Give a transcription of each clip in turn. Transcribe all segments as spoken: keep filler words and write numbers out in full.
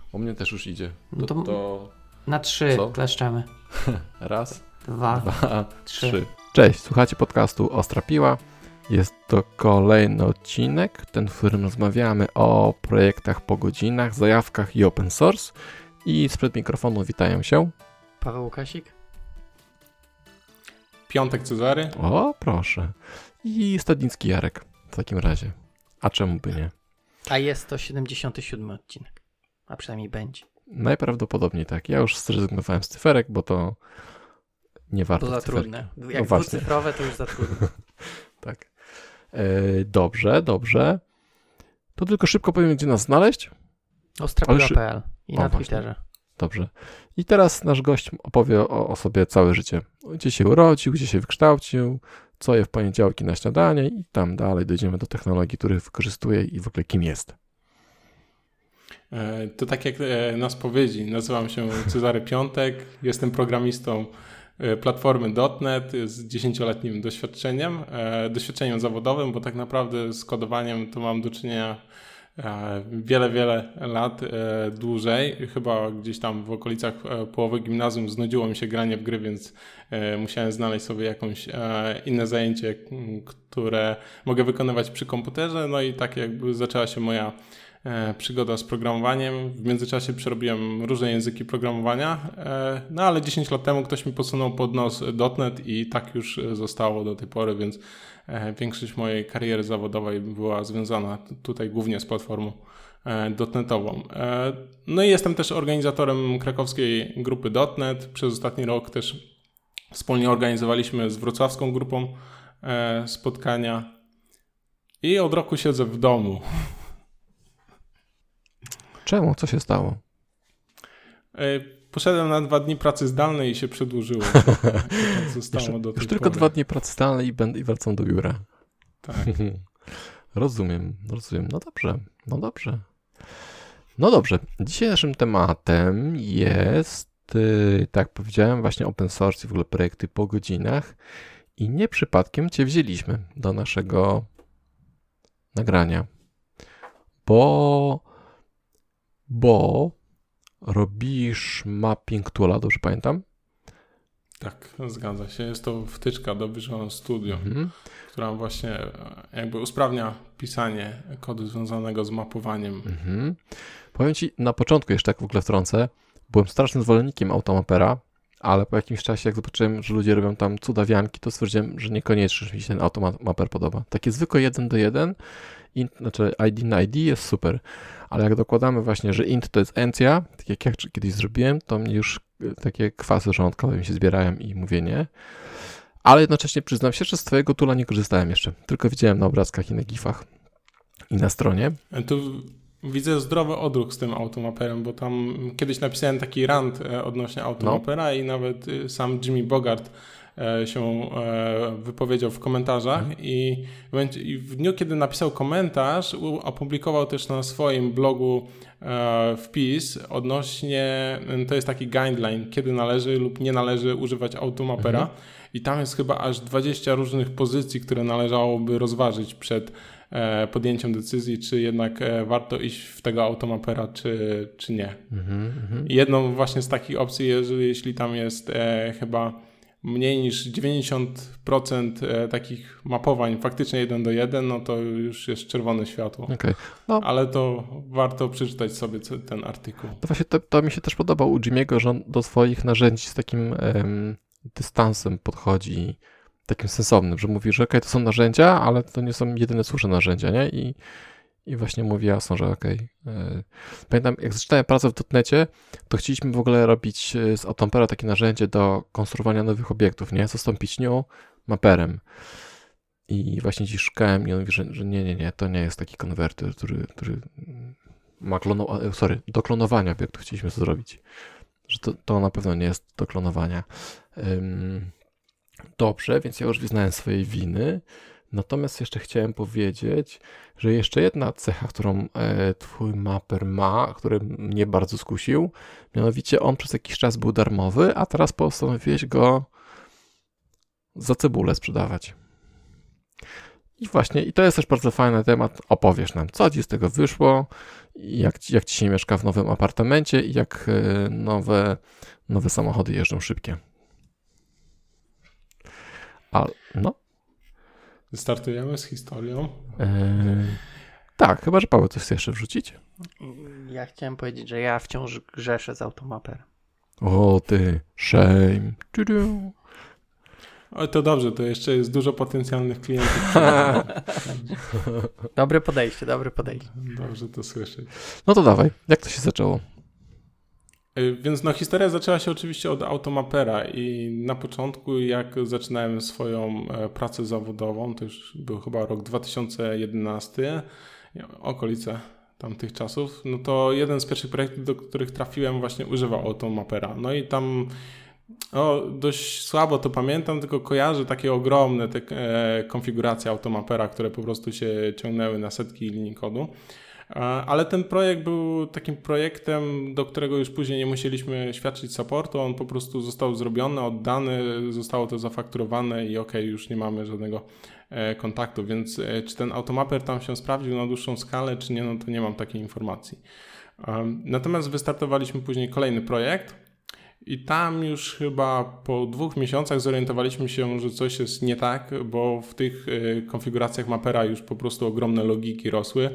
U mnie też już idzie. To, No to to... Na trzy Co? kleszczemy. Raz, Dwa, dwa, trzy. trzy. Cześć, słuchacie podcastu Ostra Piła. Jest to kolejny odcinek, ten, w którym rozmawiamy o projektach po godzinach, zajawkach i open source. I sprzed mikrofonu witają się Paweł Łukasik. Piątek Cezary. O, proszę. I Stadnicki Jarek w takim razie. A czemu by nie? A jest to siedemdziesiąty siódmy odcinek. A przynajmniej będzie. Najprawdopodobniej tak. Ja już zrezygnowałem z cyferek, bo to nie warto To za cyferki. trudne. Jak No właśnie. dwucyfrowe, to już za trudne. Tak. E, dobrze, dobrze. To tylko szybko powiem, gdzie nas znaleźć. Ostrapiła kropka pe el i O, na właśnie. Twitterze. Dobrze. I teraz nasz gość opowie o, o sobie całe życie. Gdzie się urodził, gdzie się wykształcił, co je w poniedziałki na śniadanie i tam dalej dojdziemy do technologii, których wykorzystuje i w ogóle kim jest. To tak jak na spowiedzi. Nazywam się Cezary Piątek. Jestem programistą platformy kropka net z dziesięcioletnim doświadczeniem. Doświadczeniem zawodowym, bo tak naprawdę z kodowaniem to mam do czynienia wiele, wiele lat dłużej. Chyba gdzieś tam w okolicach połowy gimnazjum znudziło mi się granie w gry, więc musiałem znaleźć sobie jakąś inne zajęcie, które mogę wykonywać przy komputerze. No i tak jakby zaczęła się moja przygoda z programowaniem. W międzyczasie przerobiłem różne języki programowania, no ale dziesięć lat temu ktoś mi podsunął pod nos kropka net i tak już zostało do tej pory, więc większość mojej kariery zawodowej była związana tutaj głównie z platformą dotnetową. No i jestem też organizatorem krakowskiej grupy kropka net. Przez ostatni rok też wspólnie organizowaliśmy z wrocławską grupą spotkania i od roku siedzę w domu. Czemu? Co się stało? Poszedłem na dwa dni pracy zdalnej i się przedłużyło. Zostało Jeszcze, do tej już tylko pory. dwa dni pracy zdalnej i, będę, i wracam do biura. Tak. Rozumiem, rozumiem. No dobrze, no dobrze. No dobrze. Dzisiaj naszym tematem jest, yy, tak jak powiedziałem, właśnie open source i w ogóle projekty po godzinach. I nie przypadkiem Cię wzięliśmy do naszego nagrania. Bo, bo robisz mapping toola, dobrze pamiętam? Tak, zgadza się. Jest to wtyczka do Visual Studio, Mhm. która właśnie jakby usprawnia pisanie kodu związanego z mapowaniem. Mhm. Powiem Ci, na początku jeszcze tak w ogóle wtrącę, byłem strasznym zwolennikiem Automapera, ale po jakimś czasie jak zobaczyłem, że ludzie robią tam cudawianki, to stwierdziłem, że niekoniecznie mi się ten Automaper podoba. Takie zwykłe jeden do jeden, int, znaczy I D na I D jest super, ale jak dokładamy właśnie, że int to jest encja, tak jak ja kiedyś zrobiłem, to mnie już takie kwasy żołądkowe mi się zbierają i mówię nie. Ale jednocześnie przyznam się, że z twojego toola nie korzystałem jeszcze, tylko widziałem na obrazkach i na gifach i na stronie. Tu widzę zdrowy odruch z tym Automaperem, bo tam kiedyś napisałem taki rant odnośnie Automapera no. i nawet sam Jimmy Bogart się wypowiedział w komentarzach hmm. i w dniu, kiedy napisał komentarz, opublikował też na swoim blogu wpis odnośnie, to jest taki guideline, kiedy należy lub nie należy używać Automapera hmm. i tam jest chyba aż dwadzieścia różnych pozycji, które należałoby rozważyć przed podjęciem decyzji, czy jednak warto iść w tego Automapera, czy, czy nie. Mm-hmm. Jedną właśnie z takich opcji, jeżeli, jeśli tam jest e, chyba mniej niż dziewięćdziesiąt procent takich mapowań faktycznie jeden do jeden, no to już jest czerwone światło. Okay. No. Ale to warto przeczytać sobie ten artykuł. To właśnie to, to mi się też podobał u Jimmy'ego, że on do swoich narzędzi z takim em, dystansem podchodzi, takim sensownym, że mówi, że okej, okay, to są narzędzia, ale to nie są jedyne słuszne narzędzia, nie? I, i właśnie mówi jasno, że okej. Okay. Pamiętam, jak zaczynałem pracę w dotnecie, to chcieliśmy w ogóle robić z Automappera takie narzędzie do konstruowania nowych obiektów, nie? Zastąpić new maperem. I właśnie dziś szukałem i on mówi, że, że nie, nie, nie, to nie jest taki konwerter, który, który ma klonować, sorry, do klonowania obiektu chcieliśmy to zrobić. Że to, to na pewno nie jest do klonowania. Um, Dobrze, więc ja już wyznałem swojej winy. Natomiast jeszcze chciałem powiedzieć, że jeszcze jedna cecha, którą e, twój mapper ma, który mnie bardzo skusił, mianowicie on przez jakiś czas był darmowy, a teraz postanowiłeś go za cebulę sprzedawać. I właśnie, i to jest też bardzo fajny temat. Opowiesz nam, co ci z tego wyszło, jak ci, jak ci się mieszka w nowym apartamencie i jak nowe, nowe samochody jeżdżą szybkie. A, no. Startujemy z historią. Yy, tak, chyba że Paweł coś chce jeszcze wrzucić. Ja chciałem powiedzieć, że ja wciąż grzeszę z Automaperem. O ty, shame. Tudu. O, to dobrze, to jeszcze jest dużo potencjalnych klientów. Dobre podejście, dobre podejście. Dobrze to słyszeć. No to dawaj, jak to się zaczęło? Więc no historia zaczęła się oczywiście od Automapera i na początku jak zaczynałem swoją pracę zawodową, to już był chyba rok dwa tysiące jedenasty, okolice tamtych czasów, no to jeden z pierwszych projektów, do których trafiłem właśnie używał Automapera. No i tam o, dość słabo to pamiętam, tylko kojarzę takie ogromne te, e, konfiguracje Automapera, które po prostu się ciągnęły na setki linii kodu. Ale ten projekt był takim projektem, do którego już później nie musieliśmy świadczyć supportu, on po prostu został zrobiony, oddany, zostało to zafakturowane i okej, już nie mamy żadnego kontaktu, więc czy ten Automaper tam się sprawdził na dłuższą skalę, czy nie, no to nie mam takiej informacji. Natomiast wystartowaliśmy później kolejny projekt i tam już chyba po dwóch miesiącach zorientowaliśmy się, że coś jest nie tak, bo w tych konfiguracjach Mapera już po prostu ogromne logiki rosły.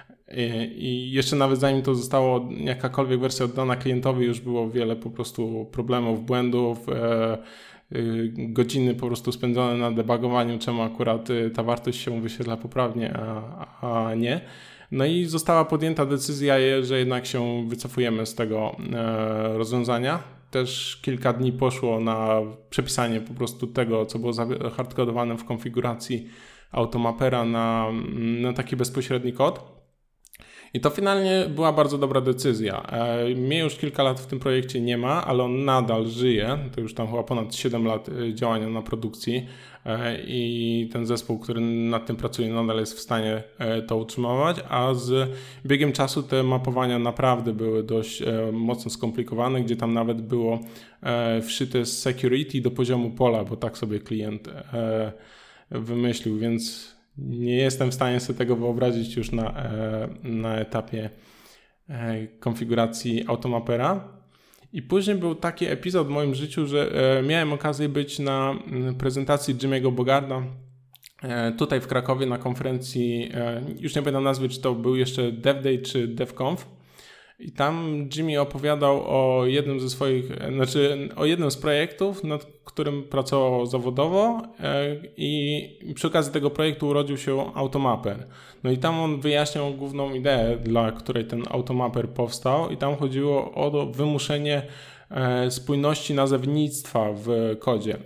I jeszcze nawet zanim to zostało jakakolwiek wersja oddana klientowi, już było wiele po prostu problemów, błędów, e, godziny po prostu spędzone na debugowaniu, czemu akurat ta wartość się wyświetla poprawnie, a, a nie. No i została podjęta decyzja, że jednak się wycofujemy z tego e, rozwiązania. Też kilka dni poszło na przepisanie po prostu tego, co było hardcodowane w konfiguracji Automapera na, na taki bezpośredni kod. I to finalnie była bardzo dobra decyzja. E, mnie już kilka lat w tym projekcie nie ma, ale on nadal żyje. To już tam chyba ponad siedem lat działania na produkcji e, i ten zespół, który nad tym pracuje, nadal jest w stanie e, to utrzymywać, a z biegiem czasu te mapowania naprawdę były dość e, mocno skomplikowane, gdzie tam nawet było e, wszyte security do poziomu pola, bo tak sobie klient e, wymyślił, więc nie jestem w stanie sobie tego wyobrazić już na, na etapie konfiguracji Automapera. I później był taki epizod w moim życiu, że miałem okazję być na prezentacji Jimmy'ego Bogarda tutaj w Krakowie na konferencji, już nie pamiętam nazwy, czy to był jeszcze DevDay czy DevConf. I tam Jimmy opowiadał o jednym ze swoich, znaczy o jednym z projektów, nad którym pracował zawodowo i przy okazji tego projektu urodził się Automaper. No i tam on wyjaśniał główną ideę, dla której ten Automaper powstał i tam chodziło o wymuszenie spójności nazewnictwa w kodzie,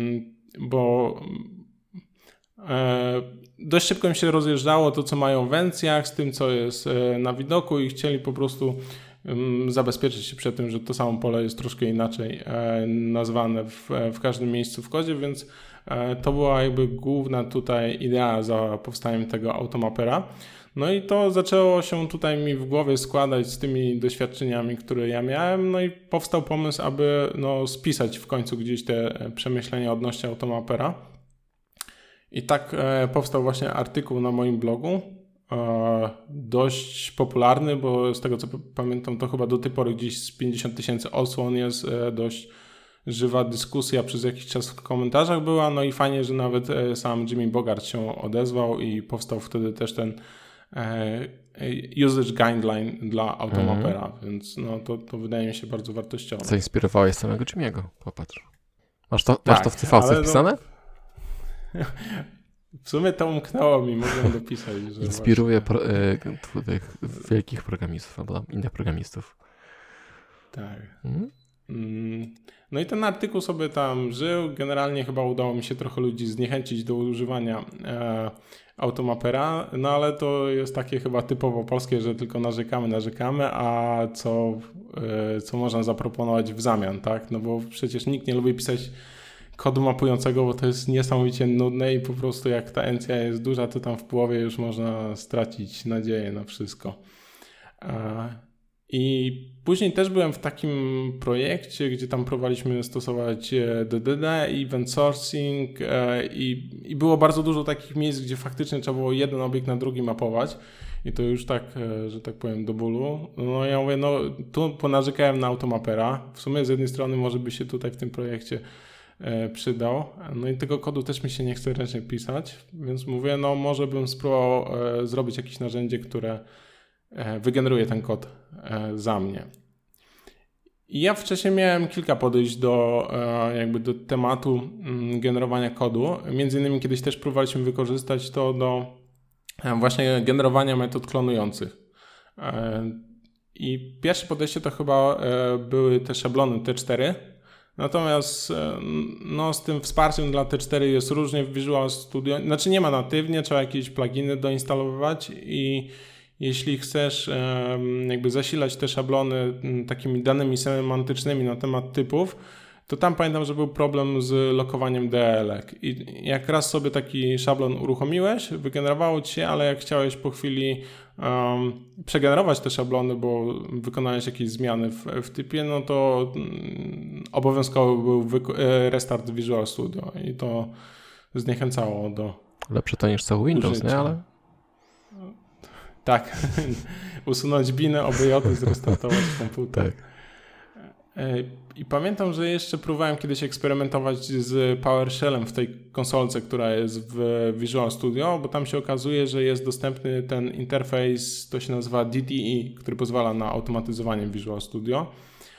bo dość szybko im się rozjeżdżało to, co mają w encjach z tym, co jest na widoku i chcieli po prostu zabezpieczyć się przed tym, że to samo pole jest troszkę inaczej nazwane w, w każdym miejscu w kodzie, więc to była jakby główna tutaj idea za powstaniem tego Automapera. No i to zaczęło się tutaj mi w głowie składać z tymi doświadczeniami, które ja miałem, no i powstał pomysł, aby no, spisać w końcu gdzieś te przemyślenia odnośnie Automapera. I tak e, powstał właśnie artykuł na moim blogu, e, dość popularny, bo z tego co p- pamiętam to chyba do tej pory gdzieś z pięćdziesiąt tysięcy odsłon jest, e, dość żywa dyskusja przez jakiś czas w komentarzach była, no i fajnie, że nawet e, sam Jimmy Bogart się odezwał i powstał wtedy też ten e, usage guideline dla Automapera, mm. więc no to, to wydaje mi się bardzo wartościowe. Zainspirowałeś samego Jimmy'ego, popatrz. Masz to, tak, masz to w C V wpisane? No... W sumie to umknęło mi, mogłem dopisać. Że Inspiruje pro, e, tych wielkich programistów albo innych programistów. Tak. Hmm? No i ten artykuł sobie tam żył. Generalnie chyba udało mi się trochę ludzi zniechęcić do używania e, Automapera, no ale to jest takie chyba typowo polskie, że tylko narzekamy, narzekamy, a co, e, co można zaproponować w zamian, tak? No bo przecież nikt nie lubi pisać kodu mapującego, bo to jest niesamowicie nudne i po prostu jak ta encja jest duża, to tam w połowie już można stracić nadzieję na wszystko. I później też byłem w takim projekcie, gdzie tam próbowaliśmy stosować D D D, event sourcing i, i było bardzo dużo takich miejsc, gdzie faktycznie trzeba było jeden obiekt na drugi mapować i to już tak, że tak powiem, do bólu. No ja mówię, no tu ponarzekałem na automapera. W sumie z jednej strony może by się tutaj w tym projekcie przydał. No i tego kodu też mi się nie chce ręcznie pisać, więc mówię, no może bym spróbował zrobić jakieś narzędzie, które wygeneruje ten kod za mnie. I ja wcześniej miałem kilka podejść do, jakby do tematu generowania kodu. Między innymi kiedyś też próbowaliśmy wykorzystać to do właśnie generowania metod klonujących. I pierwsze podejście to chyba były te szablony T cztery. Natomiast no, z tym wsparciem dla T cztery jest różnie w Visual Studio. Znaczy nie ma natywnie, trzeba jakieś pluginy doinstalowywać i jeśli chcesz jakby zasilać te szablony takimi danymi semantycznymi na temat typów, to tam pamiętam, że był problem z lokowaniem D L ek. I jak raz sobie taki szablon uruchomiłeś, wygenerowało ci się, ale jak chciałeś po chwili um, przegenerować te szablony, bo wykonałeś jakieś zmiany w, w typie, no to um, obowiązkowy był restart Visual Studio i to zniechęcało do Lepsze to niż cały Windows, użycia. Nie? Ale... Tak, usunąć binę, obyjoty, zrestartować komputer. Tak. I pamiętam, że jeszcze próbowałem kiedyś eksperymentować z PowerShellem w tej konsolce, która jest w Visual Studio, bo tam się okazuje, że jest dostępny ten interfejs, to się nazywa D T E, który pozwala na automatyzowanie Visual Studio.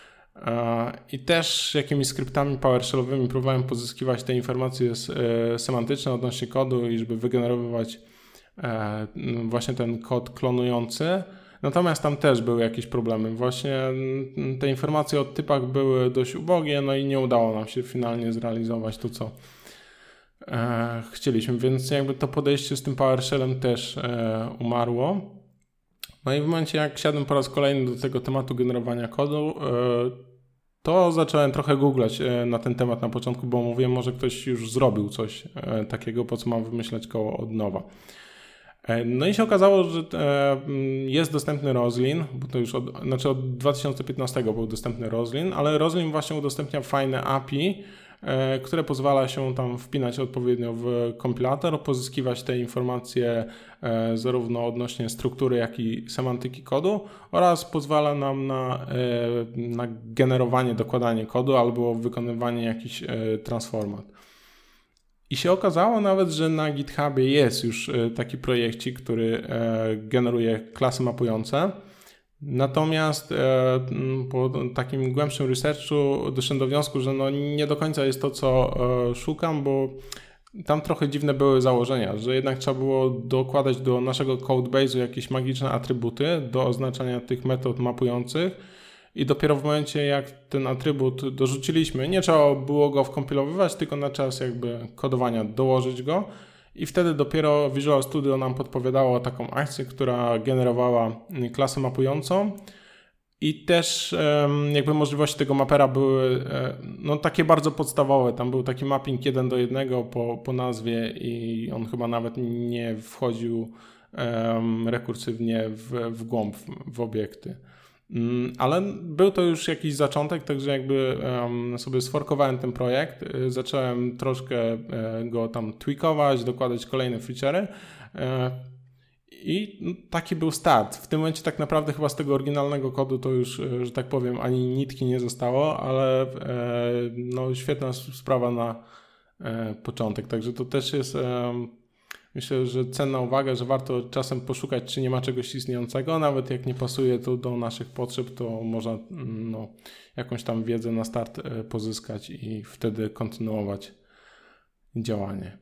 I też jakimiś skryptami PowerShellowymi próbowałem pozyskiwać te informacje semantyczne odnośnie kodu i żeby wygenerowywać właśnie ten kod klonujący. Natomiast tam też były jakieś problemy. Właśnie te informacje o typach były dość ubogie, no i nie udało nam się finalnie zrealizować to, co e, chcieliśmy, więc jakby to podejście z tym PowerShellem też e, umarło. No i w momencie, jak siadłem po raz kolejny do tego tematu generowania kodu, e, to zacząłem trochę googlać e, na ten temat na początku, bo mówiłem, może ktoś już zrobił coś e, takiego, po co mam wymyślać koło od nowa. No i się okazało, że jest dostępny Roslyn, bo to już od, znaczy od dwa tysiące piętnastego był dostępny Roslyn, ale Roslyn właśnie udostępnia fajne A P I, które pozwala się tam wpinać odpowiednio w kompilator, pozyskiwać te informacje zarówno odnośnie struktury, jak i semantyki kodu oraz pozwala nam na, na generowanie, dokładanie kodu albo wykonywanie jakichś transformat. I się okazało nawet, że na GitHubie jest już taki projekcik, który generuje klasy mapujące. Natomiast po takim głębszym researchu doszedłem do wniosku, że no nie do końca jest to, co szukam, bo tam trochę dziwne były założenia, że jednak trzeba było dokładać do naszego codebase'u jakieś magiczne atrybuty do oznaczania tych metod mapujących. I dopiero w momencie, jak ten atrybut dorzuciliśmy, nie trzeba było go wkompilowywać, tylko na czas jakby kodowania dołożyć go i wtedy dopiero Visual Studio nam podpowiadało taką akcję, która generowała klasę mapującą i też jakby możliwości tego mapera były no takie bardzo podstawowe. Tam był taki mapping jeden do jednego po, po nazwie i on chyba nawet nie wchodził um, rekursywnie w, w głąb, w, w obiekty. Ale był to już jakiś zaczątek, także jakby um, sobie sforkowałem ten projekt, zacząłem troszkę go tam tweakować, dokładać kolejne feature'y i taki był start. W tym momencie tak naprawdę chyba z tego oryginalnego kodu to już, że tak powiem, ani nitki nie zostało, ale no, świetna sprawa na początek, także to też jest... Myślę, że cenna uwaga, że warto czasem poszukać, czy nie ma czegoś istniejącego. Nawet jak nie pasuje to do naszych potrzeb, to można no, jakąś tam wiedzę na start pozyskać i wtedy kontynuować działanie.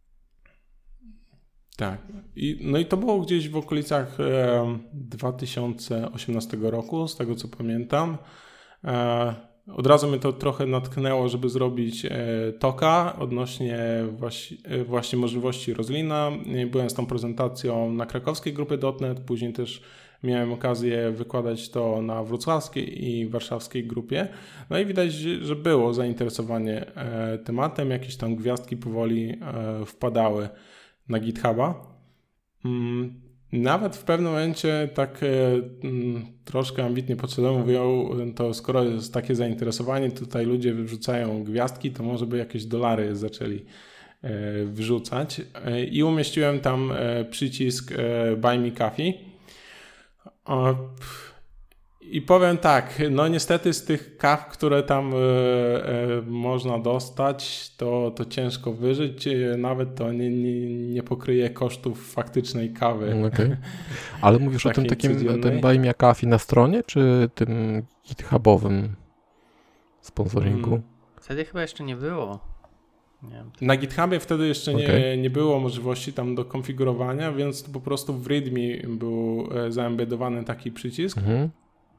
Tak. I, no i to było gdzieś w okolicach e, dwa tysiące osiemnastego roku, z tego co pamiętam. E, Od razu mnie to trochę natknęło, żeby zrobić toka odnośnie właśnie, właśnie możliwości Roslyna. Byłem z tą prezentacją na krakowskiej grupie dot net, później też miałem okazję wykładać to na wrocławskiej i warszawskiej grupie. No i widać, że było zainteresowanie tematem, jakieś tam gwiazdki powoli wpadały na GitHuba. nawet w pewnym momencie tak m, troszkę ambitnie podszedłem, mówią, to skoro jest takie zainteresowanie, tutaj ludzie wyrzucają gwiazdki, to może by jakieś dolary zaczęli e, wyrzucać. E, I umieściłem tam e, przycisk e, Buy Me Coffee. O, I powiem tak, no niestety z tych kaw, które tam e, e, można dostać, to, to ciężko wyżyć, e, nawet to nie, nie, nie pokryje kosztów faktycznej kawy. Okay. Ale mówisz o tym takim tym Buy Me Coffee na stronie, czy tym GitHubowym sponsoringu? Hmm. Wtedy chyba jeszcze nie było. Nie wiem. Na GitHubie wtedy jeszcze okay. nie, nie było możliwości tam do konfigurowania, więc po prostu w README był zaembedowany taki przycisk. Mhm.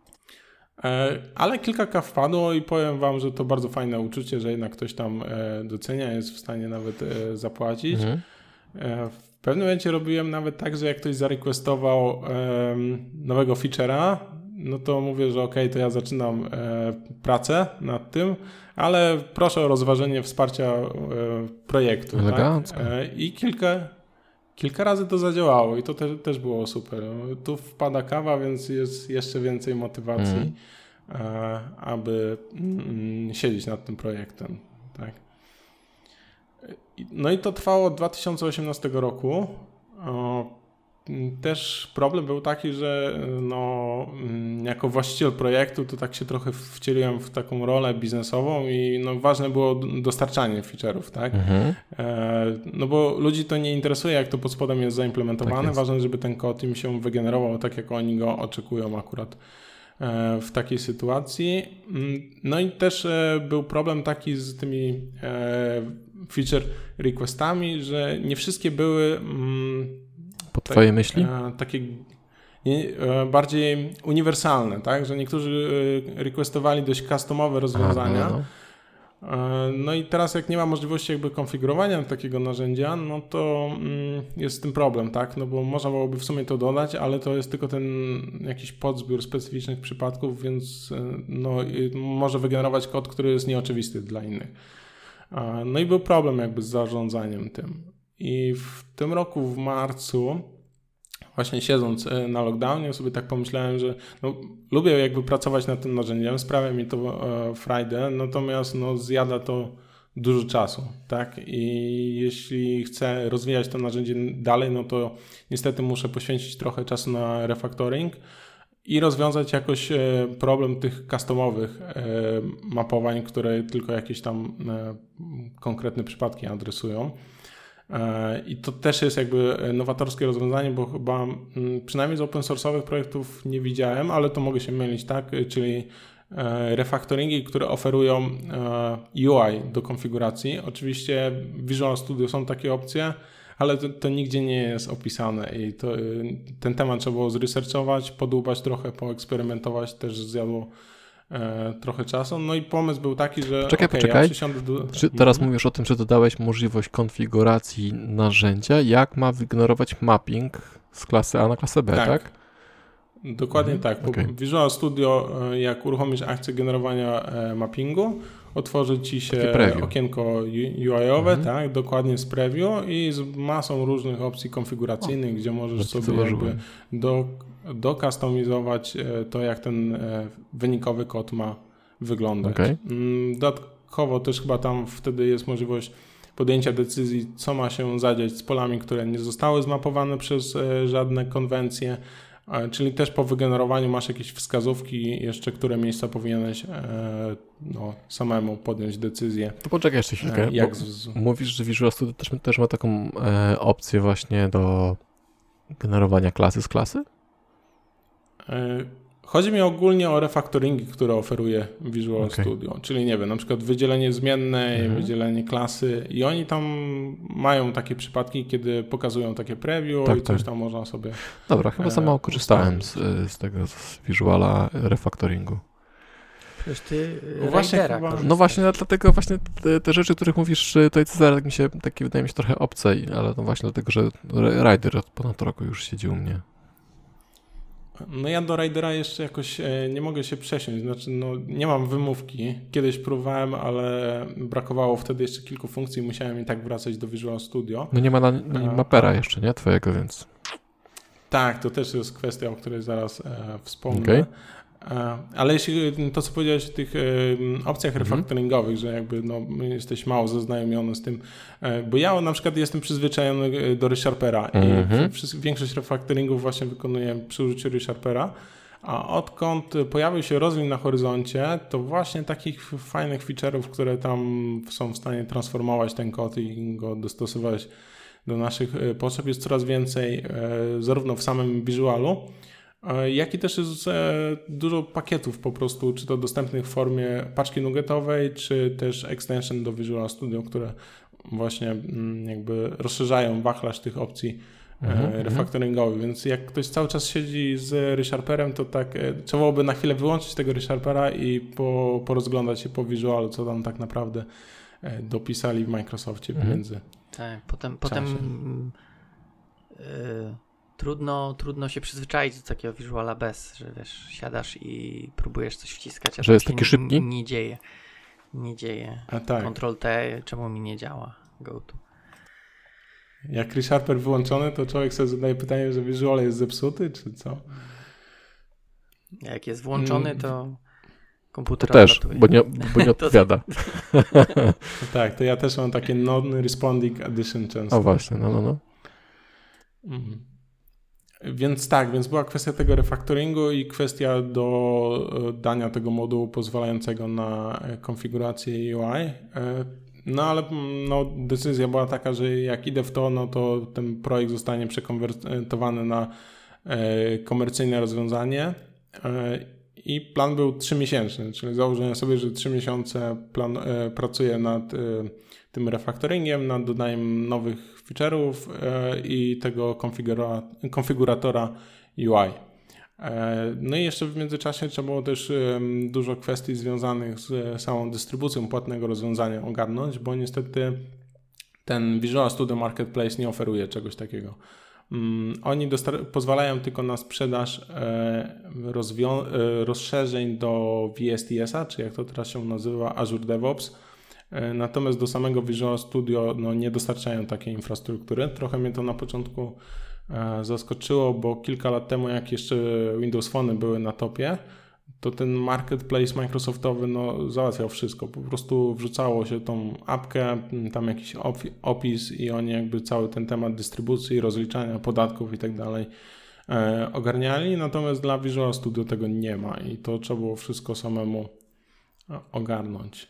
Ale kilka kaw wpadło i powiem wam, że to bardzo fajne uczucie, że jednak ktoś tam docenia, jest w stanie nawet zapłacić. Mhm. W pewnym momencie robiłem nawet tak, że jak ktoś zarequestował nowego feature'a, no to mówię, że okej, okay, to ja zaczynam pracę nad tym, ale proszę o rozważenie wsparcia projektu. Elegancko. Tak? I kilka, kilka razy to zadziałało i to też, też było super. Tu wpada kawa, więc jest jeszcze więcej motywacji, mm. aby siedzieć nad tym projektem. Tak. No i to trwało od dwa tysiące osiemnastego roku. Też problem był taki, że no, jako właściciel projektu to tak się trochę wcieliłem w taką rolę biznesową i no, ważne było dostarczanie feature'ów, tak? Mhm. E, no bo ludzi to nie interesuje, jak to pod spodem jest zaimplementowane. Tak jest. Ważne, żeby ten kod im się wygenerował tak, jak oni go oczekują akurat e, w takiej sytuacji. No i też e, był problem taki z tymi e, feature requestami, że nie wszystkie były mm, po twojej tak, myśli? E, takie e, bardziej uniwersalne, tak? Że niektórzy e, requestowali dość customowe rozwiązania. Aha, no, no. E, no i teraz jak nie ma możliwości jakby konfigurowania takiego narzędzia, no to mm, jest z tym problem, tak? No bo można byłoby w sumie to dodać, ale to jest tylko ten jakiś podzbiór specyficznych przypadków, więc e, no, może wygenerować kod, który jest nieoczywisty dla innych. E, no i był problem jakby z zarządzaniem tym. I w tym roku w marcu, właśnie siedząc na lockdownie, sobie tak pomyślałem, że no, lubię jakby pracować nad tym narzędziem, sprawia mi to e, frajdę, natomiast no, zjada to dużo czasu, tak? I jeśli chcę rozwijać to narzędzie dalej, no to niestety muszę poświęcić trochę czasu na refactoring i rozwiązać jakoś e, problem tych customowych e, mapowań, które tylko jakieś tam e, konkretne przypadki adresują. I to też jest jakby nowatorskie rozwiązanie, bo chyba przynajmniej z open source'owych projektów nie widziałem, ale to mogę się mylić, tak? Czyli refactoringi, które oferują U I do konfiguracji. Oczywiście w Visual Studio są takie opcje, ale to, to nigdzie nie jest opisane i to, ten temat trzeba było zresearchować, podłubać trochę, poeksperymentować, też zjadło E, trochę czasu. No i pomysł był taki, że Czekaj, okay, poczekaj. Ja do... Czy teraz mhm. mówisz o tym, że dodałeś możliwość konfiguracji narzędzia, jak ma wygenerować mapping z klasy A na klasę B, tak? tak? Dokładnie mhm. tak. Okay. Visual Studio, jak uruchomisz akcję generowania mappingu, otworzy ci się okienko U I-owe, mhm. tak, dokładnie z preview i z masą różnych opcji konfiguracyjnych, o, gdzie możesz sobie jakby do dokustomizować to, jak ten wynikowy kod ma wyglądać. Okay. Dodatkowo też chyba tam wtedy jest możliwość podjęcia decyzji, co ma się zadziać z polami, które nie zostały zmapowane przez żadne konwencje, czyli też po wygenerowaniu masz jakieś wskazówki jeszcze, które miejsca powinieneś no, samemu podjąć decyzję. To poczekaj jeszcze chwilkę, jak z... mówisz, że Visual Studio też, też ma taką e, opcję właśnie do generowania klasy z klasy? Chodzi mi ogólnie o refactoringi, które oferuje Visual okay. Studio, czyli nie wiem, na przykład wydzielenie zmiennej, mhm. wydzielenie klasy i oni tam mają takie przypadki, kiedy pokazują takie preview tak, i coś tak. tam można sobie... Dobra, chyba za mało korzystałem z, z tego z Visuala refactoringu. Przecież ty no właśnie, chyba... no właśnie, dlatego właśnie te, te rzeczy, o których mówisz tutaj Cezary, tak mi się, takie wydaje mi się trochę obce, ale to właśnie dlatego, że Rider od ponad roku już siedzi u mnie. No ja do Ridera jeszcze jakoś e, nie mogę się przesiąść, znaczy no nie mam wymówki. Kiedyś próbowałem, ale brakowało wtedy jeszcze kilku funkcji, musiałem i tak wracać do Visual Studio. No nie ma na, nie ma Mapera jeszcze, nie? Twojego, więc... Tak, to też jest kwestia, o której zaraz e, wspomnę. Okay. E, ale jeśli to, co powiedziałeś o tych e, opcjach mm-hmm. refactoringowych, że jakby no, jesteś mało zaznajomiony z tym, e, bo ja na przykład jestem przyzwyczajony do ReSharpera mm-hmm. i w, większość refactoringów właśnie wykonuję przy użyciu ReSharpera, a odkąd pojawił się rozwój na horyzoncie, to właśnie takich fajnych feature'ów, które tam są w stanie transformować ten kod i go dostosować do naszych potrzeb jest coraz więcej, zarówno w samym Visualu, jak i też jest dużo pakietów po prostu, czy to dostępnych w formie paczki nuggetowej, czy też extension do Visual Studio, które właśnie jakby rozszerzają wachlarz tych opcji mm-hmm. refactoringowych, więc jak ktoś cały czas siedzi z ReSharperem, to tak trzeba byłoby na chwilę wyłączyć tego ReSharpera i po, porozglądać się po Visualu, co tam tak naprawdę dopisali w Microsoftie mm-hmm. między. Tak, potem, potem yy, trudno, trudno się przyzwyczaić do takiego Visuala bez, że wiesz, siadasz i próbujesz coś wciskać, a że jest taki szybki? Nie, nie dzieje. Nie dzieje. A tak. Control T, czemu mi nie działa? Go to. Jak ReSharper wyłączony, to człowiek sobie zadaje pytanie, że Visual jest zepsuty, czy co? Jak jest włączony, to komputer to też, odlatuje. bo nie, bo nie odpowiada. Tak, to ja też mam takie non-responding addition często. O właśnie, no, no, no. Mhm. Więc tak, więc była kwestia tego refactoringu i kwestia do dania tego modułu pozwalającego na konfigurację U I. No ale no, decyzja była taka, że jak idę w to, no to ten projekt zostanie przekonwertowany na e, komercyjne rozwiązanie e, i plan był trzymiesięczny, czyli założenie sobie, że trzy miesiące plan, e, pracuję nad e, tym refactoringiem, nad dodaniem nowych feature'ów e, i tego konfigura, konfiguratora U I. No i jeszcze w międzyczasie trzeba było też dużo kwestii związanych z samą dystrybucją płatnego rozwiązania ogarnąć, bo niestety ten Visual Studio Marketplace nie oferuje czegoś takiego. Oni dostar- pozwalają tylko na sprzedaż rozwią- rozszerzeń do V S T S-a, czy jak to teraz się nazywa, Azure DevOps. Natomiast do samego Visual Studio no, nie dostarczają takiej infrastruktury. Trochę mnie to na początku zaskoczyło, bo kilka lat temu, jak jeszcze Windows Phone były na topie, to ten marketplace Microsoftowy no, załatwiał wszystko. Po prostu wrzucało się tą apkę, tam jakiś opis i oni jakby cały ten temat dystrybucji, rozliczania podatków i tak dalej ogarniali. Natomiast dla Visual Studio tego nie ma i to trzeba było wszystko samemu ogarnąć.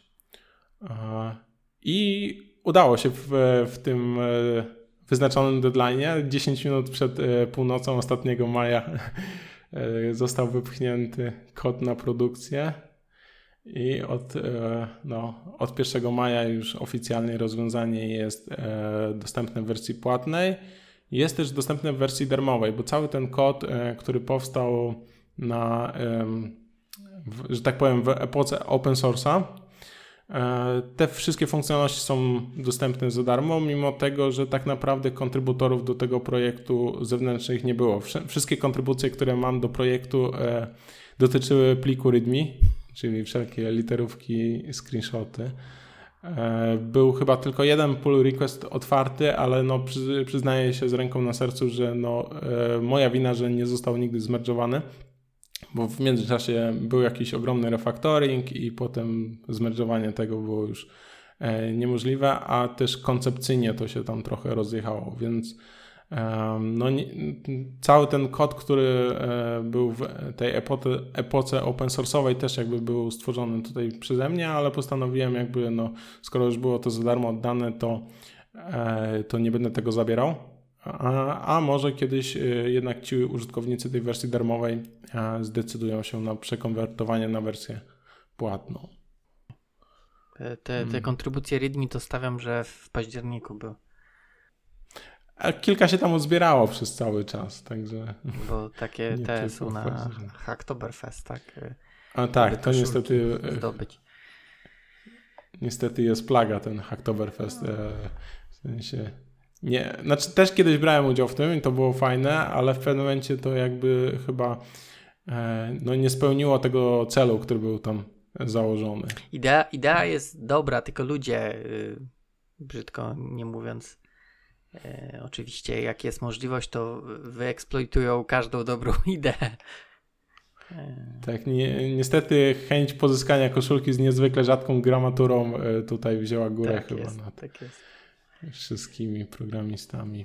I udało się w, w tym wyznaczonym deadline'ie, dziesięć minut przed północą ostatniego maja został wypchnięty kod na produkcję i od, no, od pierwszego maja już oficjalnie rozwiązanie jest dostępne w wersji płatnej. Jest też dostępne w wersji darmowej, bo cały ten kod, który powstał na, że tak powiem, w epoce open source'a, te wszystkie funkcjonalności są dostępne za darmo, mimo tego, że tak naprawdę kontrybutorów do tego projektu zewnętrznych nie było. Wszystkie kontrybucje, które mam do projektu dotyczyły pliku readme, czyli wszelkie literówki, screenshoty. Był chyba tylko jeden pull request otwarty, ale no przyznaję się z ręką na sercu, że no moja wina, że nie został nigdy zmerdżowany. Bo w międzyczasie był jakiś ogromny refactoring i potem zmerdżowanie tego było już e, niemożliwe, a też koncepcyjnie to się tam trochę rozjechało, więc e, no, nie, cały ten kod, który e, był w tej epoce, epoce open source'owej też jakby był stworzony tutaj przeze mnie, ale postanowiłem jakby, no, skoro już było to za darmo oddane, to, e, to nie będę tego zabierał. A, a może kiedyś jednak ci użytkownicy tej wersji darmowej zdecydują się na przekonwertowanie na wersję płatną. Te, te, te kontrybucje readme to stawiam, że w październiku był. A kilka się tam uzbierało przez cały czas, także... Bo takie te są na Hacktoberfest, tak? A tak, to niestety... Zdobyć. Niestety jest plaga ten Hacktoberfest. W sensie... Nie, znaczy też kiedyś brałem udział w tym i to było fajne, ale w pewnym momencie to jakby chyba e, no nie spełniło tego celu, który był tam założony. Idea, idea jest dobra, tylko ludzie, yy, brzydko nie mówiąc, e, oczywiście jak jest możliwość, to wyeksploitują każdą dobrą ideę. Tak, ni- niestety chęć pozyskania koszulki z niezwykle rzadką gramaturą tutaj wzięła górę tak chyba jest, nad tak jest. wszystkimi programistami.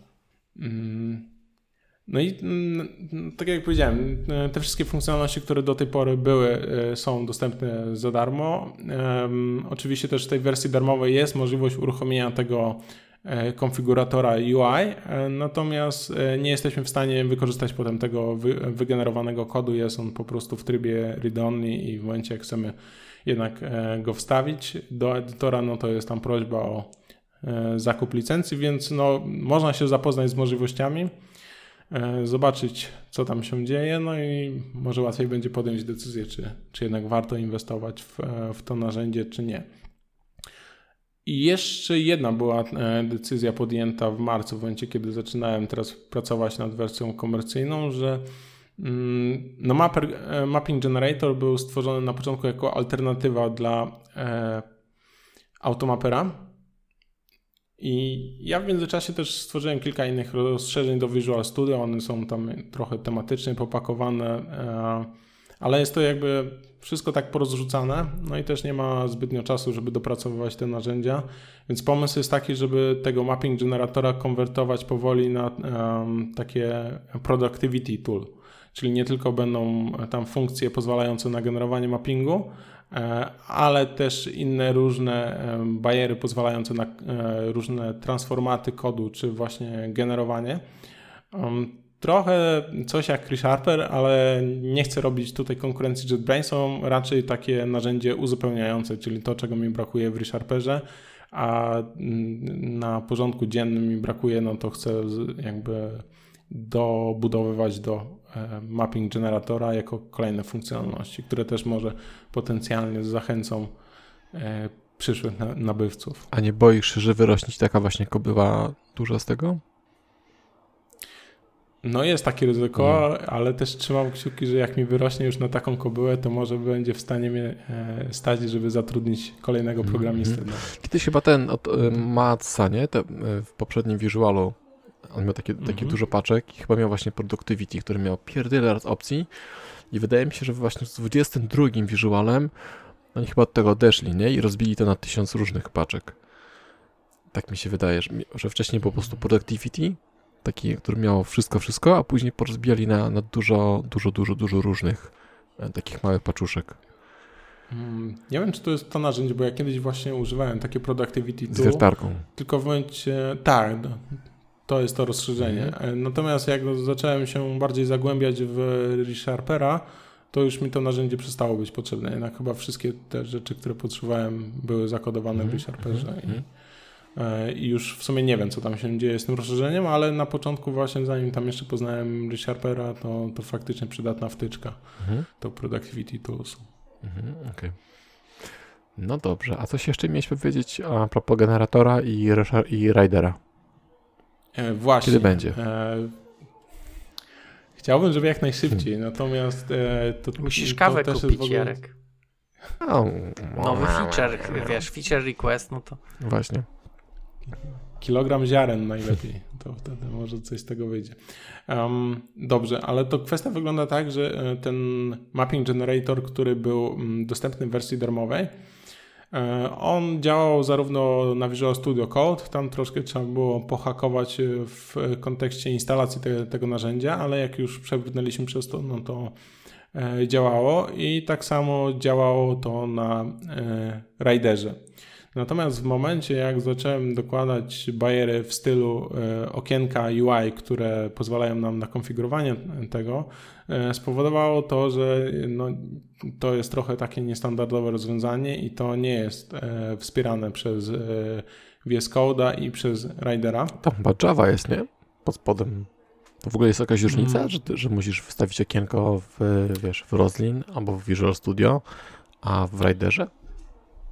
No i tak jak powiedziałem, te wszystkie funkcjonalności, które do tej pory były, są dostępne za darmo. Oczywiście też w tej wersji darmowej jest możliwość uruchomienia tego konfiguratora U I, natomiast nie jesteśmy w stanie wykorzystać potem tego wy, wygenerowanego kodu. Jest on po prostu w trybie read-only i w momencie, jak chcemy jednak go wstawić do edytora, no to jest tam prośba o zakup licencji, więc no, można się zapoznać z możliwościami, zobaczyć, co tam się dzieje, no i może łatwiej będzie podjąć decyzję, czy, czy jednak warto inwestować w, w to narzędzie, czy nie. I jeszcze jedna była decyzja podjęta w marcu, w momencie, kiedy zaczynałem teraz pracować nad wersją komercyjną, że no mapper, Mapping Generator był stworzony na początku jako alternatywa dla e, Automapera. I ja w międzyczasie też stworzyłem kilka innych rozszerzeń do Visual Studio, one są tam trochę tematycznie popakowane, e, ale jest to jakby wszystko tak porozrzucane, no i też nie ma zbytnio czasu, żeby dopracowywać te narzędzia, więc pomysł jest taki, żeby tego mapping generatora konwertować powoli na um, takie productivity tool, czyli nie tylko będą tam funkcje pozwalające na generowanie mappingu, e, ale też inne różne e, bariery pozwalające na e, różne transformaty kodu, czy właśnie generowanie. Um, Trochę coś jak ReSharper, ale nie chcę robić tutaj konkurencji JetBrains, są raczej takie narzędzie uzupełniające, czyli to, czego mi brakuje w ReSharperze, a na porządku dziennym mi brakuje, no to chcę jakby dobudowywać do mapping generatora jako kolejne funkcjonalności, które też może potencjalnie zachęcą przyszłych nabywców. A nie boisz się, że wyrośnie taka właśnie kobyła duża z tego? No jest takie ryzyko, mm. ale też trzymam kciuki, że jak mi wyrośnie już na taką kobyłę, to może będzie w stanie mnie stać, żeby zatrudnić kolejnego mm. programistę. No. Kiedyś chyba ten od Matsa, nie? Te, w poprzednim Visualu on miał takie, takie mm-hmm. dużo paczek i chyba miał właśnie Productivity, który miał pierdyle opcji i wydaje mi się, że właśnie z dwudziestym drugim Visualem oni chyba od tego odeszli, nie? I rozbili to na tysiąc różnych paczek. Tak mi się wydaje, że, że wcześniej po prostu Productivity taki, który miał wszystko, wszystko, a później porozbijali na, na dużo, dużo, dużo, dużo różnych e, takich małych paczuszek. Hmm, nie wiem, czy to jest to narzędzie, bo ja kiedyś właśnie używałem takie Productivity Tool. Z wiertarką. Tylko w momencie, tak, to jest to rozszerzenie. Mm. Natomiast jak zacząłem się bardziej zagłębiać w ReSharpera, to już mi to narzędzie przestało być potrzebne. Jednak chyba wszystkie te rzeczy, które potrzebowałem, były zakodowane mm. w ReSharperze. Mm. I, I już w sumie nie wiem, co tam się dzieje z tym rozszerzeniem, ale na początku właśnie, zanim tam jeszcze poznałem ReSharpera, to, to faktycznie przydatna wtyczka. Mhm. To Productivity Tools. Mhm, okej. Okay. No dobrze, a coś jeszcze mieliśmy powiedzieć a propos generatora i, i Ridera? E, właśnie. Kiedy będzie? E, chciałbym, żeby jak najszybciej, hmm. natomiast e, to musisz to kawę też kupić, w ogóle... Jarek. Oh. Nowy feature, wiesz, feature request, no to... Właśnie. Kilogram ziaren najlepiej, to wtedy może coś z tego wyjdzie. Um, dobrze, ale to kwestia wygląda tak, że ten mapping generator, który był dostępny w wersji darmowej, on działał zarówno na Visual Studio Code, tam troszkę trzeba było pohakować w kontekście instalacji te, tego narzędzia, ale jak już przebrnęliśmy przez to, no to działało i tak samo działało to na Riderze. Natomiast w momencie, jak zacząłem dokładać bariery w stylu e, okienka U I, które pozwalają nam na konfigurowanie tego, e, spowodowało to, że no, to jest trochę takie niestandardowe rozwiązanie i to nie jest e, wspierane przez e, V S Code'a i przez Ridera. Tam chyba Java jest, nie? Pod spodem. To w ogóle jest jakaś różnica, mm. że, że musisz wstawić okienko w, wiesz, w Roslyn albo w Visual Studio, a w Riderze?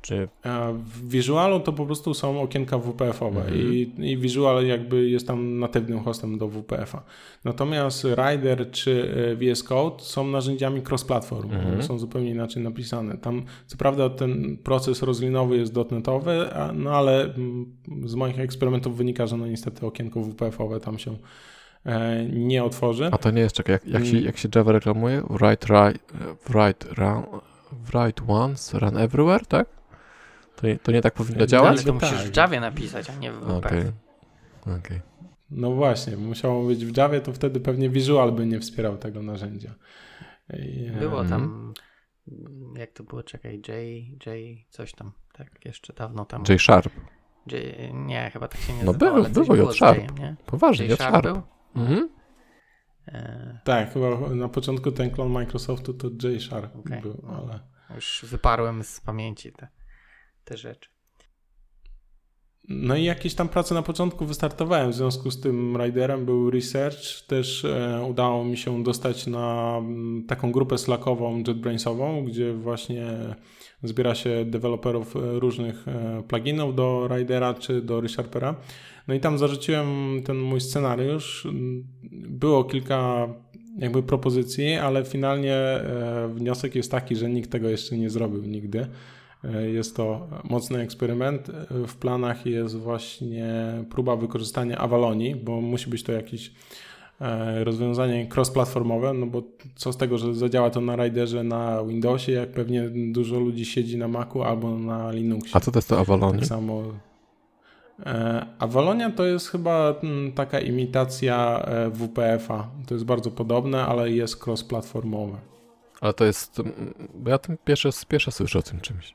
Czy... W Visualu to po prostu są okienka W P F-owe mhm. i, i Visual jakby jest tam natywnym hostem do W P F-a. Natomiast Rider czy V S Code są narzędziami cross-platform, mhm. są zupełnie inaczej napisane. Tam co prawda ten proces rozlinowy jest dotnetowy, no ale z moich eksperymentów wynika, że no niestety okienko W P F-owe tam się nie otworzy. A to nie jest, czekaj, jak, jak, się, jak się Java reklamuje? Write, write, write, run, write once, run everywhere, tak? To nie, to nie tak powinno działać? Ale to musisz tak. w Javie napisać, a nie w W P F. Okay. Okay. No właśnie, musiało być w Javie, to wtedy pewnie Visual by nie wspierał tego narzędzia. Było tam, jak to było, czekaj, J, J, coś tam, tak, jeszcze dawno temu. J Sharp. J, nie, chyba tak się nie no nazywało, był, ale było J Sharp. J-em, nie? Poważnie, J Sharp. Był? Mhm. E... Tak, chyba na początku ten klon Microsoftu to J Sharp okay. był, ale... Już wyparłem z pamięci te, te rzeczy. No i jakieś tam prace na początku wystartowałem, w związku z tym Riderem był research, też e, udało mi się dostać na m, taką grupę slackową JetBrainsową, gdzie właśnie zbiera się deweloperów różnych e, pluginów do Ridera czy do ReSharpera. No i tam zarzuciłem ten mój scenariusz. Było kilka jakby propozycji, ale finalnie e, wniosek jest taki, że nikt tego jeszcze nie zrobił nigdy. Jest to mocny eksperyment. W planach jest właśnie próba wykorzystania Avalonii, bo musi być to jakieś rozwiązanie cross-platformowe, no bo co z tego, że zadziała to na Riderze, na Windowsie, jak pewnie dużo ludzi siedzi na Macu albo na Linuxie. A co to jest to Avalonia? Tak samo. Avalonia to jest chyba taka imitacja W P F-a. To jest bardzo podobne, ale jest cross-platformowe. Ale to jest, bo ja tym pierwsze, pierwsze słyszę o tym czymś.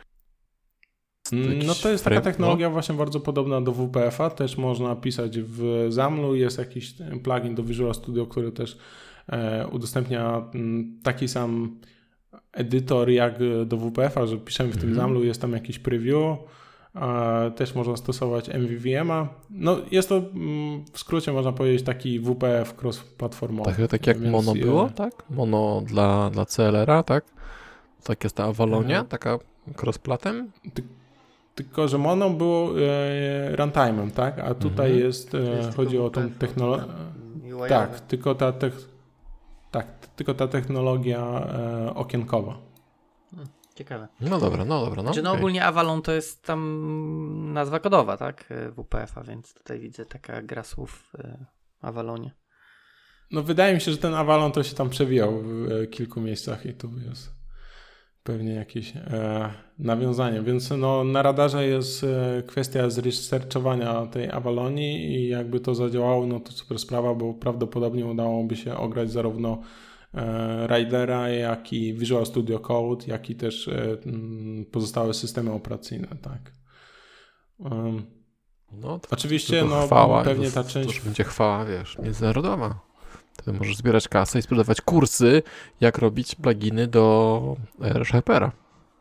No to jest taka technologia właśnie bardzo podobna do W P F-a, też można pisać w Zamlu, jest jakiś plugin do Visual Studio, który też e, udostępnia m, taki sam edytor jak do W P F-a, że piszemy w mm-hmm. tym Zamlu, jest tam jakiś preview, e, też można stosować M V V M-a. No jest to m, w skrócie można powiedzieć taki W P F cross-platformowy. Tak, tak jak Mono je... było, tak? Mono dla, dla C L R-a, tak? Tak jest ta Avalonia, mhm. taka cross-platem? Ty... Tylko, że Mono było e, runtime'em, tak? A tutaj mhm. jest, e, jest chodzi o tą technologię. Tak, tylko ta, te... tak, tylko ta technologia e, okienkowa. Hmm, ciekawe. No dobra, no dobra. No, znaczy, no okay. ogólnie Avalon to jest tam nazwa kodowa, tak? W P F-a, więc tutaj widzę taka gra słów e, Avalonie. No wydaje mi się, że ten Avalon to się tam przewijał w e, kilku miejscach i tu jest pewnie jakieś e, nawiązanie, więc no, na radarze jest e, kwestia zresearchowania tej Avalonii i jakby to zadziałało, no to super sprawa, bo prawdopodobnie udałoby się ograć zarówno e, Ridera, jak i Visual Studio Code, jak i też e, m, pozostałe systemy operacyjne, tak. Um, no, to, oczywiście, to no chwała, pewnie ta to, część... To już będzie chwała, wiesz, międzynarodowa. Wtedy możesz zbierać kasę i sprzedawać kursy, jak robić pluginy do ReSharpera.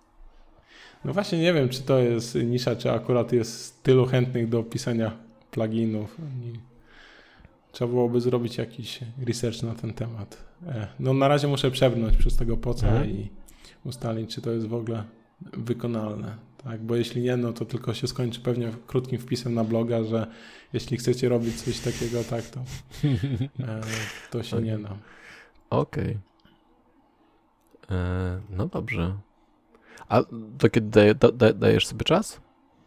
No właśnie nie wiem, czy to jest nisza, czy akurat jest tylu chętnych do pisania pluginów. Trzeba byłoby zrobić jakiś research na ten temat. No na razie muszę przebrnąć przez tego poca mhm. i ustalić, czy to jest w ogóle wykonalne. Tak, bo jeśli nie, no to tylko się skończy pewnie krótkim wpisem na bloga, że jeśli chcecie robić coś takiego, tak, to, e, to się nie da. Okej. Okay. No dobrze. A to kiedy daje, da, dajesz sobie czas?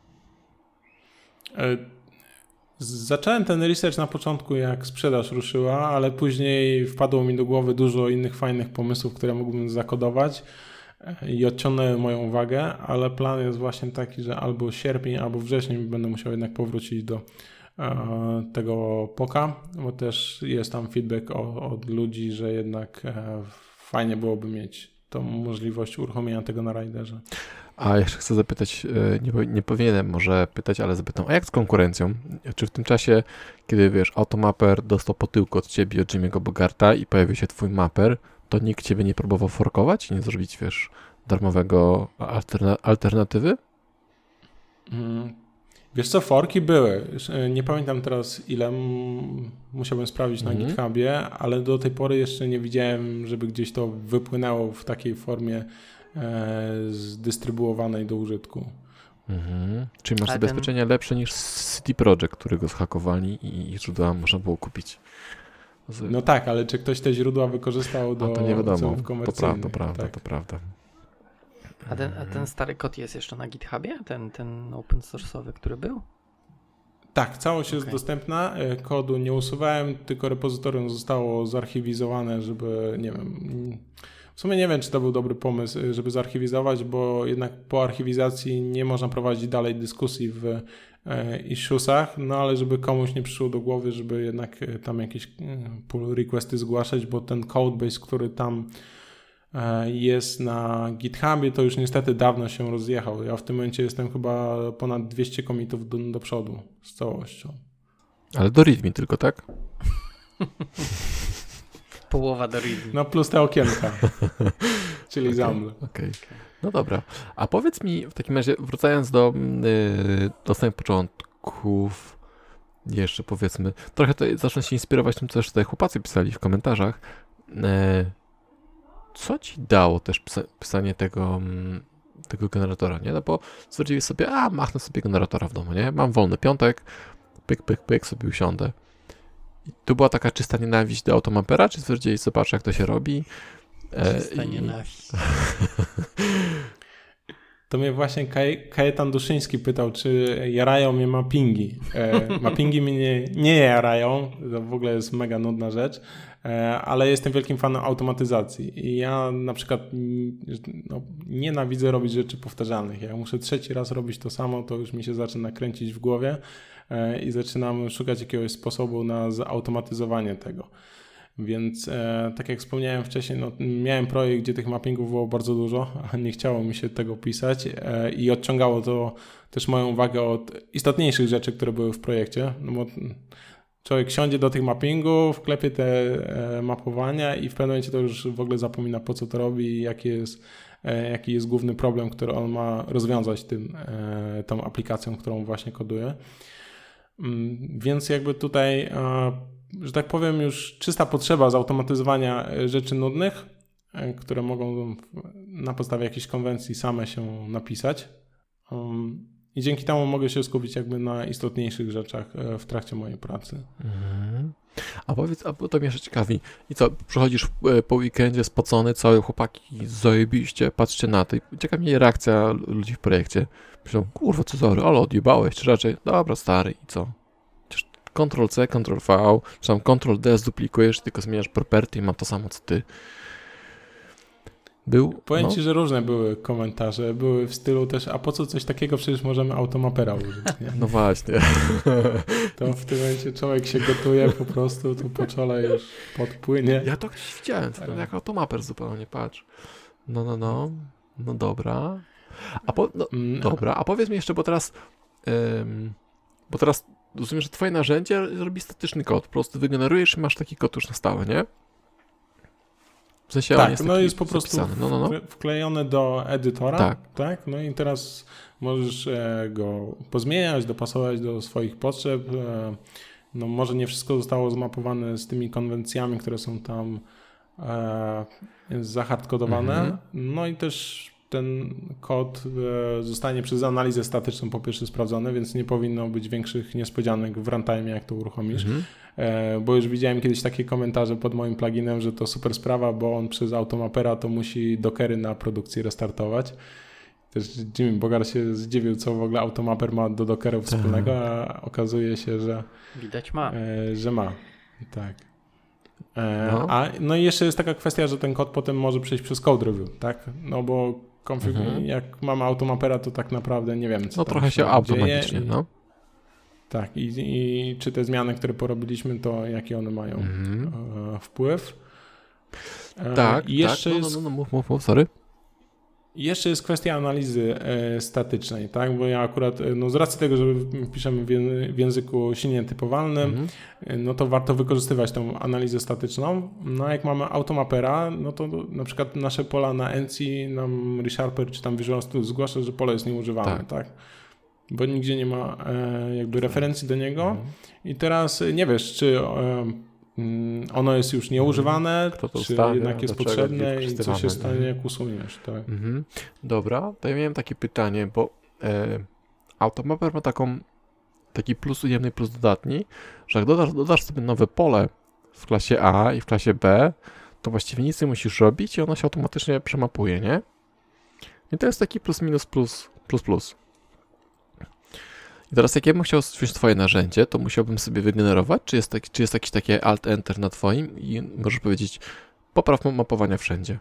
E, zacząłem ten research na początku, jak sprzedaż ruszyła, ale później wpadło mi do głowy dużo innych fajnych pomysłów, które mógłbym zakodować i odciągnąłem moją uwagę, ale plan jest właśnie taki, że albo sierpień, albo wrzesień będę musiał jednak powrócić do e, tego poka, bo też jest tam feedback o, od ludzi, że jednak e, fajnie byłoby mieć tą możliwość uruchomienia tego na Riderze. A jeszcze chcę zapytać, nie, nie powinienem może pytać, ale zapytam, a jak z konkurencją? Czy w tym czasie, kiedy wiesz, Automapper dostał po tyłku od ciebie, od Jimmy'ego Bogarta i pojawił się twój mapper, to nikt ciebie nie próbował forkować i nie zrobić, wiesz, darmowego alterna- alternatywy? Mm. Wiesz co, forki były. Nie pamiętam teraz ile, m- musiałbym sprawdzić na mm-hmm. GitHubie, ale do tej pory jeszcze nie widziałem, żeby gdzieś to wypłynęło w takiej formie zdystrybuowanej do użytku. Mhm. Czyli masz A zabezpieczenia ten... lepsze niż C D Projekt, którego zhakowali i, i źródła można było kupić. Z... No tak, ale czy ktoś te źródła wykorzystał do a to nie wiadomo. celów komercyjnych? To prawda, tak. to prawda. A ten, a ten stary kod jest jeszcze na GitHubie? Ten, ten open source'owy, który był? Tak, całość okay. jest dostępna. Kodu nie usuwałem, tylko repozytorium zostało zarchiwizowane, żeby, nie wiem, w sumie nie wiem, czy to był dobry pomysł, żeby zarchiwizować, bo jednak po archiwizacji nie można prowadzić dalej dyskusji w issuesach, no ale żeby komuś nie przyszło do głowy, żeby jednak tam jakieś pull requesty zgłaszać, bo ten codebase, który tam jest na GitHubie, to już niestety dawno się rozjechał. Ja w tym momencie jestem chyba ponad dwieście commitów do, do przodu z całością. Ale do README tylko, tak? Połowa do README. No plus te okienka, czyli okay, zamry. Okay. No dobra. A powiedz mi w takim razie, wracając do, yy, do samych początków, jeszcze powiedzmy, trochę to zacznę się inspirować tym, co też tutaj chłopacy pisali w komentarzach. Yy, Co ci dało też pisa- pisanie tego, tego generatora, nie? No bo stwierdziłeś sobie, a machnę sobie generatora w domu, nie? Mam wolny piątek, pyk, pyk, pyk, sobie usiądę. I tu była taka czysta nienawiść do Automappera, czy stwierdziłeś, zobacz jak to się robi? Czysta e, nienawiść. To mnie właśnie Kaj- Kajetan Duszyński pytał, czy jarają mnie mappingi. E, mappingi mnie nie, nie jarają, to w ogóle jest mega nudna rzecz, e, ale jestem wielkim fanem automatyzacji i ja na przykład no, nienawidzę robić rzeczy powtarzalnych. Jak muszę trzeci raz robić to samo, to już mi się zaczyna kręcić w głowie e, i zaczynam szukać jakiegoś sposobu na zautomatyzowanie tego. Więc e, tak jak wspomniałem wcześniej, no, miałem projekt, gdzie tych mappingów było bardzo dużo, a nie chciało mi się tego pisać e, i odciągało to też moją uwagę od istotniejszych rzeczy, które były w projekcie. No bo człowiek siądzie do tych mappingów, klepie te e, mapowania i w pewnym momencie to już w ogóle zapomina, po co to robi i jaki jest, e, jaki jest główny problem, który on ma rozwiązać tym, e, tą aplikacją, którą właśnie koduje. Mm, więc jakby tutaj e, że tak powiem, już czysta potrzeba zautomatyzowania rzeczy nudnych, które mogą na podstawie jakiejś konwencji same się napisać. Um, I dzięki temu mogę się skupić jakby na istotniejszych rzeczach w trakcie mojej pracy. Mhm. A powiedz, a to mnie jeszcze ciekawi. I co, przychodzisz po weekendzie spocony, cały chłopaki, zajebiście, patrzcie na to. I ciekawi mnie reakcja ludzi w projekcie. Myślą, kurwa, Cezary, ale odjebałeś, czy raczej, dobra, stary, i co? kontrol C, kontrol V, czy tam kontrol D zduplikujesz, tylko zmieniasz property i mam to samo co ty. Był, Powiem no. ci, że różne były komentarze. Były w stylu też, a po co coś takiego, przecież możemy Automappera użyć. Nie? No właśnie. To w tym momencie człowiek się gotuje po prostu, tu po czole już podpłynie. Ja to gdzieś widziałem, to jak Automapper zupełnie, patrz. No, no, no. No dobra. A po, no, mm. Dobra, a powiedz mi jeszcze, bo teraz ym, bo teraz rozumiem, że twoje narzędzie robi statyczny kod. Po prostu wygenerujesz i masz taki kod już na stałe, nie? W sensie tak, on jest no jest po prostu no, no, no. wklejony do edytora. Tak. tak. No i teraz możesz go pozmieniać, dopasować do swoich potrzeb. No może nie wszystko zostało zmapowane z tymi konwencjami, które są tam e, zahardkodowane. Mhm. No i też ten kod zostanie przez analizę statyczną po pierwsze sprawdzony, więc nie powinno być większych niespodzianek w runtime, jak to uruchomisz. Mhm. Bo już widziałem kiedyś takie komentarze pod moim pluginem, że to super sprawa, bo on przez Automappera to musi dockery na produkcji restartować. Też Jimmy Bogar się zdziwił, co w ogóle Automapper ma do dockerów wspólnego, a okazuje się, że widać ma. Że ma, tak. No. A, no i jeszcze jest taka kwestia, że ten kod potem może przejść przez code review, tak? No bo konfig- mhm. jak mamy Automappera, to tak naprawdę nie wiem, co no trochę się automatycznie, no. Tak, i, i czy te zmiany, które porobiliśmy, to jaki one mają mhm. e, wpływ. E, tak, i jeszcze tak, no, jest, no, no, mów, mów, mów, sorry. Jeszcze jest kwestia analizy e, statycznej, tak, bo ja akurat, no z racji tego, że piszemy w, w języku silnie typowalnym, mhm. e, no to warto wykorzystywać tą analizę statyczną. No a jak mamy Automappera, no to na przykład nasze pola na N C nam ReSharper czy tam Visual Studio zgłasza, że pole jest nieużywane, tak. tak? Bo nigdzie nie ma e, jakby referencji do niego mhm. i teraz nie wiesz, czy e, ono jest już nieużywane, Kto to czy ustawia, jednak jest dlaczego, potrzebne i co się stanie, jak usuniesz. Tak. Mhm. Dobra, to ja miałem takie pytanie, bo e, Automapper ma taką, taki plus ujemny, plus dodatni, że jak dodasz, dodasz sobie nowe pole w klasie A i w klasie B, to właściwie nic nie musisz robić i ono się automatycznie przemapuje, nie? I to jest taki plus minus plus plus plus. I teraz jak ja bym chciał wziąć twoje narzędzie, to musiałbym sobie wygenerować, czy jest, taki, czy jest jakieś takie alt-enter na twoim i możesz powiedzieć popraw mapowania wszędzie.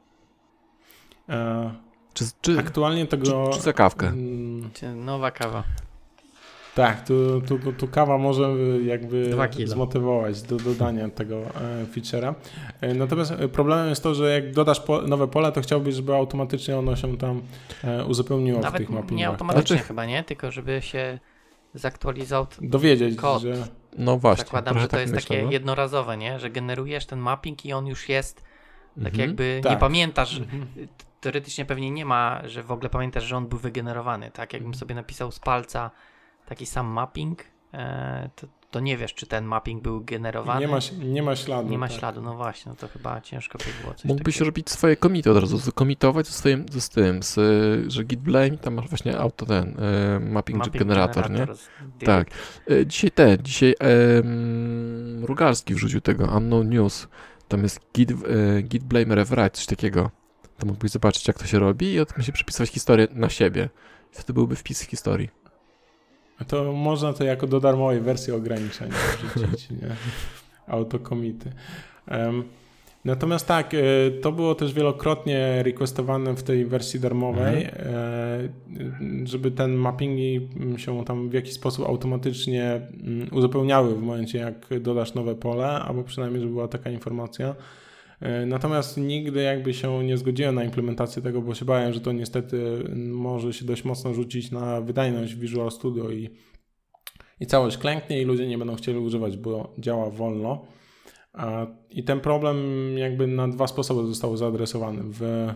E, czy, czy, aktualnie tego... Czy, czy za kawkę? Mm, nowa kawa. Tak, tu, tu, tu, tu kawa może jakby Dwa kilo. zmotywować do dodania tego e, feature'a. E, natomiast problemem jest to, że jak dodasz po, nowe pole, to chciałbyś, żeby automatycznie ono się tam e, uzupełniło Nawet w tych mappingach. nie automatycznie Znaczy... chyba, nie? Tylko żeby się zaktualizował dowiedzieć, kod. że... No właśnie. Zakładam, że to tak jest myślę, takie no. jednorazowe, nie? Że generujesz ten mapping i on już jest tak Mhm. jakby, Tak. nie pamiętasz, Mhm. teoretycznie pewnie nie ma, że w ogóle pamiętasz, że on był wygenerowany, tak? Jakbym sobie napisał z palca taki sam mapping, e, to, to nie wiesz, czy ten mapping był generowany. Nie ma, nie ma śladu. Nie ma tak. śladu, no właśnie, no to chyba ciężko by było coś Mógłbyś takiego. robić swoje komity od razu, komitować ze swoim, ze z tym, z, że git blame, tam masz właśnie auto ten, e, mapping, Mapping generator, nie? generator z- Tak. E, dzisiaj te, dzisiaj em, Rugalski wrzucił tego, Unknown News, tam jest git, e, git blame rewrite, coś takiego. To mógłbyś zobaczyć, jak to się robi i od się przypisywać historię na siebie. Wtedy byłby wpis w historii. To można to jako do darmowej wersji ograniczenia wrzucić, nie? Autokomity. Um, natomiast tak, to było też wielokrotnie requestowane w tej wersji darmowej, mhm. żeby ten mappingi się tam w jakiś sposób automatycznie uzupełniały w momencie, jak dodasz nowe pole, albo przynajmniej, żeby była taka informacja. Natomiast nigdy jakby się nie zgodziłem na implementację tego, bo się bałem, że to niestety może się dość mocno rzucić na wydajność Visual Studio i, i całość klęknie i ludzie nie będą chcieli używać, bo działa wolno. I ten problem jakby na dwa sposoby został zaadresowany. W,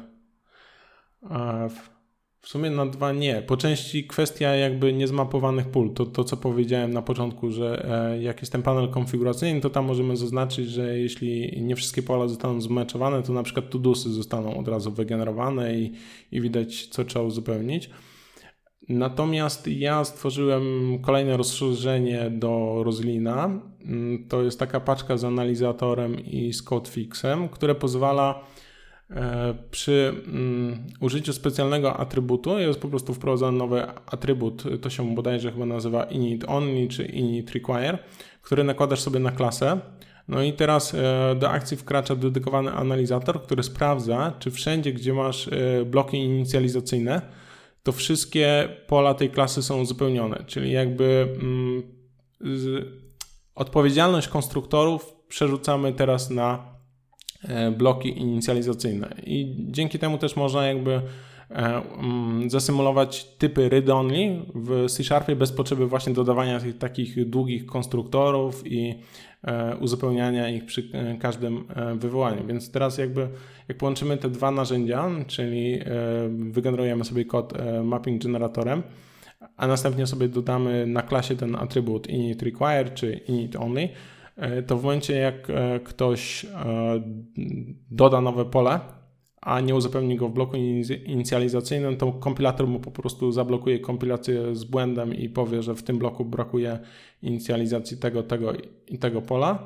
w W sumie na dwa nie. Po części kwestia jakby niezmapowanych pól. To, to co powiedziałem na początku, że e, jak jest ten panel konfiguracyjny, to tam możemy zaznaczyć, że jeśli nie wszystkie pola zostaną zmeczowane, to na przykład to-dosy zostaną od razu wygenerowane i, i widać, co trzeba uzupełnić. Natomiast ja stworzyłem kolejne rozszerzenie do Roslina. To jest taka paczka z analizatorem i z codefixem, które pozwala przy um, użyciu specjalnego atrybutu, jest po prostu wprowadzony nowy atrybut, to się bodajże chyba nazywa init only czy init require, który nakładasz sobie na klasę. No i teraz e, do akcji wkracza dedykowany analizator, który sprawdza, czy wszędzie, gdzie masz e, bloki inicjalizacyjne, to wszystkie pola tej klasy są uzupełnione, czyli jakby mm, z, odpowiedzialność konstruktorów przerzucamy teraz na bloki inicjalizacyjne i dzięki temu też można jakby zasymulować typy read-only w C-Sharpie bez potrzeby właśnie dodawania tych takich długich konstruktorów i uzupełniania ich przy każdym wywołaniu. Więc teraz jakby jak połączymy te dwa narzędzia, czyli wygenerujemy sobie kod mapping generatorem, a następnie sobie dodamy na klasie ten atrybut init require czy init only, to w momencie jak ktoś doda nowe pole, a nie uzupełni go w bloku inicjalizacyjnym, to kompilator mu po prostu zablokuje kompilację z błędem i powie, że w tym bloku brakuje inicjalizacji tego, tego i tego pola.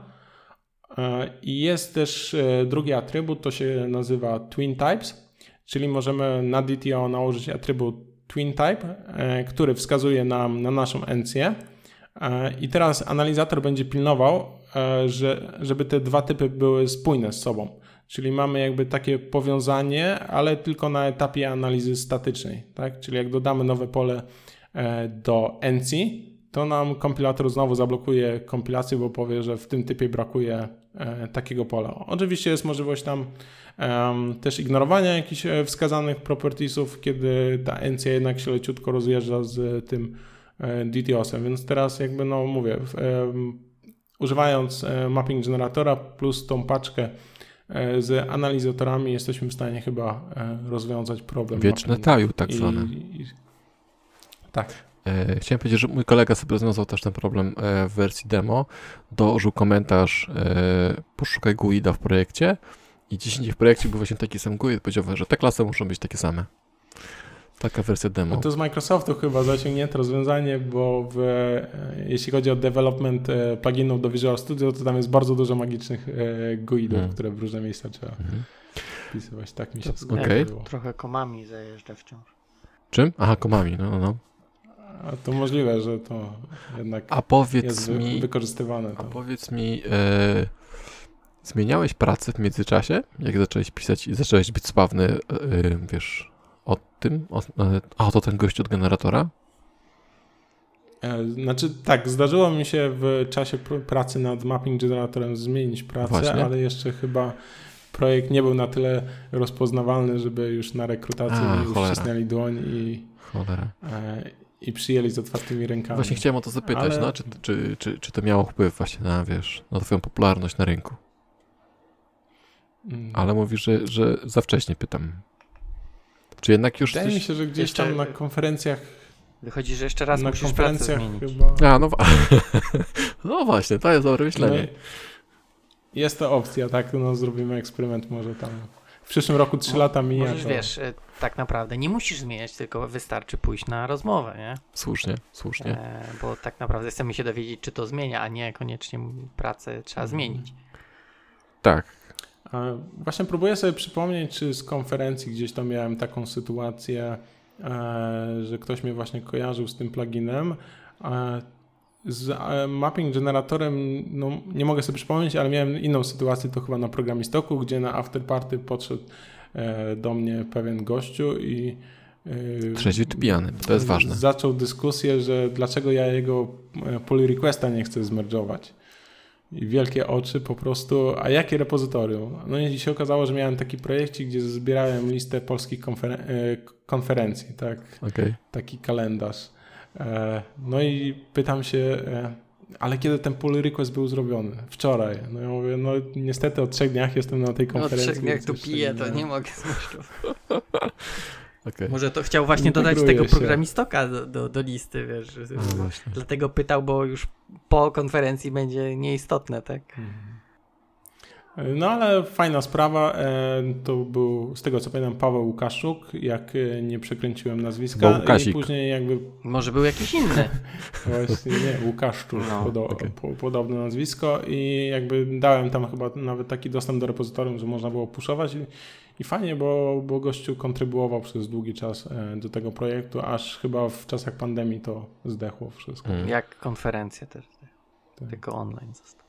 I jest też drugi atrybut, to się nazywa twin types, czyli możemy na D T O nałożyć atrybut twin type, który wskazuje nam na naszą encję. I teraz analizator będzie pilnował, że, żeby te dwa typy były spójne z sobą. Czyli mamy jakby takie powiązanie, ale tylko na etapie analizy statycznej. Tak? Czyli jak dodamy nowe pole do encji, to nam kompilator znowu zablokuje kompilację, bo powie, że w tym typie brakuje takiego pola. Oczywiście jest możliwość tam um, też ignorowania jakichś wskazanych propertiesów, kiedy ta encja jednak się leciutko rozjeżdża z tym D T O S-em, więc teraz jakby no mówię, um, używając mapping generatora plus tą paczkę z analizatorami jesteśmy w stanie chyba rozwiązać problem. Wieczne taju tak I, zwane. I, tak. E, chciałem powiedzieć, że mój kolega sobie rozwiązał też ten problem e, w wersji demo. Dołożył komentarz, e, poszukaj G U I D a w projekcie i dziesięć w projekcie był właśnie taki sam G U I D, powiedział, że te klasy muszą być takie same. Taka wersja demo. No to z Microsoftu chyba zaciągnięte rozwiązanie, bo w, jeśli chodzi o development pluginów do Visual Studio, to tam jest bardzo dużo magicznych G U I D ów, hmm. które w różne miejsca trzeba hmm. wpisywać. Tak mi się skojarzyło. Okay. Trochę komami zajeżdża wciąż. Czym? Aha, komami, no, no, no. A to możliwe, że to jednak a powiedz jest mi, wykorzystywane. A to. powiedz mi, e, zmieniałeś pracę w międzyczasie, jak zacząłeś pisać i zacząłeś być sławny, e, wiesz, o tym? O, a to ten gość od generatora? E, znaczy tak, zdarzyło mi się w czasie pr- pracy nad mapping generatorem zmienić pracę, Właśnie? ale jeszcze chyba projekt nie był na tyle rozpoznawalny, żeby już na rekrutacji wcisnęli dłoń i, cholera. E, i przyjęli z otwartymi rękami. Właśnie chciałem o to zapytać, ale... no, czy, czy, czy, czy to miało wpływ właśnie na, wiesz, na twoją popularność na rynku? Mm. Ale mówisz, że, że za wcześnie pytam. Czy jednak już Wydaje coś... mi się, że gdzieś jeszcze... tam na konferencjach wychodzi, że jeszcze raz na musisz konferencjach pracę zmienić. Chyba... A, no, no właśnie, to jest dobre myślenie. No jest to opcja, tak? No, zrobimy eksperyment może tam. W przyszłym roku trzy no, lata mija. Możesz, to... wiesz, tak naprawdę nie musisz zmieniać, tylko wystarczy pójść na rozmowę, nie? Słusznie, słusznie. E, bo tak naprawdę chcemy się dowiedzieć, czy to zmienia, a nie koniecznie pracę trzeba zmienić. Tak. Właśnie próbuję sobie przypomnieć, czy z konferencji gdzieś tam miałem taką sytuację, że ktoś mnie właśnie kojarzył z tym pluginem. Z mapping generatorem no, nie mogę sobie przypomnieć, ale miałem inną sytuację, to chyba na Programistoku, gdzie na afterparty podszedł do mnie pewien gościu i trzeźwy czy pijany, to jest ważne. Zaczął dyskusję, że dlaczego ja jego pull requesta nie chcę zmerdżować. I wielkie oczy po prostu, a jakie repozytorium? No i się okazało, że miałem taki projekcik, gdzie zbierałem listę polskich konferen- konferencji, tak? Okay. Taki kalendarz. No i pytam się, ale kiedy ten pull request był zrobiony? Wczoraj. No ja mówię, no niestety od trzech dniach jestem na tej konferencji. No od trzech dniach tu piję, to nie mogę zmeszczać. Okay. Może to chciał właśnie dodać tego się. programistoka do, do, do listy, wiesz. No dlatego pytał, bo już po konferencji będzie nieistotne, tak? No ale fajna sprawa. To był, z tego co pamiętam, Paweł Łukaszczuk, jak nie przekręciłem nazwiska. I później jakby... Może był jakiś inny. Właśnie nie, Łukaszczuk, no, podo- okay. po, podobne nazwisko i jakby dałem tam chyba nawet taki dostęp do repozytorium, że można było puszować i, i fajnie, bo, bo gościu kontrybuował przez długi czas do tego projektu, aż chyba w czasach pandemii to zdechło wszystko. Hmm. Jak konferencja też, tak. Tylko online został.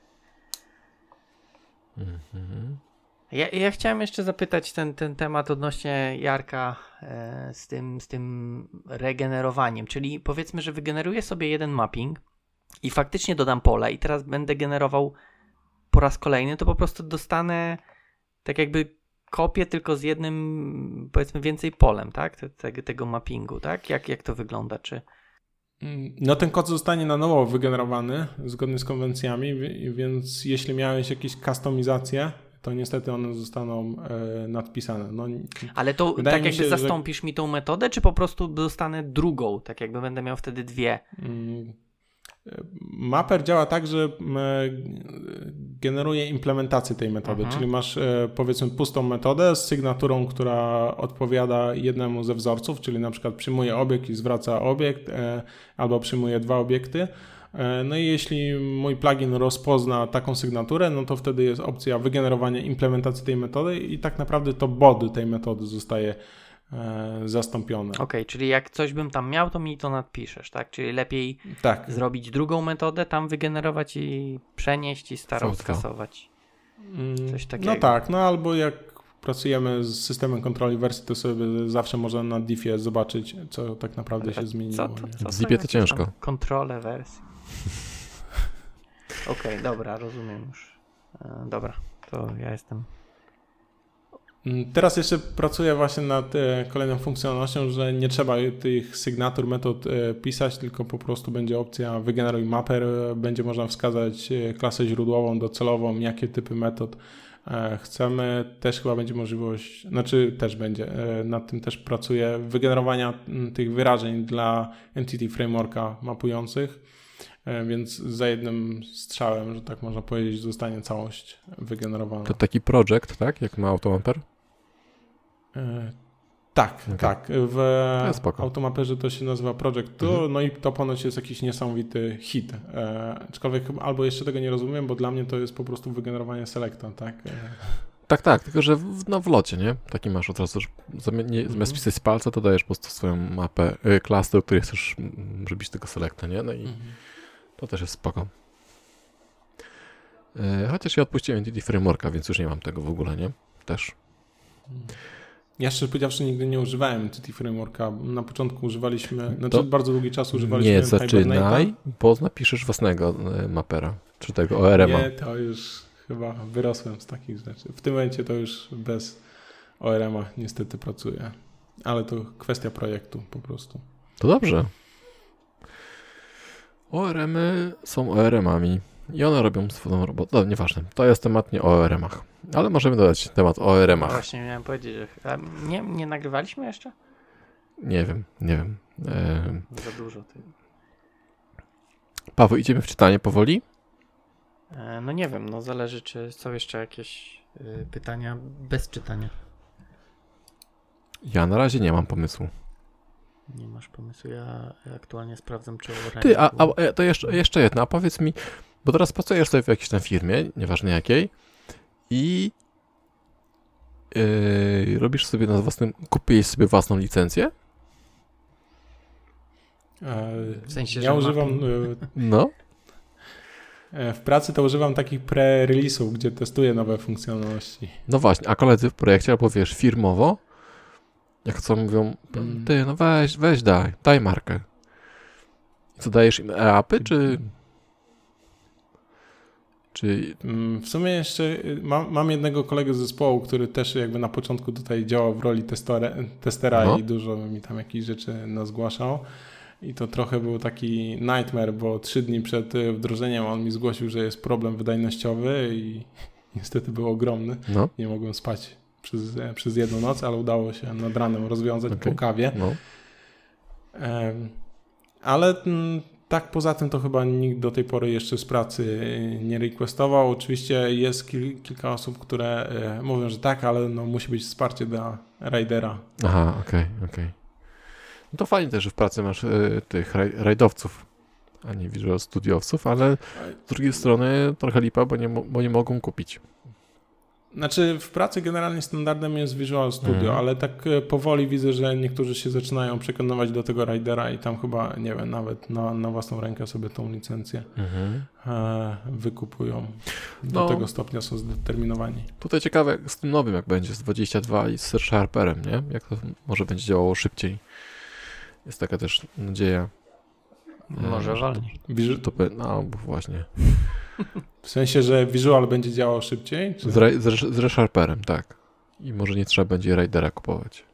Mm-hmm. Ja, ja chciałem jeszcze zapytać ten, ten temat odnośnie Jarka e, z, tym, z tym regenerowaniem, czyli powiedzmy, że wygeneruję sobie jeden mapping i faktycznie dodam pole i teraz będę generował po raz kolejny, to po prostu dostanę tak jakby kopię tylko z jednym, powiedzmy więcej polem, tak? Te, te, tego mappingu, tak? Jak, jak to wygląda? Czy... No ten kod zostanie na nowo wygenerowany zgodnie z konwencjami, więc jeśli miałeś jakieś kustomizacje, to niestety one zostaną e, nadpisane. No, ale to tak jakby się, zastąpisz że... mi tą metodę, czy po prostu dostanę drugą, tak jakby będę miał wtedy dwie? Mm, Mapper działa tak, że generuje implementację tej metody, mhm. czyli masz e, powiedzmy pustą metodę z sygnaturą, która odpowiada jednemu ze wzorców, czyli na przykład przyjmuje obiekt i zwraca obiekt, e, albo przyjmuje dwa obiekty. E, no i jeśli mój plugin rozpozna taką sygnaturę, no to wtedy jest opcja wygenerowania implementacji tej metody i tak naprawdę to body tej metody zostaje zastąpione. Okej, okay, czyli jak coś bym tam miał, to mi to nadpiszesz, tak? Czyli lepiej tak. zrobić drugą metodę, tam wygenerować i przenieść i starą Co skasować. Coś takiego. No tak, no albo jak pracujemy z systemem kontroli wersji, to sobie zawsze można na diffie zobaczyć, co tak naprawdę Ale się zmieniło. Co to, co w zipie to ciężko. Kontrolę wersji. Okej, okay, dobra, rozumiem już. E, dobra, to ja jestem... Teraz jeszcze pracuję właśnie nad e, kolejną funkcjonalnością, że nie trzeba tych sygnatur metod e, pisać, tylko po prostu będzie opcja wygeneruj mapper, będzie można wskazać klasę źródłową, docelową, jakie typy metod Chcemy, też chyba będzie możliwość, znaczy też będzie, nad tym też pracuję, wygenerowania tych wyrażeń dla Entity Frameworka mapujących, więc za jednym strzałem, że tak można powiedzieć, zostanie całość wygenerowana. To taki projekt, tak? Jak ma Automapper? Tak, okay. tak. W Automaperze to się nazywa Project Tool, mhm. no i to ponoć jest jakiś niesamowity hit. E, aczkolwiek albo jeszcze tego nie rozumiem, bo dla mnie to jest po prostu wygenerowanie selecta, tak? E. Tak, tak, tylko że w, no w locie, nie? Taki masz od razu, że zamiast mhm. pisać z palca, to dajesz po prostu swoją mapę, y, klasę, do której chcesz robić tego selecta, nie? No i mhm. to też jest spoko. E, chociaż ja odpuściłem Entity Frameworka, więc już nie mam tego w ogóle, nie? Też. Mhm. Ja szczerze powiedziawszy nigdy nie używałem Entity Frameworka. Na początku używaliśmy, znaczy bardzo długi czas używaliśmy Nie zaczynaj, bo napiszesz własnego mapera, czy tego O R M-a. Nie, to już chyba wyrosłem z takich rzeczy. W tym momencie to już bez O R M-a niestety pracuję. Ale to kwestia projektu po prostu. To dobrze. O R M-y są O R M-ami i one robią swoją robotę. No, nieważne, to jest temat nie o O R M-ach. Ale możemy dodać temat o O R M-ach. Właśnie miałem powiedzieć, że nie, nie nagrywaliśmy jeszcze? Nie wiem, nie wiem. E... Za dużo. Ty. Paweł, idziemy w czytanie powoli? E, no nie wiem, no zależy, czy są jeszcze jakieś y, pytania bez czytania. Ja na razie nie mam pomysłu. Nie masz pomysłu, ja aktualnie sprawdzam, czy o O R M. Ty, a, a to jeszcze, jeszcze jedno, a powiedz mi, bo teraz pracujesz sobie w jakiejś tam firmie, nieważne jakiej, i yy, robisz sobie na własnym, kupiłeś sobie własną licencję? W sensie, ja że używam ma... No. W pracy to używam takich pre-release'ów, gdzie testuję nowe funkcjonalności. No właśnie, a koledzy w projekcie, albo wiesz, firmowo, jak co mówią, ty, no weź, weź daj, daj markę. I co, dajesz im e-apy, czy... Czy... W sumie jeszcze mam, mam jednego kolegę z zespołu, który też jakby na początku tutaj działał w roli testera, testera no. i dużo mi tam jakichś rzeczy zgłaszał. I to trochę był taki nightmare, bo trzy dni przed wdrożeniem on mi zgłosił, że jest problem wydajnościowy i niestety był ogromny. No. Nie mogłem spać przez, przez jedną noc, ale udało się nad ranem rozwiązać okay. po kawie. No. Um, ale... Tak, poza tym to chyba nikt do tej pory jeszcze z pracy nie requestował. Oczywiście jest kil, kilka osób, które e, mówią, że tak, ale no, musi być wsparcie dla rajdera. Aha, okej, okay, okej. Okay. No to fajnie też, że w pracy masz y, tych raj, rajdowców, a nie Visual Studiowców, ale z drugiej strony trochę lipa, bo nie, bo nie mogą kupić. Znaczy w pracy generalnie standardem jest Visual Studio, mhm. ale tak powoli widzę, że niektórzy się zaczynają przekonywać do tego Ridera i tam chyba, nie wiem, nawet na, na własną rękę sobie tą licencję mhm. e, wykupują. Do no, tego stopnia są zdeterminowani. Tutaj ciekawe jak z tym nowym, jak będzie z dwadzieścia dwa i z ReSharperem, nie? Jak to może będzie działało szybciej. Jest taka też nadzieja. Może e, wolniej. To, to, no, bo właśnie. W sensie, że Visual będzie działał szybciej? Czy... Z, re, z, z ReSharperem, tak. I może nie trzeba będzie Ridera kupować.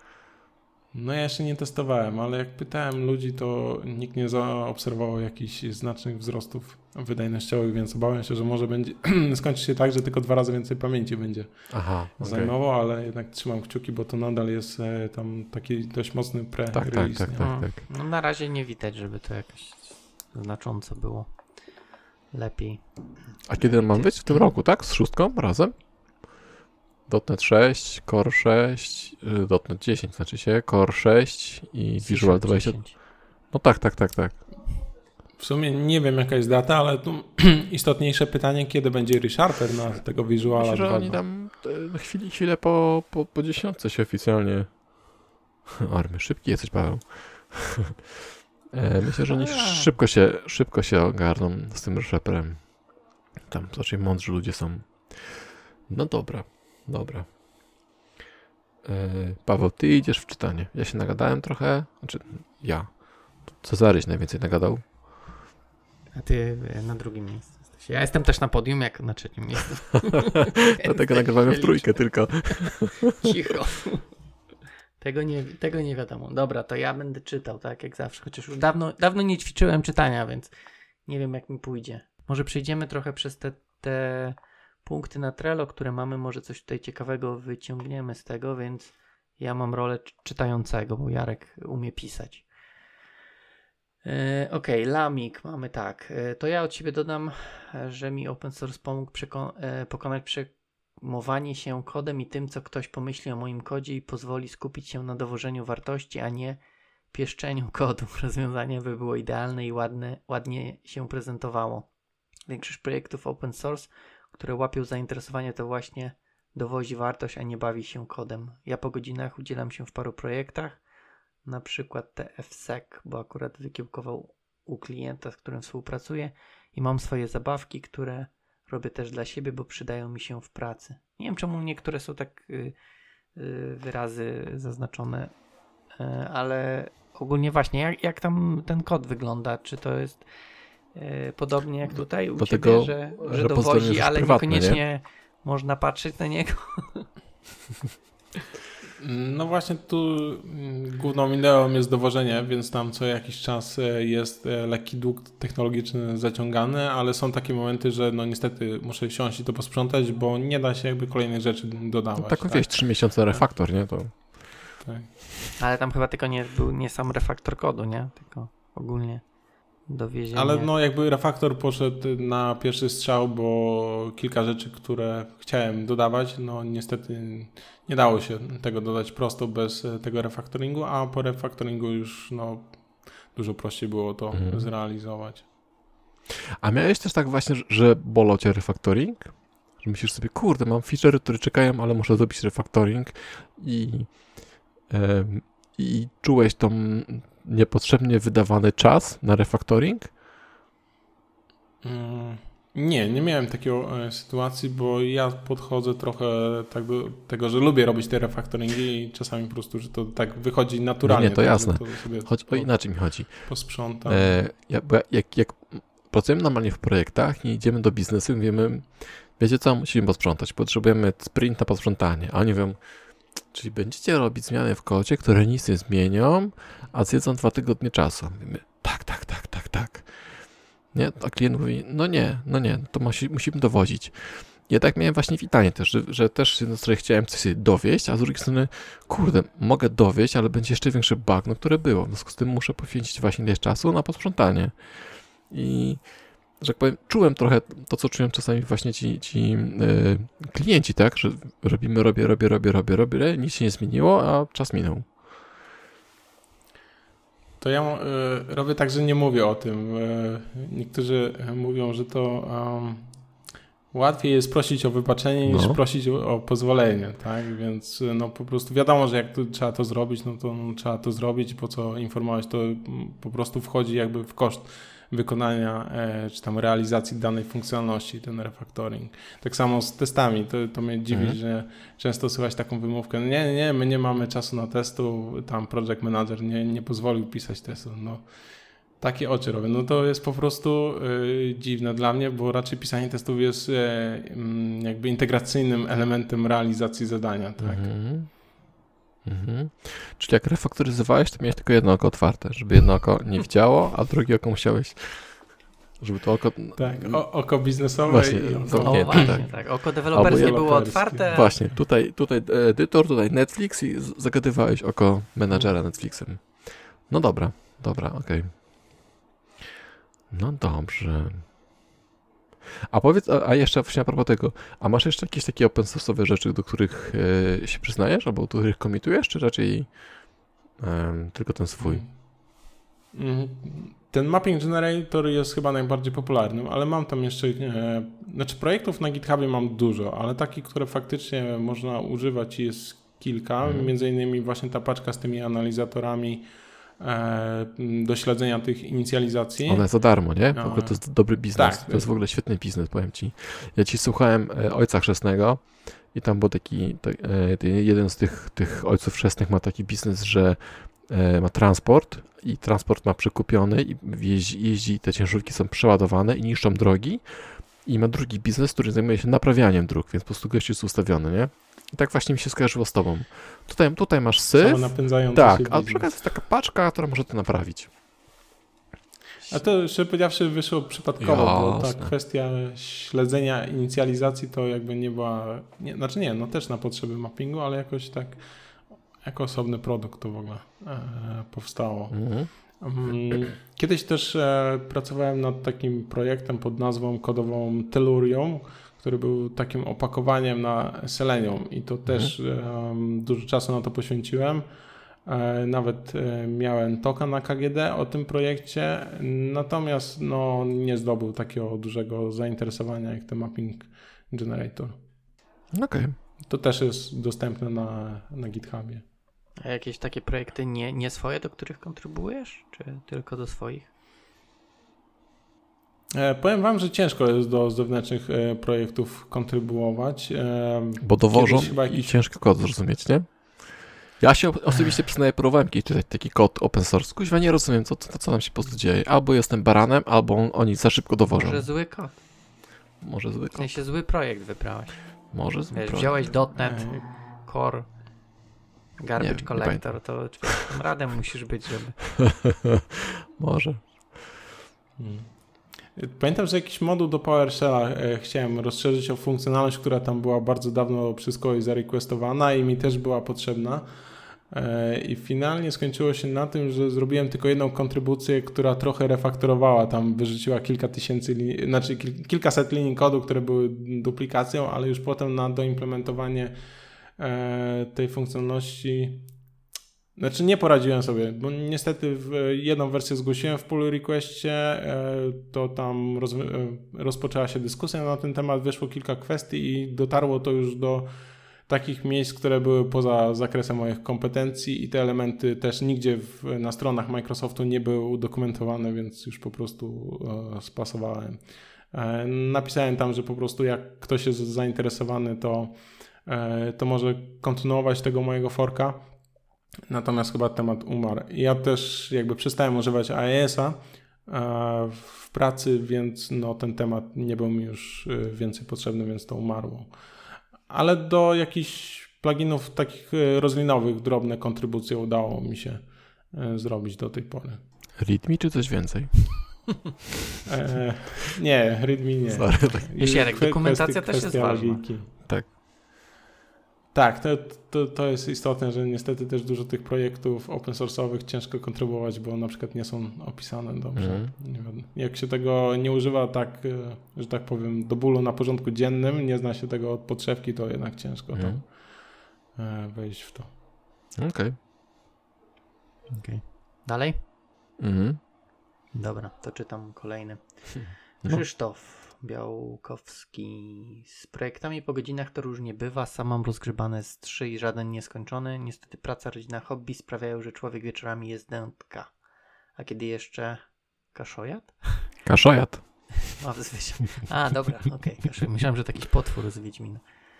No ja jeszcze nie testowałem, ale jak pytałem ludzi, to nikt nie zaobserwował jakichś znacznych wzrostów wydajnościowych, więc obawiam się, że może będzie skończy się tak, że tylko dwa razy więcej pamięci będzie Aha, okay. zajmował, ale jednak trzymam kciuki, bo to nadal jest e, tam taki dość mocny pre-release. Tak, tak, tak, tak, tak. No, na razie nie widać, żeby to jakoś znacząco było. Lepiej. A kiedy mam być? W tym roku, tak? Z szóstką razem? dotnet sześć, Core sześć, dotnet dziesięć znaczy się, Core sześć i Visual dwadzieścia. No tak, tak, tak, tak. W sumie nie wiem jaka jest data, ale tu istotniejsze pytanie, kiedy będzie ReSharper na tego Visuala. Myślę, że oni tam na chwilę, chwilę po, po, po dziesiątce się oficjalnie... Army, szybki jesteś, Paweł. Myślę, że oni szybko się, szybko się ogarną z tym ReSharperem. Tam raczej mądrzy ludzie są. No dobra, dobra. Yy, Paweł, ty idziesz w czytanie. Ja się nagadałem trochę. Znaczy, ja. Cezaryś najwięcej nagadał. A ty na drugim miejscu jesteś. Ja jestem też na podium, jak na trzecim miejscu. Dlatego nagrywamy w trójkę tylko. Cicho. Tego nie, tego nie wiadomo. Dobra, to ja będę czytał, tak jak zawsze. Chociaż już dawno, dawno nie ćwiczyłem czytania, więc nie wiem jak mi pójdzie. Może przejdziemy trochę przez te, te punkty na Trello, które mamy, może coś tutaj ciekawego wyciągniemy z tego, więc ja mam rolę czytającego, bo Jarek umie pisać. Ok, Lamik mamy tak. To ja od siebie dodam, że mi open source pomógł przeko- pokonać przejmowanie się kodem i tym, co ktoś pomyśli o moim kodzie i pozwoli skupić się na dowożeniu wartości, a nie pieszczeniu kodu. Rozwiązanie by było idealne i ładne, ładnie się prezentowało. Większość projektów open source, które łapią zainteresowanie, to właśnie dowozi wartość, a nie bawi się kodem. Ja po godzinach udzielam się w paru projektach, na przykład T F S E C, bo akurat wykiełkował u klienta, z którym współpracuję i mam swoje zabawki, które robię też dla siebie, bo przydają mi się w pracy. Nie wiem, czemu niektóre są tak y, y, wyrazy zaznaczone, y, ale ogólnie właśnie, jak, jak tam ten kod wygląda? Czy to jest y, podobnie jak tutaj u Do ciebie, tego, że, że że dowozi, ale prywatne, niekoniecznie nie? można patrzeć na niego? No właśnie tu główną ideą jest dowożenie, więc tam co jakiś czas jest lekki dług technologiczny zaciągany, ale są takie momenty, że no niestety muszę siąść i to posprzątać, bo nie da się jakby kolejnych rzeczy dodawać. No, taką tak? wieś, trzy miesiące refaktor, nie? To... Tak. Ale tam chyba tylko nie był nie sam refaktor kodu, nie? Tylko ogólnie dowiezienie. Ale no jakby refaktor poszedł na pierwszy strzał, bo kilka rzeczy, które chciałem dodawać, no niestety nie dało się tego dodać prosto bez tego refaktoringu, a po refaktoringu już no dużo prościej było to mhm. zrealizować. A miałeś też tak właśnie, że bolał cię refaktoring? Że myślisz sobie, kurde, mam feature'y, które czekają, ale muszę zrobić refaktoring i, yy, i czułeś tą niepotrzebnie wydawany czas na refaktoring? Mm, nie, nie miałem takiej e, sytuacji, bo ja podchodzę trochę tak do tego, że lubię robić te refaktoringi i czasami po prostu, że to tak wychodzi naturalnie. Nie, nie to tak, jasne. To sobie Chodź, o inaczej mi chodzi. Posprzątam. E, ja, bo jak, jak pracujemy normalnie w projektach i idziemy do biznesu i mówimy, wiecie co, musimy posprzątać, potrzebujemy sprint na posprzątanie, a oni mówią, czyli będziecie robić zmiany w kodzie, które nic nie zmienią, a zjedzą dwa tygodnie czasu. Mówimy, tak, tak, tak, tak, tak. Nie? A klient mówi, no nie, no nie, to musi, musimy dowozić. Ja tak miałem właśnie witanie też, że, że też z jednej strony chciałem coś sobie dowieść, a z drugiej strony, kurde, mogę dowieść, ale będzie jeszcze większe bagno, które było. W związku z tym muszę poświęcić właśnie ileś czasu na posprzątanie. I że tak powiem, czułem trochę to, co czują czasami właśnie ci, ci yy, klienci, tak, że robimy, robię, robię, robię, robię, robię, nic się nie zmieniło, a czas minął. To ja y, robię tak, że nie mówię o tym. Y, niektórzy mówią, że to um, łatwiej jest prosić o wybaczenie niż no. prosić o, o pozwolenie, tak, więc no po prostu wiadomo, że jak to, trzeba to zrobić, no to no, trzeba to zrobić, po co informować, to po prostu wchodzi jakby w koszt wykonania e, czy tam realizacji danej funkcjonalności, ten refactoring. Tak samo z testami, to, to mnie dziwi, mhm. że często słychać taką wymówkę, nie, nie, nie, my nie mamy czasu na testu, tam project manager nie, nie pozwolił pisać testu. No, takie oczy robię. No to jest po prostu y, dziwne dla mnie, bo raczej pisanie testów jest y, y, jakby integracyjnym elementem realizacji zadania. Tak? Mhm. Mhm. Czyli jak refaktoryzowałeś, to miałeś tylko jedno oko otwarte, żeby jedno oko nie widziało, a drugie oko musiałeś, żeby to oko... Tak, o, oko biznesowe właśnie, i oko... zamknięte, o, właśnie, tak. tak. Oko deweloperskie Albo było otwarte. Właśnie, tutaj, tutaj edytor, tutaj Netflix i zagadywałeś oko menadżera Netflixem. No dobra, dobra, okej. Okay. No dobrze. A powiedz, a, a jeszcze właśnie a propos tego, a masz jeszcze jakieś takie open source'owe rzeczy, do których e, się przyznajesz, albo do których komitujesz, czy raczej e, tylko ten swój? Ten Mapping Generator jest chyba najbardziej popularnym, ale mam tam jeszcze, e, znaczy projektów na GitHubie mam dużo, ale takich, które faktycznie można używać jest kilka, hmm. między innymi właśnie ta paczka z tymi analizatorami do śledzenia tych inicjalizacji. One za darmo, nie? W ogóle to jest dobry biznes. Tak, to jest w ogóle świetny biznes, powiem ci. Ja ci słuchałem Ojca Chrzestnego i tam był taki, to, jeden z tych, tych ojców chrzestnych ma taki biznes, że ma transport i transport ma przekupiony i jeździ, jeździ, te ciężarówki są przeładowane i niszczą drogi i ma drugi biznes, który zajmuje się naprawianiem dróg, więc po prostu gość jest ustawiony, nie? I tak właśnie mi się skojarzyło z tobą. Tutaj, tutaj masz syf. Napędzający tak, się a przy okazji jest taka paczka, która może to naprawić. A to, szczerze powiedziawszy, wyszło przypadkowo, bo ta Jasne. kwestia śledzenia inicjalizacji to jakby nie była, nie, znaczy nie, no też na potrzeby mappingu, ale jakoś tak jako osobny produkt to w ogóle e, powstało. Mhm. Kiedyś też e, pracowałem nad takim projektem pod nazwą kodową Tellurium, który był takim opakowaniem na Selenium i to też mhm. e, dużo czasu na to poświęciłem. E, nawet e, miałem toka na K G D o tym projekcie, natomiast no, nie zdobył takiego dużego zainteresowania jak ten Mapping Generator. Okej. Okay. To też jest dostępne na, na GitHubie. A jakieś takie projekty nie, nie swoje, do których kontrybuujesz, czy tylko do swoich? E, powiem wam, że ciężko jest do zewnętrznych e, projektów kontrybuować. E, Bo dowożą jakiś... i ciężko kod zrozumieć, nie? Ja się osobiście przyznaję, próbowałem kiedyś czytać taki kod open source. Kuźwa, nie rozumiem, co, co, co nam się po prostu dzieje. Albo jestem baranem, albo on, oni za szybko dowożą. Może zły kod. Może zły kod. W sensie zły projekt wybrałeś. Może zły Wiesz, projekt. wziąłeś dot net, E, core, garbage nie, collector, nie to tam radę musisz być, żeby... Może. Hmm. Pamiętam, że jakiś moduł do PowerShella e, chciałem rozszerzyć o funkcjonalność, która tam była bardzo dawno przez kogoś zarequestowana i mi też była potrzebna. E, I finalnie skończyło się na tym, że zrobiłem tylko jedną kontrybucję, która trochę refaktorowała, tam wyrzuciła kilka tysięcy, li- znaczy kil- kilkaset linii kodu, które były duplikacją, ale już potem na doimplementowanie e, tej funkcjonalności Znaczy nie poradziłem sobie, bo niestety w jedną wersję zgłosiłem w pull requestie, to tam roz, rozpoczęła się dyskusja na ten temat, wyszło kilka kwestii i dotarło to już do takich miejsc, które były poza zakresem moich kompetencji i te elementy też nigdzie w, na stronach Microsoftu nie były udokumentowane, więc już po prostu e, spasowałem. E, napisałem tam, że po prostu jak ktoś jest zainteresowany, to, e, to może kontynuować tego mojego forka. Natomiast chyba temat umarł. Ja też jakby przestałem używać A E S-a w pracy, więc no, ten temat nie był mi już więcej potrzebny, więc to umarło. Ale do jakichś pluginów takich rozlinowych, drobne kontrybucje udało mi się zrobić do tej pory. README czy coś więcej? e, nie, README nie. Sorry, tak. Wiesz, Jarek, dokumentacja też jest ważna. Logiki. Tak. Tak, to, to, to jest istotne, że niestety też dużo tych projektów open source'owych ciężko kontrybuować, bo na przykład nie są opisane dobrze. Mm. Nie wiem. Jak się tego nie używa tak, że tak powiem, do bólu na porządku dziennym, nie zna się tego od podszewki, to jednak ciężko mm. tam wejść w to. Okej. Okay. Okay. Dalej? Mhm. Dobra, to czytam kolejny. No. Krzysztof Białkowski. Z projektami po godzinach to różnie bywa. Sam mam rozgrzebane z trzy i żaden nieskończony. Niestety praca, rodzina, hobby sprawiają, że człowiek wieczorami jest dętka. A kiedy jeszcze kaszojat? Kaszojat. Ma zwyczaj. A, dobra, okej. Okay. Myślałem, że to jakiś potwór z Wiedźmina.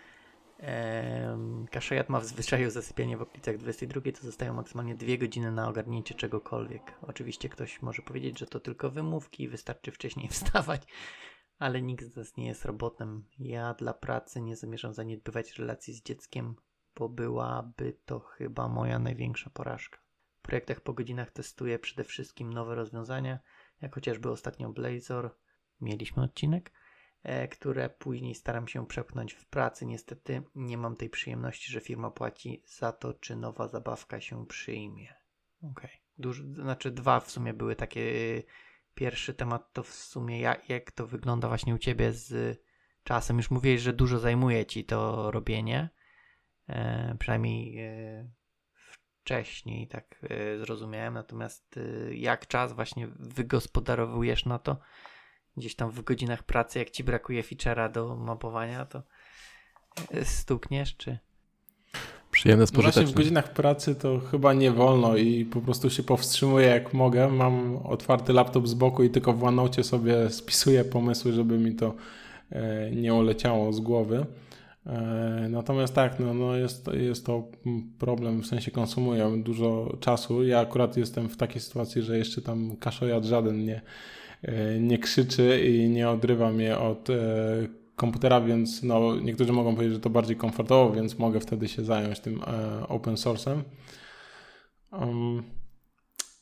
Ehm, kaszojat ma w zwyczaju zasypianie w okolicach dwudziestej drugiej, to zostają maksymalnie dwie godziny na ogarnięcie czegokolwiek. Oczywiście ktoś może powiedzieć, że to tylko wymówki, wystarczy wcześniej wstawać, ale nikt z nas nie jest robotem. Ja dla pracy nie zamierzam zaniedbywać relacji z dzieckiem, bo byłaby to chyba moja największa porażka. W projektach po godzinach testuję przede wszystkim nowe rozwiązania, jak chociażby ostatnio Blazor. Mieliśmy odcinek, e, które później staram się przepchnąć w pracy. Niestety nie mam tej przyjemności, że firma płaci za to, czy nowa zabawka się przyjmie. Okej. Okay. Znaczy dwa w sumie były takie. Pierwszy temat to w sumie jak, jak to wygląda właśnie u ciebie z czasem. Już mówiłeś, że dużo zajmuje ci to robienie. E, przynajmniej e, wcześniej tak e, zrozumiałem. Natomiast e, jak czas właśnie wygospodarowujesz na to, gdzieś tam w godzinach pracy, jak ci brakuje feature'a do mapowania, to e, stukniesz, czy... Przyjemne, spożyteczne. Właśnie w godzinach pracy to chyba nie wolno i po prostu się powstrzymuję jak mogę. Mam otwarty laptop z boku i tylko w OneNote sobie spisuję pomysły, żeby mi to e, nie uleciało z głowy. E, natomiast tak, no, no jest, jest to problem, w sensie konsumuję dużo czasu. Ja akurat jestem w takiej sytuacji, że jeszcze tam kaszojat żaden nie, e, nie krzyczy i nie odrywa mnie od e, komputera, więc no, niektórzy mogą powiedzieć, że to bardziej komfortowo, więc mogę wtedy się zająć tym e, open source'em. Um,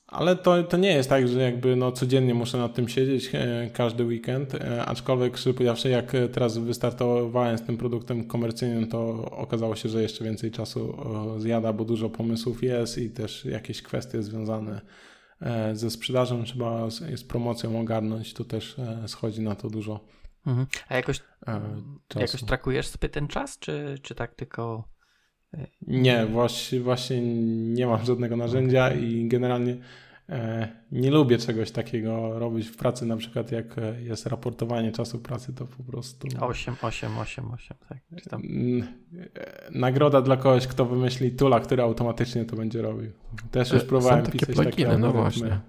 Ale to, to nie jest tak, że jakby no codziennie muszę nad tym siedzieć e, każdy weekend, e, aczkolwiek szczerze powiedziawszy, jak teraz wystartowałem z tym produktem komercyjnym, to okazało się, że jeszcze więcej czasu e, zjada, bo dużo pomysłów jest i też jakieś kwestie związane e, ze sprzedażą trzeba z, z promocją ogarnąć, to też e, schodzi na to dużo mhm. A jakoś, e, czasu. jakoś trakujesz sobie ten czas, czy, czy tak tylko... Nie, właśnie, właśnie nie mam żadnego narzędzia i generalnie e, nie lubię czegoś takiego robić w pracy, na przykład jak jest raportowanie czasu pracy, to po prostu... osiem, osiem, osiem, osiem, tak. Czy tam... Nagroda dla kogoś, kto wymyśli toola, który automatycznie to będzie robił. Też już próbowałem Są takie pisać pluginy, takie no właśnie.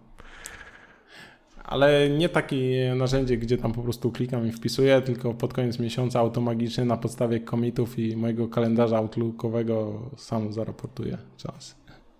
Ale nie takie narzędzie, gdzie tam po prostu klikam i wpisuję, tylko pod koniec miesiąca automagicznie na podstawie commitów i mojego kalendarza outlookowego sam zaraportuję czas.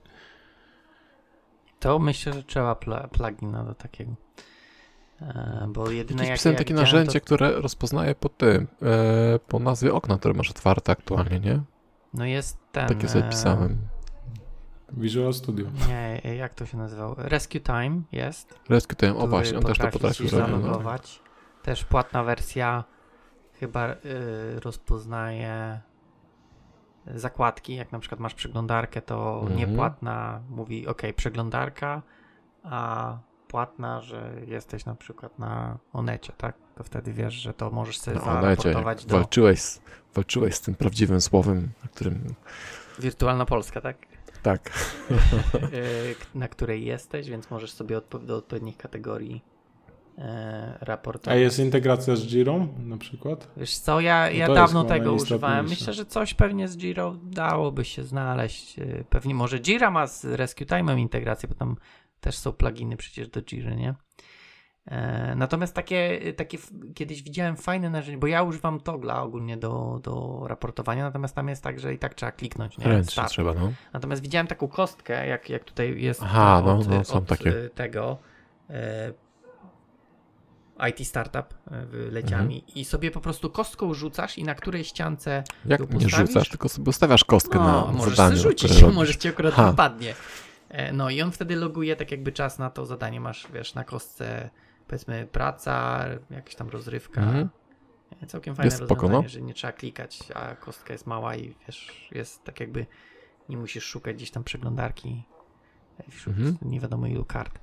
To myślę, że trzeba pl- plugina do takiego. E, bo jedyne jak pisałem ja takie widziałem, narzędzie, to... które rozpoznaje po tym, e, po nazwie okna, które masz otwarte aktualnie, nie? No jest ten... Takie sobie pisałem. Visual Studio. Nie, jak to się nazywał? Rescue Time jest. Rescue Time, o właśnie, on też to potrafi zrobić. Zalogować. No. Też płatna wersja chyba y, rozpoznaje zakładki. Jak na przykład masz przeglądarkę, to mm-hmm. niepłatna mówi ok, przeglądarka, a płatna, że jesteś na przykład na Onecie, tak? To wtedy wiesz, że to możesz sobie na zaraportować Onecie. do... Walczyłeś z, walczyłeś z tym prawdziwym słowem, na którym... Wirtualna Polska, tak? Tak. Na której jesteś, więc możesz sobie odpo- do odpowiednich kategorii e, raportować. A jest integracja z Jirą na przykład? Wiesz co, ja, ja no dawno tego używałem. Myślę, że coś pewnie z Jirą dałoby się znaleźć. Pewnie może Jira ma z Rescue Time'em integrację, bo tam też są pluginy przecież do Jiry, nie? E, natomiast takie, takie kiedyś widziałem fajne narzędzie, bo ja używam Toggla ogólnie do, do raportowania, natomiast tam jest tak, że i tak trzeba kliknąć. Nie? Ręcznie trzeba, no. Natomiast widziałem taką kostkę, jak, jak tutaj jest Aha, od, no, no, są od takie. tego e, I T Startup leciami mhm. i sobie po prostu kostką rzucasz i na której ściance jak nie rzucasz, tylko sobie ustawiasz kostkę no, na możesz zadaniu. Możesz rzucić, możesz ci akurat ha. wypadnie. E, no i on wtedy loguje tak jakby czas na to zadanie. Masz, wiesz, na kostce powiedzmy praca, jakaś tam rozrywka. Mhm. Całkiem fajne jest rozwiązanie, spoko, no. że nie trzeba klikać, a kostka jest mała i wiesz, jest tak jakby nie musisz szukać gdzieś tam przeglądarki wśród mhm. nie wiadomo ilu kart.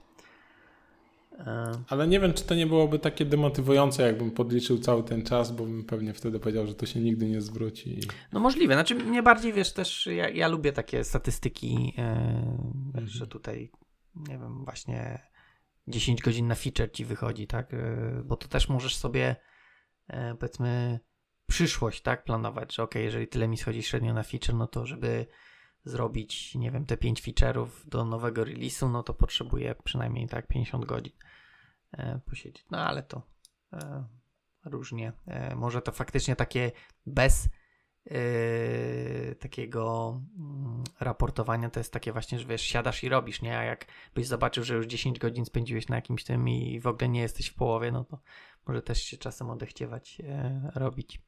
Ale nie wiem, czy to nie byłoby takie demotywujące, jakbym podliczył cały ten czas, bo bym pewnie wtedy powiedział, że to się nigdy nie zwróci. No możliwe. Znaczy mnie bardziej, wiesz, też ja, ja lubię takie statystyki, yy, mhm. że tutaj, nie wiem, właśnie dziesięć godzin na feature ci wychodzi, tak? Yy, bo to też możesz sobie, yy, powiedzmy, przyszłość, tak? Planować, że okej, okay, jeżeli tyle mi schodzi średnio na feature, no to żeby zrobić, nie wiem, te pięć feature'ów do nowego release'u, no to potrzebuję przynajmniej tak pięćdziesiąt godzin e, posiedzieć. No ale to e, różnie. E, może to faktycznie takie bez e, takiego mm, raportowania to jest takie właśnie, że wiesz, siadasz i robisz, nie? A jak byś zobaczył, że już dziesięć godzin spędziłeś na jakimś tym i w ogóle nie jesteś w połowie, no to może też się czasem odechciewać e, robić.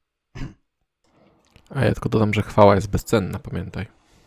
A ja tylko dodam, że chwała jest bezcenna, pamiętaj.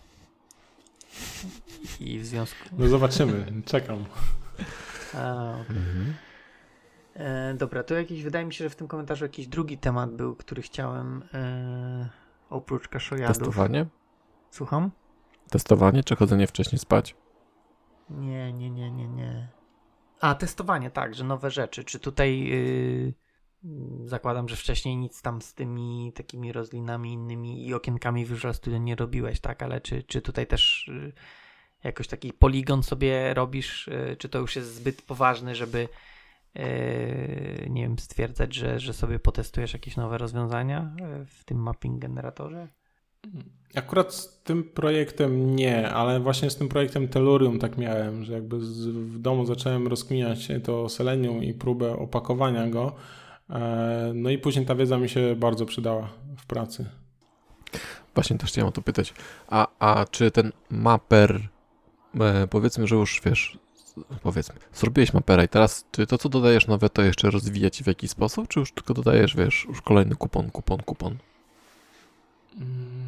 I w związku... No zobaczymy, czekam. A, okay. mhm. e, dobra, to jakiś, wydaje mi się, że w tym komentarzu jakiś drugi temat był, który chciałem e, oprócz kaszojadów. Testowanie? Słucham? Testowanie czy chodzenie wcześniej spać? Nie, nie, nie, nie, nie. A, testowanie, tak, że nowe rzeczy. Czy tutaj yy, zakładam, że wcześniej nic tam z tymi takimi rozlinami innymi i okienkami Visual Studio nie robiłeś, tak? Ale czy, czy tutaj też yy, jakoś taki poligon sobie robisz? Yy, czy to już jest zbyt poważny, żeby yy, nie wiem, stwierdzać, że, że sobie potestujesz jakieś nowe rozwiązania yy, w tym mapping generatorze? Akurat z tym projektem nie, ale właśnie z tym projektem Tellurium tak miałem, że jakby z, w domu zacząłem rozkminiać to Selenium i próbę opakowania go. No i później ta wiedza mi się bardzo przydała w pracy. Właśnie też chciałem o to pytać. A, a czy ten mapper, e, powiedzmy, że już wiesz, powiedzmy, zrobiłeś mapera i teraz czy to, co dodajesz nowe, to jeszcze rozwijać w jakiś sposób, czy już tylko dodajesz, wiesz, już kolejny kupon, kupon, kupon?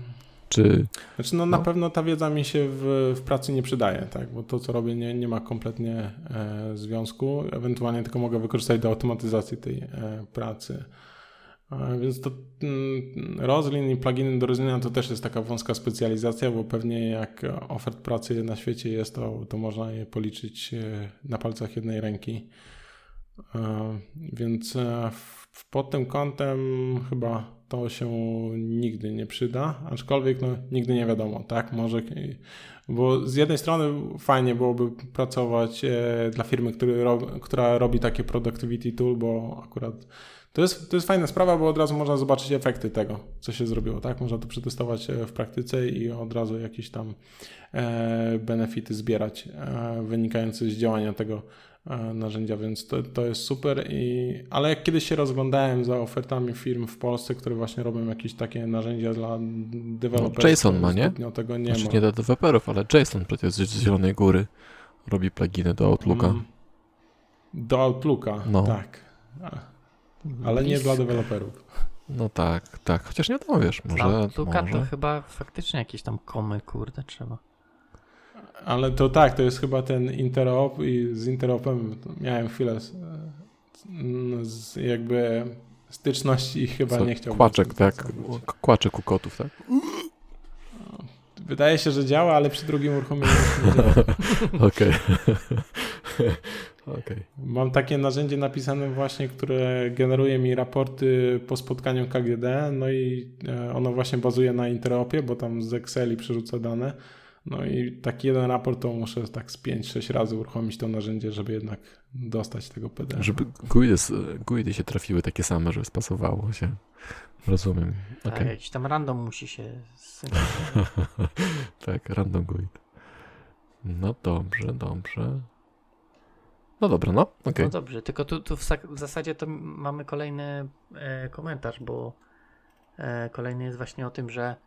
Czy... Znaczy no, no na pewno ta wiedza mi się w, w pracy nie przydaje, tak? Bo to, co robię, nie, nie ma kompletnie e, związku. Ewentualnie tylko mogę wykorzystać do automatyzacji tej e, pracy. E, więc to mm, Roslyn i pluginy do Roslina to też jest taka wąska specjalizacja, bo pewnie jak ofert pracy na świecie jest, to, to można je policzyć e, na palcach jednej ręki. E, więc e, w, pod tym kątem chyba to się nigdy nie przyda, aczkolwiek no, nigdy nie wiadomo, tak? Może, bo z jednej strony fajnie byłoby pracować e, dla firmy, który rob, która robi takie productivity tool, bo akurat to jest, to jest fajna sprawa, bo od razu można zobaczyć efekty tego, co się zrobiło, tak? Można to przetestować w praktyce i od razu jakieś tam e, benefity zbierać e, wynikające z działania tego narzędzia, więc to, to jest super. I, ale jak kiedyś się rozglądałem za ofertami firm w Polsce, które właśnie robią jakieś takie narzędzia dla deweloperów. No, Jason ma, nie? Tego nie znaczy ma. nie dla deweloperów, ale Jason przecież z Zielonej Góry robi pluginy do Outlooka. Mm, do Outlooka, no. Tak. Ale nie dla deweloperów. No tak, tak. Chociaż nie to wiesz, może... Dla Outlooka może... to chyba faktycznie jakieś tam komy, kurde, trzeba. Ale to tak, to jest chyba ten interop i z interopem miałem chwilę z, z jakby styczność i chyba Co, nie chciałbym. Kłaczek, tak? Kłaczek u kotów, tak? Wydaje się, że działa, ale przy drugim uruchomieniu nie działa. Okej. Okay. Mam takie narzędzie napisane właśnie, które generuje mi raporty po spotkaniu K G D, no i ono właśnie bazuje na interopie, bo tam z Exceli przerzuca dane. No i taki jeden raport to muszę tak z pięć sześć razy uruchomić to narzędzie, żeby jednak dostać tego P D F. Żeby guidy się trafiły takie same, żeby spasowało się. Rozumiem. Tak, okay. Jakiś tam random musi się... Tak, random guide. No dobrze, dobrze. No dobra, no. Okay. No dobrze, tylko tu, tu w, w zasadzie to mamy kolejny e, komentarz, bo e, kolejny jest właśnie o tym, że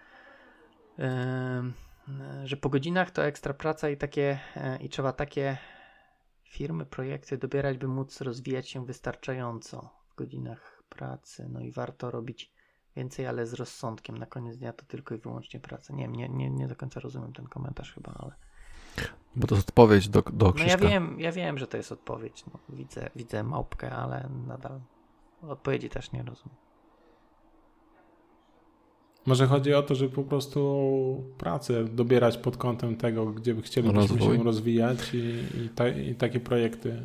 e, że po godzinach to ekstra praca i takie e, i trzeba takie firmy, projekty dobierać, by móc rozwijać się wystarczająco w godzinach pracy. No i warto robić więcej, ale z rozsądkiem. Na koniec dnia to tylko i wyłącznie praca. Nie wiem, nie, nie, nie do końca rozumiem ten komentarz chyba, ale... Bo to jest odpowiedź do, do Krzyśka. No ja wiem, ja wiem, że to jest odpowiedź. No, widzę, widzę małpkę, ale nadal odpowiedzi też nie rozumiem. Może chodzi o to, żeby po prostu pracę dobierać pod kątem tego, gdzie by chcielibyśmy się rozwijać i, i, ta, i takie projekty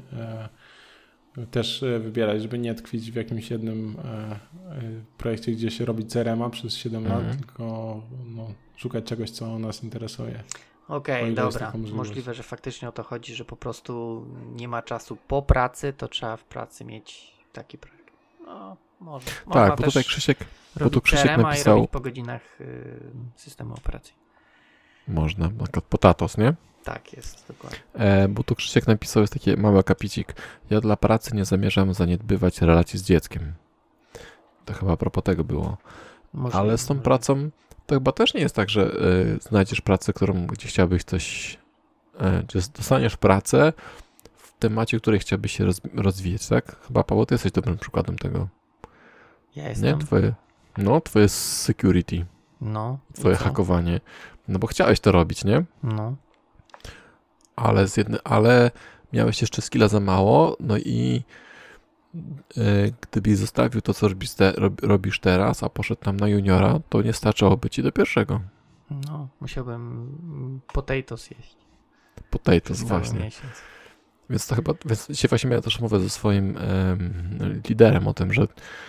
e, też wybierać, żeby nie tkwić w jakimś jednym e, e, projekcie, gdzie się robi C R M a przez siedem mm. lat, tylko no, szukać czegoś, co nas interesuje. Okej, okay, dobra. Możliwe, że faktycznie o to chodzi, że po prostu nie ma czasu po pracy, to trzeba w pracy mieć taki projekt. No, może. Tak, bo tutaj Krzysiek, bo tu Krzysiek napisał... i robić po godzinach y, systemu operacji. Można, na przykład Potatos, nie? Tak jest, dokładnie. E, bo tu Krzysiek napisał, jest taki mały akapicik. Ja dla pracy nie zamierzam zaniedbywać relacji z dzieckiem. To chyba a propos tego było. Może, Ale z tą może. pracą to chyba też nie jest tak, że y, znajdziesz pracę, którą gdzie chciałbyś coś, y, czy dostaniesz pracę w temacie, której chciałbyś się roz, rozwijać, tak? Chyba, Paweł, ty jesteś dobrym przykładem tego. Ja jestem. Nie? Twoje, no, twoje security. No. Twoje hakowanie. No bo chciałeś to robić, nie? No. Ale, z jedne, ale miałeś jeszcze skilla za mało, no i y, gdybyś zostawił to, co robisz, te, robisz teraz, a poszedł tam na juniora, to nie starczałoby ci do pierwszego. No, musiałbym potatoes jeść. Potatoes, właśnie. Miesiąc. Więc to chyba, więc dzisiaj właśnie miałem też rozmowę ze swoim um, liderem o tym, że,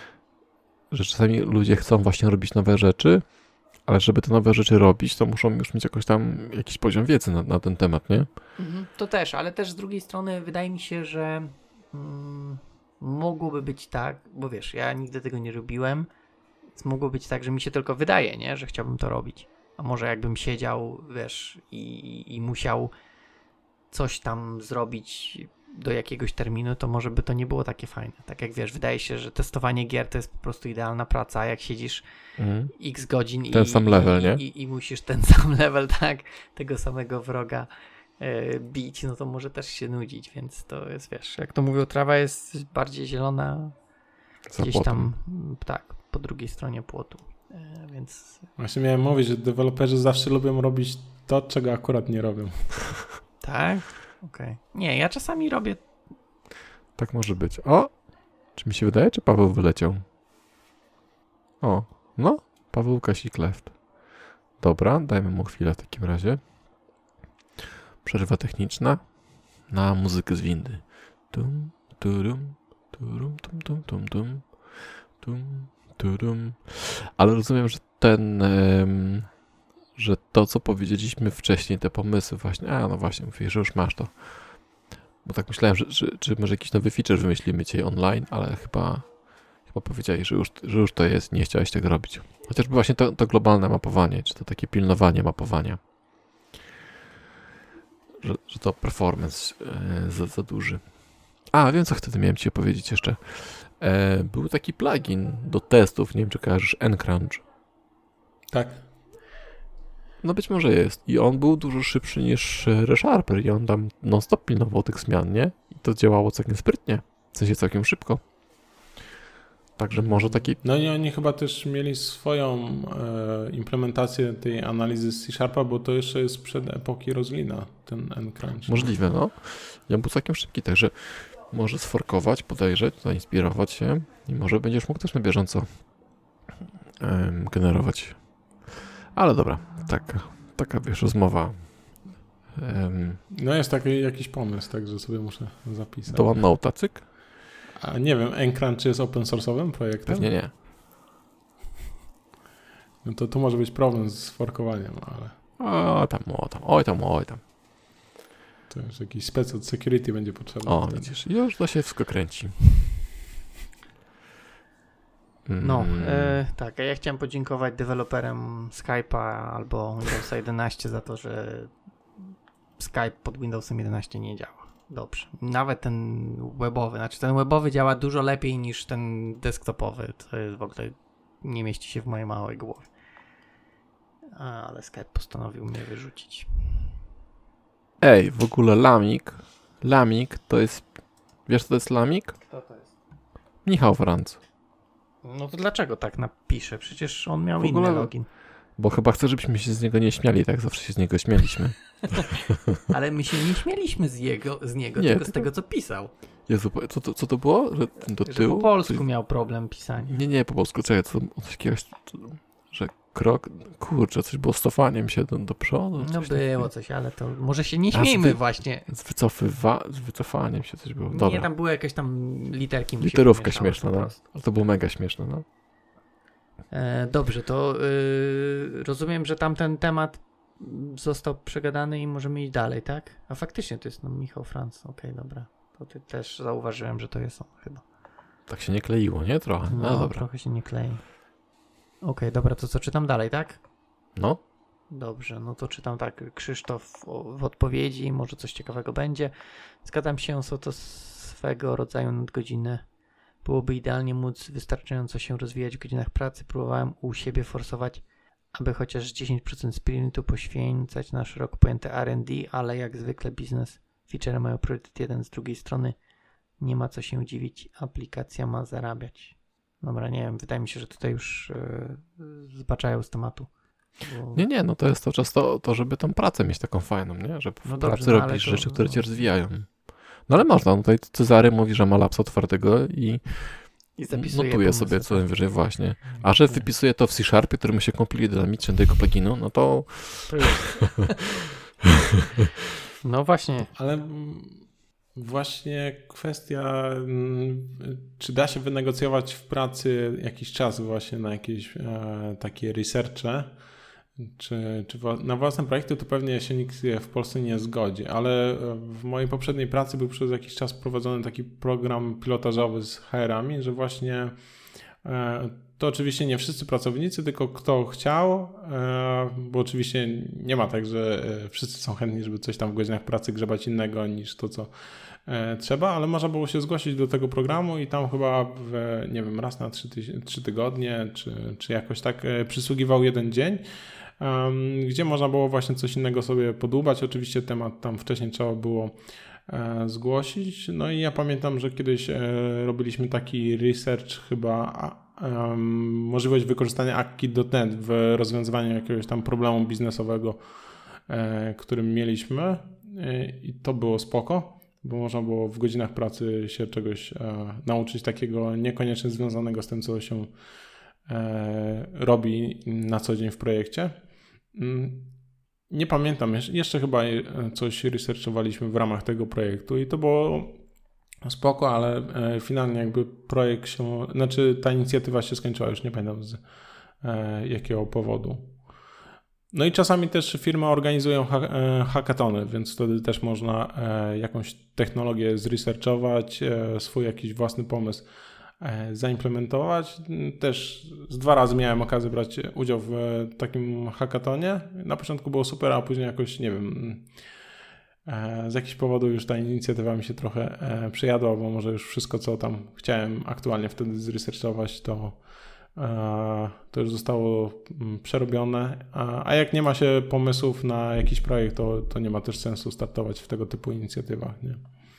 że czasami ludzie chcą właśnie robić nowe rzeczy, ale żeby te nowe rzeczy robić, to muszą już mieć jakoś tam jakiś poziom wiedzy na, na ten temat, nie? Mhm, to też, ale też z drugiej strony wydaje mi się, że mm, mogłoby być tak, bo wiesz, ja nigdy tego nie robiłem, więc mogło być tak, że mi się tylko wydaje, nie, że chciałbym to robić. A może jakbym siedział, wiesz, i, i musiał coś tam zrobić do jakiegoś terminu, to może by to nie było takie fajne. Tak jak wiesz, wydaje się, że testowanie gier to jest po prostu idealna praca, a jak siedzisz mm. x godzin ten i, sam level, i, nie? I, i musisz ten sam level, tak, tego samego wroga e, bić, no to może też się nudzić, więc to jest, wiesz, jak to mówią, trawa jest bardziej zielona Za gdzieś płotem. tam, tak, po drugiej stronie płotu. Więc... Właśnie miałem mówić, że deweloperzy zawsze lubią robić to, czego akurat nie robią. Tak? Okej. Okay. Nie, ja czasami robię... Tak może być. O! Czy mi się wydaje, czy Paweł wyleciał? O, no, Paweł Kasik left. Dobra, dajmy mu chwilę w takim razie. Przerwa techniczna na muzykę z windy. Tum, turum, turum, tum, tum, tum, tum, tum, turum. Ale rozumiem, że ten, um, że to, co powiedzieliśmy wcześniej, te pomysły właśnie, a no właśnie, mówię, że już masz to. Bo tak myślałem, że, że, że może jakiś nowy feature wymyślimy dzisiaj online, ale chyba, chyba powiedziałeś, że już, że już to jest, nie chciałeś tego robić. Chociażby właśnie to, to globalne mapowanie, czy to takie pilnowanie mapowania. Że, że to performance e, za, za duży. A, wiem, co wtedy miałem ci powiedzieć jeszcze. E, był taki plugin do testów, nie wiem, czy kojarzysz, nCrunch. Tak. No być może jest. I on był dużo szybszy niż ReSharper i on tam non-stop pilnował tych zmian, nie? I to działało całkiem sprytnie. W sensie całkiem szybko. Także może taki... No i oni chyba też mieli swoją e, implementację tej analizy z C-Sharpa, bo to jeszcze jest przed epoki Roslina, ten nCrunch. Możliwe, no. I on był całkiem szybki, także może sforkować, podejrzeć, zainspirować się i może będziesz mógł też na bieżąco um, generować. Ale dobra, taka, taka wiesz, rozmowa. Um, no jest taki jakiś pomysł, także sobie muszę zapisać. Do OneNote'a, cyk? A nie wiem, nCrunch jest open source'owym projektem? Pewnie nie. No to tu może być problem z forkowaniem, ale... O tam, o tam, oj tam, oj tam. To już jakiś spec od security będzie potrzebny. O, wtedy. widzisz, już to się wszystko kręci. No, e, tak, a ja chciałem podziękować deweloperem Skype'a albo Windowsa jedenaście za to, że Skype pod Windowsem jedenaście nie działa. Dobrze. Nawet ten webowy, znaczy ten webowy działa dużo lepiej niż ten desktopowy. To jest w ogóle, nie mieści się w mojej małej głowie. A, ale Skype postanowił mnie wyrzucić. Ej, w ogóle Lamik, Lamik to jest, wiesz co to jest Lamik? Kto to jest? Michał Franc. No to dlaczego tak napisze? Przecież on miał W ogóle... inny login. Bo chyba chce, żebyśmy się z niego nie śmiali, tak zawsze się z niego śmialiśmy. Ale my się nie śmieliśmy z, jego, z niego, nie, tylko z tylko... tego, co pisał. Jezu, co to, co to było? Że do że tyłu? po polsku Coś... miał problem pisania. Nie, nie, po polsku. Czekaj, co coś jakiegoś, że krok, kurczę, coś było z cofaniem się do, do przodu. No było coś, ale to może się nie A, śmiejmy wy... właśnie. Z, wycofywa... z wycofaniem się coś było. Dobra. Nie, tam były jakieś tam literki. Literówka śmieszna, no. Ale to było mega śmieszne, no. E, dobrze, to y, rozumiem, że tamten temat został przegadany i możemy iść dalej, tak? A faktycznie to jest no, Michał Franc. Okej, okay, dobra. To ty też zauważyłem, że to jest on chyba. Tak się nie kleiło, nie? Trochę. No, no dobra. Trochę się nie klei. Okej, okay, dobra, to co czytam dalej, tak? No. Dobrze, no to czytam tak. Krzysztof w odpowiedzi, może coś ciekawego będzie. Zgadzam się, są to swego rodzaju nadgodziny. Byłoby idealnie móc wystarczająco się rozwijać w godzinach pracy. Próbowałem u siebie forsować, aby chociaż dziesięć procent sprintu poświęcać na szeroko pojęte R and D, ale jak zwykle biznes feature mają priorytet jeden, z drugiej strony nie ma co się dziwić, aplikacja ma zarabiać. Dobra, nie wiem, wydaje mi się, że tutaj już yy, zbaczają z tematu. Bo... Nie, nie, no to jest cały czas to, to, żeby tą pracę mieć taką fajną, nie? Że w no pracy dobrze, no, robisz to, rzeczy, które no. cię rozwijają. No ale można, no tutaj Cezary mówi, że ma lapsa otwartego i, I notuje sobie co najwyżej właśnie. A że wypisuje to w C-Sharpie, który mu się kompiluje dynamicznie do jego pluginu, no to... to no właśnie. Ale właśnie kwestia, czy da się wynegocjować w pracy jakiś czas właśnie na jakieś e, takie researche, czy, czy na własne projekty, to pewnie się nikt w Polsce nie zgodzi, ale w mojej poprzedniej pracy był przez jakiś czas prowadzony taki program pilotażowy z H R-ami, że właśnie e, to oczywiście nie wszyscy pracownicy, tylko kto chciał, e, bo oczywiście nie ma tak, że wszyscy są chętni, żeby coś tam w godzinach pracy grzebać innego niż to, co e, trzeba, ale można było się zgłosić do tego programu i tam chyba w, nie wiem, raz na trzy, tyś- trzy tygodnie, czy, czy jakoś tak e, przysługiwał jeden dzień, Um, gdzie można było właśnie coś innego sobie podłubać. Oczywiście temat tam wcześniej trzeba było e, zgłosić. No i ja pamiętam, że kiedyś e, robiliśmy taki research chyba um, możliwość wykorzystania Akki kropka net w rozwiązywaniu jakiegoś tam problemu biznesowego, e, którym mieliśmy e, i to było spoko, bo można było w godzinach pracy się czegoś e, nauczyć takiego niekoniecznie związanego z tym, co się e, robi na co dzień w projekcie. Nie pamiętam, jeszcze chyba coś researchowaliśmy w ramach tego projektu i to było spoko, ale finalnie jakby projekt się, znaczy ta inicjatywa się skończyła, już nie pamiętam z jakiego powodu. No i czasami też firmy organizują hackatony, więc wtedy też można jakąś technologię zresearchować, swój jakiś własny pomysł zaimplementować. Też z dwa razy miałem okazję brać udział w takim hackatonie. Na początku było super, a później jakoś, nie wiem, z jakichś powodów już ta inicjatywa mi się trochę przejadła, bo może już wszystko, co tam chciałem aktualnie wtedy zresearchować, to, to już zostało przerobione. A jak nie ma się pomysłów na jakiś projekt, to, to nie ma też sensu startować w tego typu inicjatywach, nie?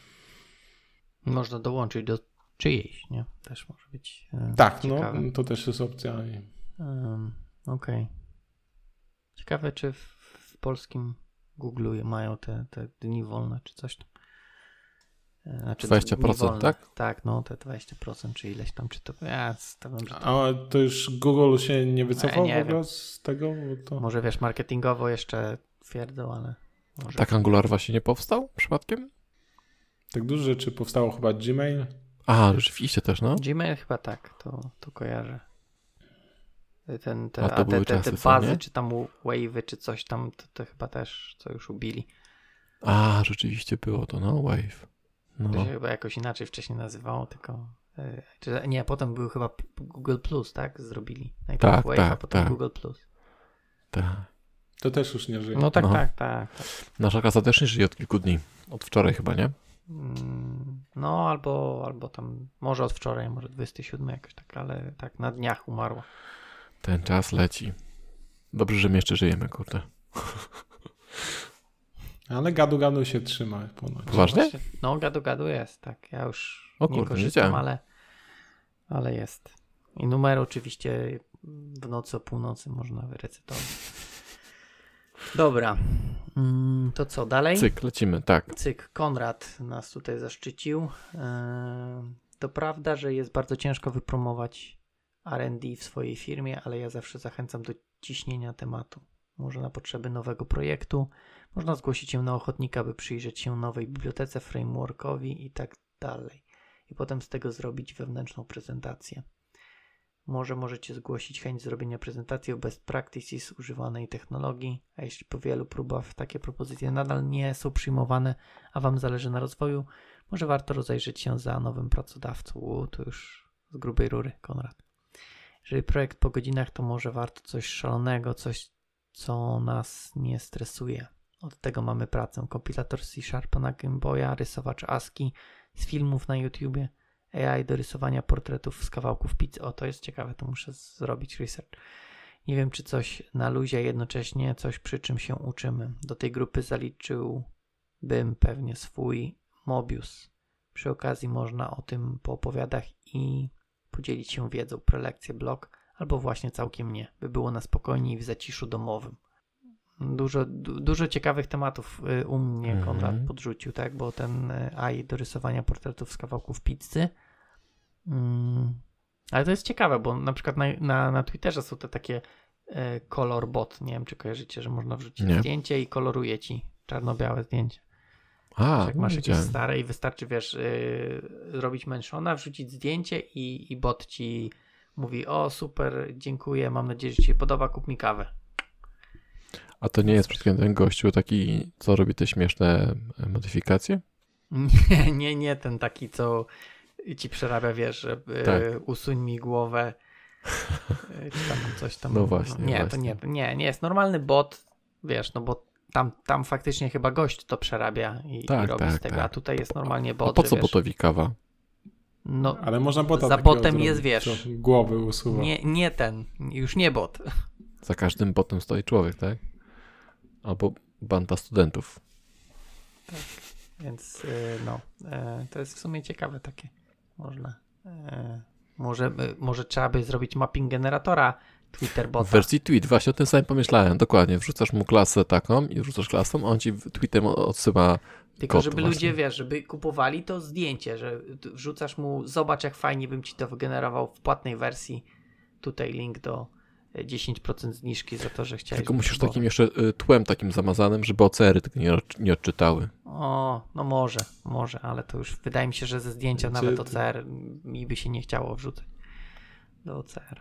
Można dołączyć do czyjejś, nie? Też może być e, tak, ciekawe. No to też jest opcja. Um, Okej. Okay. Ciekawe, czy w, w polskim Google mają te, te dni wolne, czy coś tam. Znaczy dwadzieścia procent, tak? Tak, no te dwadzieścia procent, czy ileś tam, czy to... Ja stawiam, że to... A to już Google się nie wycofał ja nie w ogóle wiem. z tego? To... Może wiesz, marketingowo jeszcze twierdzą, ale... Może... Tak Angular właśnie nie powstał przypadkiem? Tak dużo rzeczy powstało, chyba Gmail. A, rzeczywiście też, no. Gmail chyba tak, to, to kojarzę. Ten, te, a to a były te, te, czasy, te bazy, nie? czy tam wave'y, czy coś tam, to, to chyba też co już ubili. A, rzeczywiście było to, no, Wave. No. To się chyba jakoś inaczej wcześniej nazywało, tylko... Yy, czy, nie, potem był chyba Google Plus, tak? Zrobili. Najpierw Tak, Wave, tak, a potem tak. Google Plus. Tak. To też już nie żyje. No tak, No. tak, tak, tak. Nasza klasa też nie żyje od kilku dni. Od wczoraj chyba, nie? Mm, No, albo, albo tam, może od wczoraj, może dwudziestego siódmego jakoś tak, ale tak na dniach umarło. Ten czas leci. Dobrze, że my jeszcze żyjemy, kurde. Ale gadu gadu się trzyma ponoć. Poważnie? No, gadu gadu jest, tak. Ja już O nie kurde, nie korzystam, wiedziałem. ale, ale jest. I numer oczywiście w nocy o północy można wyrecytować. Dobra. Mm, To co, dalej? Cyk, lecimy, tak. Cyk. Konrad nas tutaj zaszczycił. Eee, To prawda, że jest bardzo ciężko wypromować R and D w swojej firmie, ale ja zawsze zachęcam do ciśnienia tematu. Może na potrzeby nowego projektu. Można zgłosić się na ochotnika, by przyjrzeć się nowej bibliotece, frameworkowi i tak dalej. I potem z tego zrobić wewnętrzną prezentację. Może możecie zgłosić chęć zrobienia prezentacji o best practices używanej technologii, a jeśli po wielu próbach takie propozycje nadal nie są przyjmowane, a Wam zależy na rozwoju, może warto rozejrzeć się za nowym pracodawcą. U, to już z grubej rury, Konrad. Jeżeli projekt po godzinach, to może warto coś szalonego, coś, co nas nie stresuje. Od tego mamy pracę. Kompilator C Sharpa na Game Boya, rysowacz ASCII z filmów na YouTubie, A I do rysowania portretów z kawałków pizzy. O, to jest ciekawe, to muszę zrobić research. Nie wiem, czy coś na luzie, jednocześnie coś, przy czym się uczymy. Do tej grupy zaliczyłbym pewnie swój Mobius. Przy okazji można o tym poopowiadać i podzielić się wiedzą, prelekcje, blog, albo właśnie całkiem nie, by było na spokojniej w zaciszu domowym. Dużo, du, dużo ciekawych tematów y, u mnie Mhm. Konrad podrzucił, tak, bo ten y, A I do rysowania portretów z kawałków pizzy. Mm, ale to jest ciekawe, bo na przykład na, na, na Twitterze są te takie y, color bot, nie wiem czy kojarzycie, że można wrzucić Nie. zdjęcie i koloruje ci czarno-białe zdjęcie. A, Jak no masz jakieś widziałem. stare i wystarczy, wiesz, yy, zrobić menshona, wrzucić zdjęcie i, i bot ci mówi: o super, dziękuję, mam nadzieję, że ci się podoba, kup mi kawę. A to nie jest przypadkiem ten gościu taki, co robi te śmieszne e, modyfikacje? Nie, nie, nie ten taki, co ci przerabia, wiesz, że yy, Tak. usuń mi głowę, yy, czy tam coś tam. No właśnie, Nie, właśnie. to nie, nie, nie jest normalny bot, wiesz, no bo tam, tam faktycznie chyba gość to przerabia i, Tak, i robi tak, z tego, tak. a tutaj jest normalnie A bot, po że co wiesz, botowi kawa? no, Ale można bota za takiego botem zrobić, jest, wiesz, co głowy usuwa. Nie, nie ten, już nie bot. Za każdym botem stoi człowiek, tak? Albo banda studentów. Więc yy, no, yy, to jest w sumie ciekawe takie. Można. Yy, Może, może trzeba by zrobić mapping generatora Twitterbota. W wersji tweet, właśnie o tym samym pomyślałem, dokładnie. Wrzucasz mu klasę taką i wrzucasz klasą, a on ci tweetem odsyła Tylko kod żeby właśnie. ludzie, wiesz, żeby kupowali to zdjęcie, że wrzucasz mu, zobacz jak fajnie bym ci to wygenerował w płatnej wersji. Tutaj link do dziesięć procent zniżki za to, że chciałeś. Tylko musisz takim jeszcze tłem takim zamazanym, żeby O C R-y tego nie, nie odczytały. O, no może, może, ale to już wydaje mi się, że ze zdjęcia Czy... nawet O C R mi by się nie chciało wrzucać do O C R.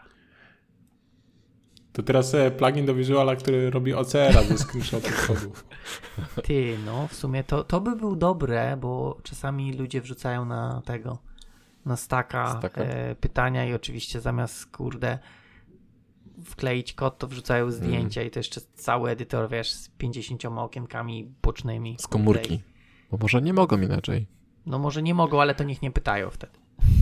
To teraz plugin do Visuala, który robi O C R-a ze screenshotów kodów. Ty, no w sumie to, to by był dobre, bo czasami ludzie wrzucają na tego, na staka, Staka? E, pytania i oczywiście zamiast, kurde, wkleić kod, to wrzucają zdjęcia mm. i to jeszcze cały edytor, wiesz, z pięćdziesięcioma okienkami bocznymi. Z komórki. Bo może nie mogą inaczej. No może nie mogą, ale to niech nie pytają wtedy.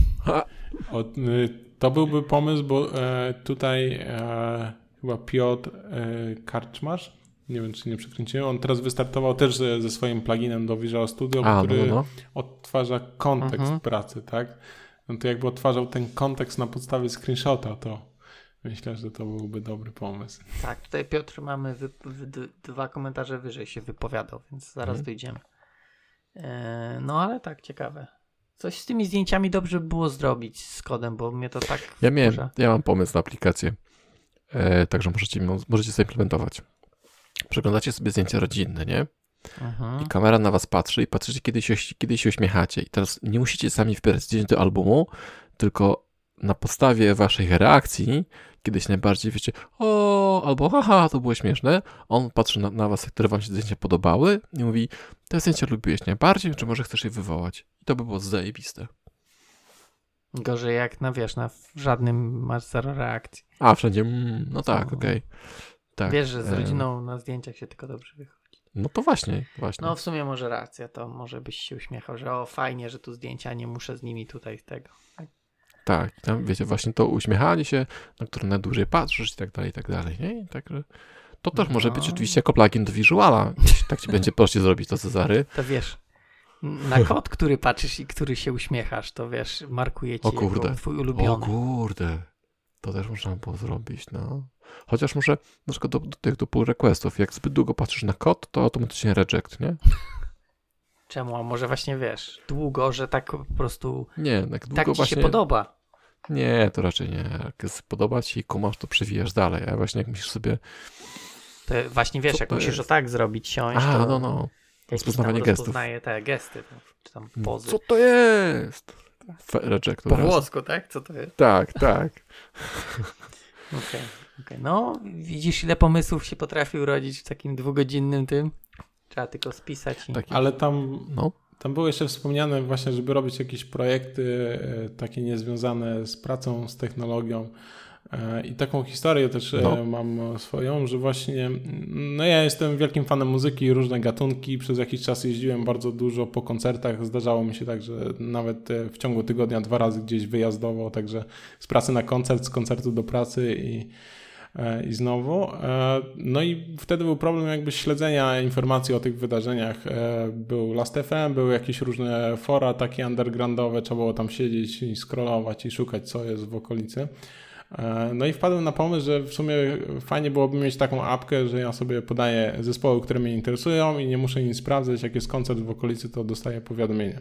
O, to byłby pomysł, bo e, tutaj e, chyba Piotr e, Karczmarz, nie wiem czy nie przekręciłem, on teraz wystartował też ze, ze swoim pluginem do Visual Studio, A, który no, no. odtwarza kontekst mhm. pracy, tak? No to jakby odtwarzał ten kontekst na podstawie screenshota, to myślę, że to byłby dobry pomysł. Tak, tutaj Piotr mamy wy, wy, dwa komentarze wyżej się wypowiadał, więc zaraz mhm. dojdziemy. E, no ale tak, ciekawe. Coś z tymi zdjęciami dobrze by było zrobić z kodem, bo mnie to tak Ja miałem, wkurza. ja mam pomysł na aplikację, e, także możecie, możecie zaimplementować. Przeglądacie sobie zdjęcia rodzinne, nie? Mhm. I kamera na was patrzy i patrzycie, kiedy się, kiedy się uśmiechacie. I teraz nie musicie sami wybierać zdjęć do albumu, tylko na podstawie waszej reakcji, kiedy się najbardziej wiecie, o, albo haha, to było śmieszne, on patrzy na, na was, które wam się zdjęcia podobały i mówi, te zdjęcia lubiłeś najbardziej, czy może chcesz je wywołać? I to by było zajebiste. Gorzej jak na, wiesz, na w żadnym masz zero reakcji. A, wszędzie, mm, no tak, No. okej. Okay. Tak. Wiesz, że z rodziną na zdjęciach się tylko dobrze wychodzi. No to właśnie, właśnie. No w sumie może racja, to może byś się uśmiechał, że o fajnie, że tu zdjęcia, nie muszę z nimi tutaj tego. Tak, tam wiecie, właśnie to uśmiechanie się, na które najdłużej patrzysz i tak dalej, i tak dalej, nie? I także to też no. może być oczywiście jako plugin do Visuala, jeśli tak ci będzie prościej zrobić to, Cezary. To wiesz, na kod, który patrzysz i który się uśmiechasz, to wiesz, markuje ci o kurde. jako twój ulubiony. O kurde, to też można było zrobić, no. Chociaż może na przykład do, do tych do pull requestów, jak zbyt długo patrzysz na kod, to automatycznie reject, nie? Czemu? A może właśnie wiesz, długo, że tak po prostu nie, jak długo tak ci właśnie... się podoba. Nie, to raczej nie. Jak podoba ci i kumasz, to przewijasz dalej, a właśnie jak myślisz sobie... To właśnie wiesz, jak musisz o tak zrobić, siąść, A, to no, no. Rozpoznawanie tam gestów. rozpoznaje te gesty, czy tam pozy. Co to jest? Reject. Po włosku, tak? Co to jest? Tak, tak. Okej, okay, okay. No widzisz, ile pomysłów się potrafi urodzić w takim dwugodzinnym tym? Trzeba tylko spisać. I... Ale tam, no. tam było jeszcze wspomniane właśnie, żeby robić jakieś projekty e, takie niezwiązane z pracą, z technologią. E, I taką historię też no. e, mam swoją, że właśnie no ja jestem wielkim fanem muzyki, różne gatunki. Przez jakiś czas jeździłem bardzo dużo po koncertach. Zdarzało mi się tak, że nawet w ciągu tygodnia dwa razy gdzieś wyjazdowo, także z pracy na koncert, z koncertu do pracy i I znowu. No i wtedy był problem jakby śledzenia informacji o tych wydarzeniach. Był Last F M, były jakieś różne fora takie undergroundowe, trzeba było tam siedzieć i scrollować i szukać, co jest w okolicy. No i wpadłem na pomysł, że w sumie fajnie byłoby mieć taką apkę, że ja sobie podaję zespoły, które mnie interesują i nie muszę nic sprawdzać. Jak jest koncert w okolicy, to dostaję powiadomienie.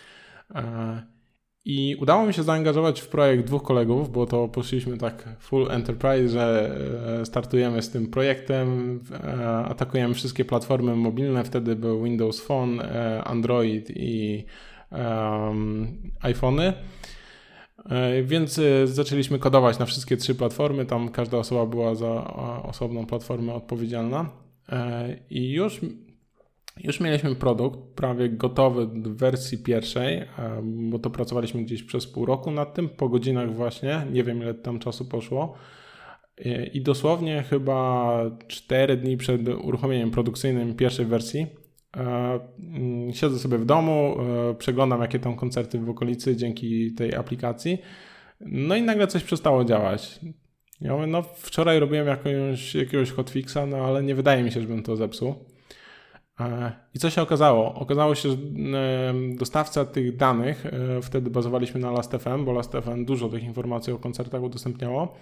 I udało mi się zaangażować w projekt dwóch kolegów, bo to poszliśmy tak full enterprise, że startujemy z tym projektem, atakujemy wszystkie platformy mobilne, wtedy był Windows Phone, Android i um, iPhony, więc zaczęliśmy kodować na wszystkie trzy platformy, tam każda osoba była za osobną platformę odpowiedzialna i już Już mieliśmy produkt prawie gotowy w wersji pierwszej, bo to pracowaliśmy gdzieś przez pół roku nad tym, po godzinach właśnie, nie wiem ile tam czasu poszło. I dosłownie chyba cztery dni przed uruchomieniem produkcyjnym pierwszej wersji siedzę sobie w domu, przeglądam jakie tam koncerty w okolicy dzięki tej aplikacji, no i nagle coś przestało działać. Ja mówię, no wczoraj robiłem jakąś, jakiegoś hotfixa, no ale nie wydaje mi się, żebym to zepsuł. I co się okazało? Okazało się, że dostawca tych danych, wtedy bazowaliśmy na Last F M, bo Last F M dużo tych informacji o koncertach udostępniało,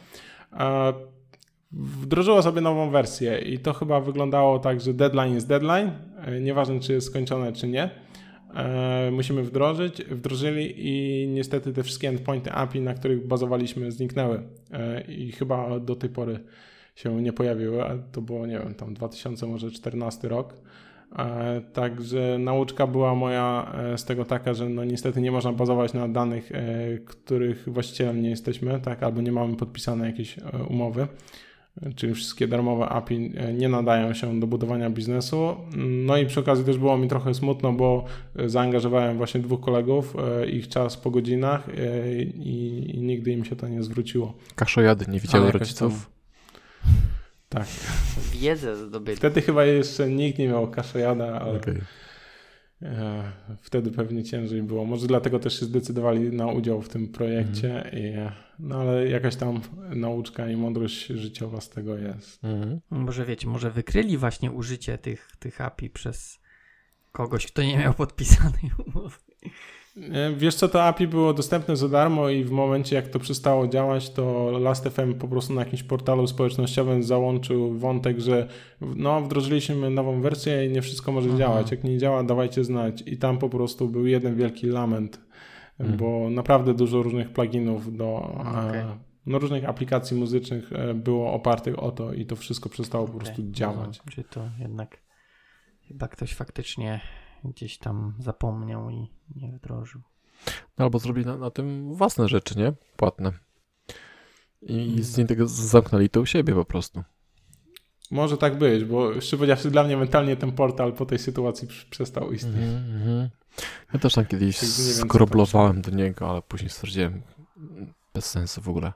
wdrożyło sobie nową wersję i to chyba wyglądało tak, że deadline jest deadline, nieważne czy jest skończone czy nie, musimy wdrożyć, wdrożyli i niestety te wszystkie endpointy A P I, na których bazowaliśmy, zniknęły i chyba do tej pory się nie pojawiły, a to było, nie wiem, tam dwa tysiące czternasty rok. Także nauczka była moja z tego taka, że no niestety nie można bazować na danych, których właścicielem nie jesteśmy, tak, albo nie mamy podpisane jakieś umowy, czyli wszystkie darmowe A P I nie nadają się do budowania biznesu. No i przy okazji też było mi trochę smutno, bo zaangażowałem właśnie dwóch kolegów, ich czas po godzinach i, i nigdy im się to nie zwróciło. Kaszojady nie widziały rodziców. Tak. Wiedzę zdobyli. Wtedy chyba jeszcze nikt nie miał kaszojada, ale Okay. Wtedy pewnie ciężej było. Może dlatego też się zdecydowali na udział w tym projekcie, mm. i, no ale jakaś tam nauczka i mądrość życiowa z tego jest. Mm. Może wiecie, może wykryli właśnie użycie tych, tych A P I przez kogoś, kto nie miał podpisanej umowy. Wiesz co, to A P I było dostępne za darmo i w momencie jak to przestało działać, to Last F M po prostu na jakimś portalu społecznościowym załączył wątek, że no wdrożyliśmy nową wersję i nie wszystko może Aha. działać. Jak nie działa, dawajcie znać. I tam po prostu był jeden wielki lament, hmm. bo naprawdę dużo różnych pluginów do okay. e, no, różnych aplikacji muzycznych było opartych o to i to wszystko przestało okay. po prostu działać. No, czy to jednak chyba ktoś faktycznie gdzieś tam zapomniał i nie wdrożył. No albo zrobili na, na tym własne rzeczy, nie? Płatne. I hmm. z tego zamknęli to u siebie po prostu. Może tak być, bo szczerze powiedziawszy dla mnie mentalnie ten portal po tej sytuacji przestał istnieć. Mm-hmm. Ja też tam kiedyś skroblowałem do niego, ale później stwierdziłem bez sensu w ogóle.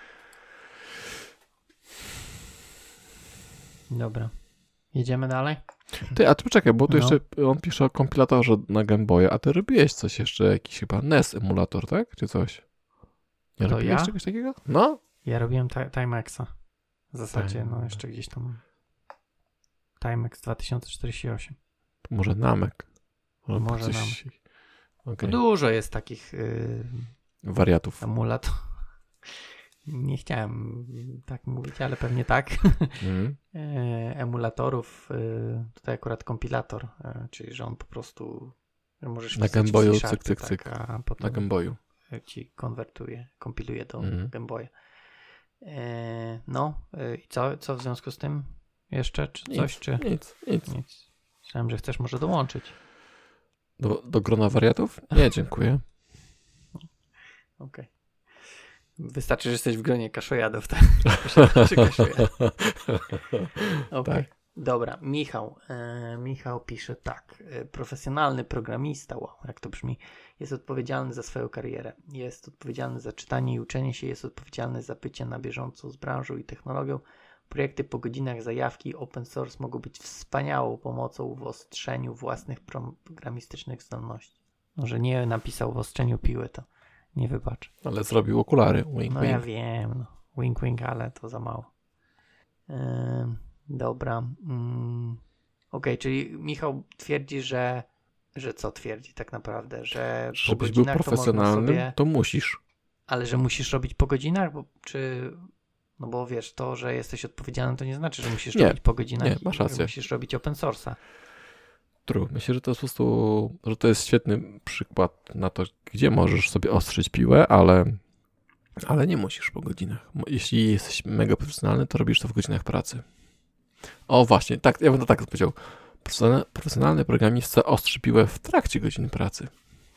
Dobra. Jedziemy dalej? Ty, a ty poczekaj, bo tu no. jeszcze on pisze o kompilatorze na Game Boya, a ty robiłeś coś jeszcze, jakiś chyba N E S emulator, tak? Czy coś? Nie to robiłeś ja? czegoś takiego? No. Ja robiłem ta- Timexa. W zasadzie, Time. no jeszcze gdzieś tam Timex dwa tysiące czterdzieści osiem. To może Namek. Może, może coś... Namek. Okay. Dużo jest takich yy, wariatów. Emulatorów. Nie chciałem tak mówić, ale pewnie tak. Mm. Emulatorów, tutaj akurat kompilator, czyli że on po prostu możesz na Game Boyu, cyk, cyk, tak, cyk. A potem na Game Boyu ci konwertuje, kompiluje do mm. Game Boya. No i co, co w związku z tym jeszcze? Czy coś? Nic, czy... nic, nic. nic. Myślałem, że chcesz może dołączyć. Do, do grona wariatów? Nie, dziękuję. Okej. Okay. Wystarczy, że jesteś w gronie kaszojadów, tak? Czy kaszojadów. Okay. Tak. Dobra, Michał. E, Michał pisze tak. E, profesjonalny programista, wow, jak to brzmi, jest odpowiedzialny za swoją karierę. Jest odpowiedzialny za czytanie i uczenie się, jest odpowiedzialny za bycie na bieżąco z branżą i technologią. Projekty po godzinach, zajawki, open source mogą być wspaniałą pomocą w ostrzeniu własnych programistycznych zdolności. Może nie napisał w ostrzeniu piły, to nie wybaczę. Ale zrobił okulary. Wink, no wink. ja wiem. No. Wink, wink, ale to za mało. Yy, dobra. Yy. Okej, okay, czyli Michał twierdzi, że że co twierdzi tak naprawdę? Że żebyś był profesjonalnym, to, sobie, to musisz. Ale że musisz robić po godzinach? Bo, czy... No bo wiesz, to, że jesteś odpowiedzialny, to nie znaczy, że musisz nie, robić po godzinach. Nie, masz rację. Że musisz robić open source'a. True. Myślę, że to jest po prostu, że to jest świetny przykład na to, gdzie możesz sobie ostrzyć piłę, ale, ale nie musisz po godzinach. Jeśli jesteś mega profesjonalny, to robisz to w godzinach pracy. O właśnie, tak, ja bym to tak powiedział. Profesjonalny programista ostrzy piłę w trakcie godzin pracy.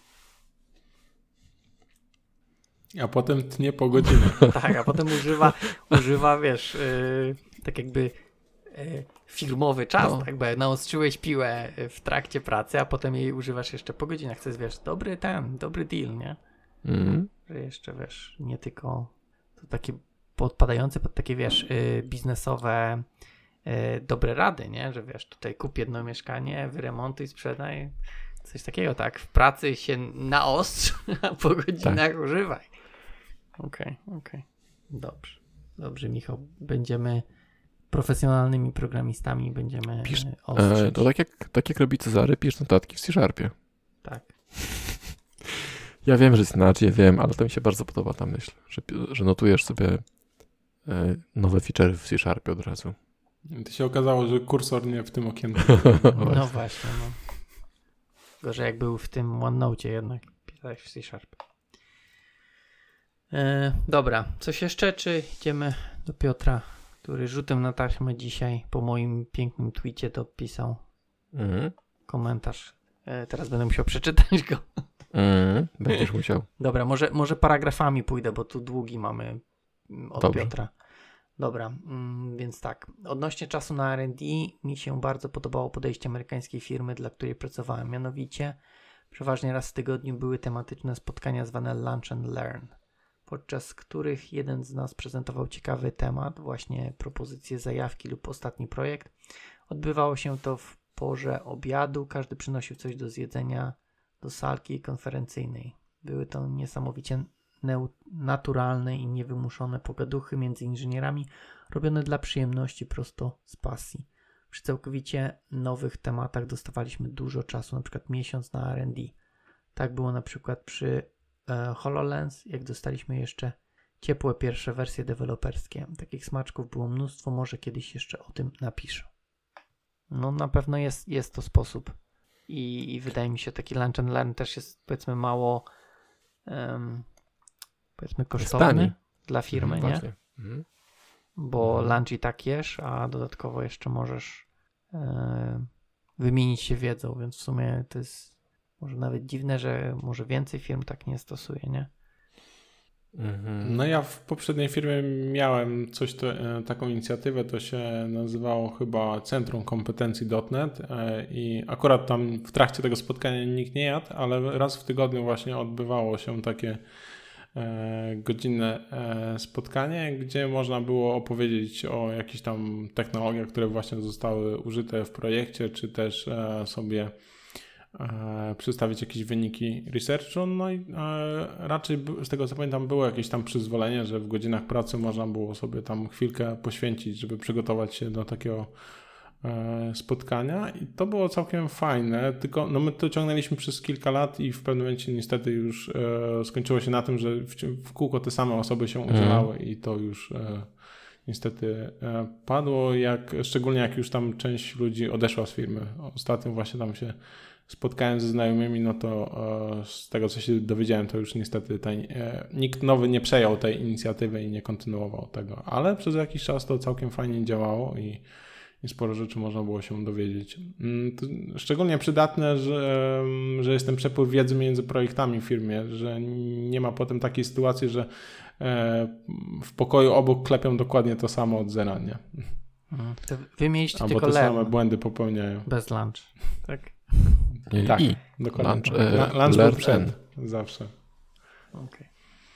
A potem tnie po godzinach. Tak, a potem używa, używa wiesz, yy, tak jakby yy, firmowy czas, no. tak jakby naostrzyłeś piłę w trakcie pracy, a potem jej używasz jeszcze po godzinach. To jest, wiesz, dobry ten, dobry deal, nie? Mm. Że jeszcze, wiesz, nie tylko to takie podpadające pod takie, wiesz, yy, biznesowe yy, dobre rady, nie? Że wiesz, tutaj kup jedno mieszkanie, wyremontuj, sprzedaj. Coś takiego, tak? W pracy się naostrz, a po godzinach tak. używaj. Okej, okay, okej. Okay. Dobrze. Dobrze, Michał. Będziemy profesjonalnymi programistami będziemy Pisz, ostrzyć. e, to tak jak, tak jak robi Cezary, pisz notatki w C-Sharpie. Tak. Ja wiem, że jest inaczej, wiem, ale to mi się bardzo podoba ta myśl, że, że notujesz sobie e, nowe feature'y w C-Sharpie od razu. To się okazało, że kursor nie w tym okienku. No właśnie, no. Gorzej jak był w tym OneNote jednak, pisałeś w C-Sharp. E, dobra, coś jeszcze, czy idziemy do Piotra, który rzutem na taśmę dzisiaj po moim pięknym tweetie dopisał Mhm. komentarz. E, teraz będę musiał przeczytać go. Mhm. Będziesz musiał. Dobra, może, może paragrafami pójdę, bo tu długi mamy od Dobrze. Piotra. Dobra, mm, więc tak. Odnośnie czasu na R and D mi się bardzo podobało podejście amerykańskiej firmy, dla której pracowałem. Mianowicie przeważnie raz w tygodniu były tematyczne spotkania zwane Lunch and Learn, podczas których jeden z nas prezentował ciekawy temat, właśnie propozycję zajawki lub ostatni projekt. Odbywało się to w porze obiadu, każdy przynosił coś do zjedzenia do salki konferencyjnej. Były to niesamowicie neu- naturalne i niewymuszone pogaduchy między inżynierami, robione dla przyjemności, prosto z pasji. Przy całkowicie nowych tematach dostawaliśmy dużo czasu, na przykład miesiąc na R and D. Tak było na przykład przy e, HoloLens, jak dostaliśmy jeszcze ciepłe pierwsze wersje deweloperskie. Takich smaczków było mnóstwo, może kiedyś jeszcze o tym napiszę. No na pewno jest, jest to sposób. I, I wydaje mi się, taki lunch and learn też jest, powiedzmy, mało um, powiedzmy kosztowny Tani. dla firmy, Mhm, nie? właśnie. Mhm. Bo Mhm. lunch i tak jesz, a dodatkowo jeszcze możesz e, wymienić się wiedzą, więc w sumie to jest może nawet dziwne, że może więcej firm tak nie stosuje, nie? Mhm. No ja w poprzedniej firmie miałem coś, to, taką inicjatywę, to się nazywało chyba Centrum Kompetencji kropka net i akurat tam w trakcie tego spotkania nikt nie jadł, ale raz w tygodniu właśnie odbywało się takie godzinne spotkanie, gdzie można było opowiedzieć o jakichś tam technologiach, które właśnie zostały użyte w projekcie, czy też sobie przedstawić jakieś wyniki researchu, no i raczej z tego co pamiętam było jakieś tam przyzwolenie, że w godzinach pracy można było sobie tam chwilkę poświęcić, żeby przygotować się do takiego spotkania i to było całkiem fajne, tylko no my to ciągnęliśmy przez kilka lat i w pewnym momencie niestety już skończyło się na tym, że w kółko te same osoby się udzielały mm. i to już niestety padło, jak, szczególnie jak już tam część ludzi odeszła z firmy. Ostatnio właśnie tam się spotkałem ze znajomymi, no to e, z tego, co się dowiedziałem, to już niestety ten, e, nikt nowy nie przejął tej inicjatywy i nie kontynuował tego, ale przez jakiś czas to całkiem fajnie działało i, i sporo rzeczy można było się dowiedzieć. To szczególnie przydatne, że, że jest ten przepływ wiedzy między projektami w firmie, że nie ma potem takiej sytuacji, że e, w pokoju obok klepią dokładnie to samo od zera, nie? To wy mieliście albo tylko te learn. same błędy popełniają. Bez lunch, tak? Nie, Tak, i dokładnie. lunch, e, lunch, lunch learn był przed, and. zawsze. Okej. Okay.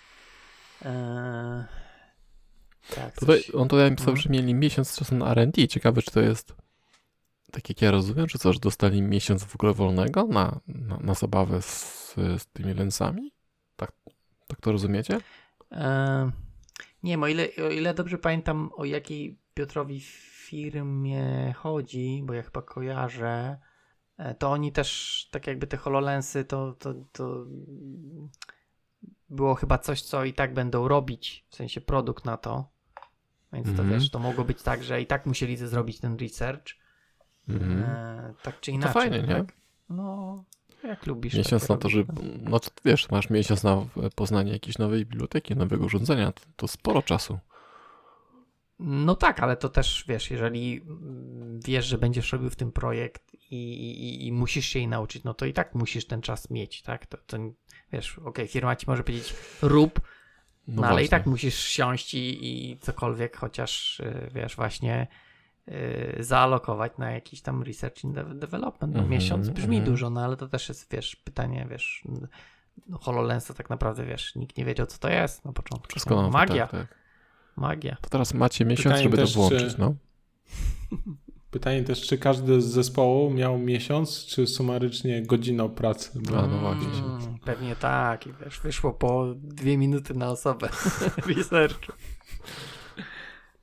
Eee, tak, Tutaj, coś... on tutaj napisał, że mieli miesiąc czasu na R and D. Ciekawe, czy to jest tak jak ja rozumiem, czy co, że dostali miesiąc w ogóle wolnego na, na, na zabawę z, z tymi lensami? Tak, tak to rozumiecie? Eee, nie wiem, o ile, o ile dobrze pamiętam, o jakiej Piotrowi firmie chodzi, bo ja chyba kojarzę, to oni też, tak jakby te HoloLensy, to, to, to było chyba coś, co i tak będą robić, w sensie produkt na to. Więc to mm-hmm. wiesz, to mogło być tak, że i tak musieli zrobić ten research. Mm-hmm. E, tak czy inaczej. To fajnie, tak? Nie? No, jak lubisz. Miesiąc na to, że, no to wiesz, masz miesiąc na poznanie jakiejś nowej biblioteki, nowego urządzenia, to, to sporo czasu. No tak, ale to też, wiesz, jeżeli wiesz, że będziesz robił w tym projekt i, i, i musisz się jej nauczyć, no to i tak musisz ten czas mieć, tak? To, to wiesz, okej, okay, firma ci może powiedzieć rób, no, no ale i tak musisz siąść i, i cokolwiek chociaż, wiesz, właśnie yy, zaalokować na jakiś tam research and development. No, mm-hmm, miesiąc brzmi mm-hmm. dużo, no ale to też jest, wiesz, pytanie, wiesz, no, HoloLens to tak naprawdę, wiesz, nikt nie wiedział, co to jest na początku. Wszystko no, nowe, magia. Tak, tak. Magia. To teraz macie miesiąc, Pytanie żeby też, to włączyć, czy... no. Pytanie też, czy każdy z zespołu miał miesiąc, czy sumarycznie godzinę pracy? A, no właśnie. Mm, pewnie tak. I wiesz, wyszło po dwie minuty na osobę researchu.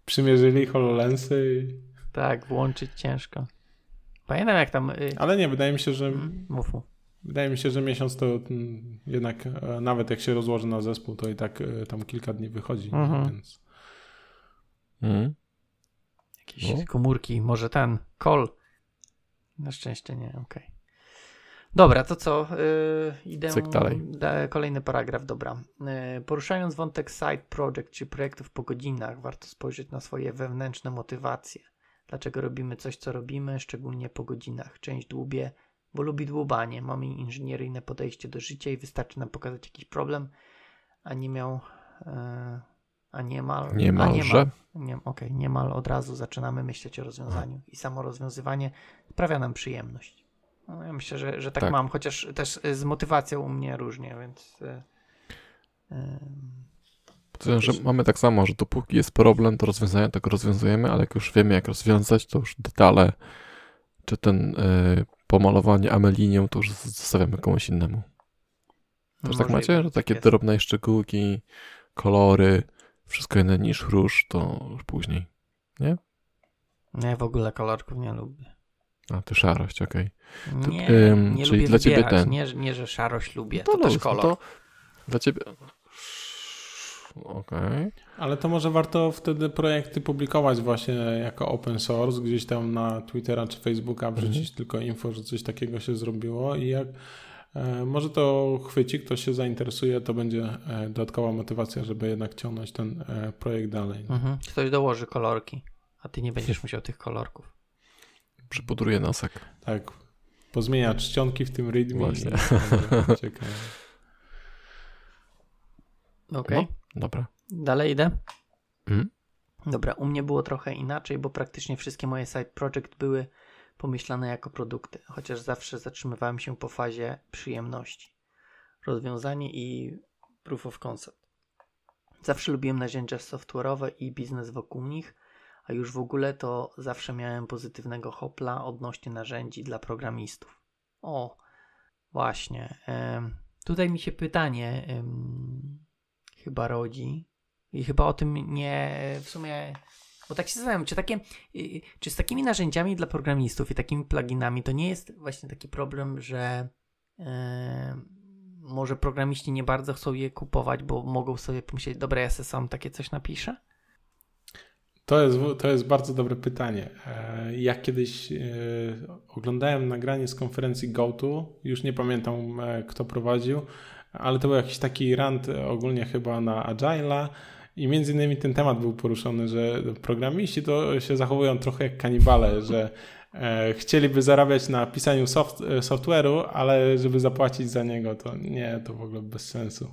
przymierzyli HoloLensy. I... Tak, włączyć ciężko. Pamiętam jak tam... Y... Ale nie, wydaje mi się, że... Mm, mów, mów. Wydaje mi się, że miesiąc to mm, jednak e, nawet jak się rozłoży na zespół, to i tak e, tam kilka dni wychodzi, Mhm. więc... Mhm. Jakieś No. komórki, może ten, call. Na szczęście nie, okej. Okay. Dobra, to co? Yy, idę Cyk dalej. Da, kolejny paragraf, dobra. Yy, poruszając wątek side project czy projektów po godzinach, warto spojrzeć na swoje wewnętrzne motywacje. Dlaczego robimy coś, co robimy, szczególnie po godzinach. Część dłubie, bo lubi dłubanie. Mamy inżynieryjne podejście do życia i wystarczy nam pokazać jakiś problem, a nie miał... Yy, a niemal... Niemalże. Nie, Okej, okay, niemal od razu zaczynamy myśleć o rozwiązaniu i samo rozwiązywanie sprawia nam przyjemność. No, ja myślę, że, że tak, tak mam, chociaż też z motywacją u mnie różnie, więc... Yy, yy, że mamy tak samo, że dopóki jest problem, to rozwiązania tak rozwiązujemy, ale jak już wiemy, jak rozwiązać, to już detale, czy ten yy, pomalowanie amelinią, to już zostawiamy komuś innemu. Też tak macie, że takie jest. Drobne szczegółki, kolory, wszystko inne niż róż, to już później, nie? Ja w ogóle kolorków nie lubię. A, ty szarość, okej. Okay. Nie, ym, nie czyli lubię dla wybierać, ciebie ten... nie, nie, że szarość lubię, to, to, to luz, też kolor. To dla ciebie... Okej. Okay. Ale to może warto wtedy projekty publikować właśnie jako open source, gdzieś tam na Twittera czy Facebooka wrzucić mm. tylko info, że coś takiego się zrobiło i jak e, może to chwyci, ktoś się zainteresuje, to będzie e, dodatkowa motywacja, żeby jednak ciągnąć ten e, projekt dalej. Mhm. Ktoś dołoży kolorki, a ty nie będziesz musiał tych kolorków. Przypudruje nosek. Tak. Pozmienia czcionki w tym readme. Właśnie. Ciekawe. Okej. Okay. No, dobra. Dalej idę? Mm? Dobra, u mnie było trochę inaczej, bo praktycznie wszystkie moje side project były pomyślane jako produkty, chociaż zawsze zatrzymywałem się po fazie przyjemności. Rozwiązanie i proof of concept. Zawsze lubiłem narzędzia software'owe i biznes wokół nich, a już w ogóle to zawsze miałem pozytywnego hopla odnośnie narzędzi dla programistów. O, właśnie. Ym, tutaj mi się pytanie ym, chyba rodzi i chyba o tym nie w sumie, bo tak się zastanawiam, czy takie, y, czy z takimi narzędziami dla programistów i takimi pluginami to nie jest właśnie taki problem, że yy, może programiści nie bardzo chcą je kupować, bo mogą sobie pomyśleć, dobra, ja sobie sam takie coś napiszę? To jest, to jest bardzo dobre pytanie. Ja kiedyś oglądałem nagranie z konferencji GoTo, już nie pamiętam kto prowadził, ale to był jakiś taki rant ogólnie chyba na Agile'a i między innymi ten temat był poruszony, że programiści to się zachowują trochę jak kanibale, że chcieliby zarabiać na pisaniu soft, software'u, ale żeby zapłacić za niego, to nie, to w ogóle bez sensu.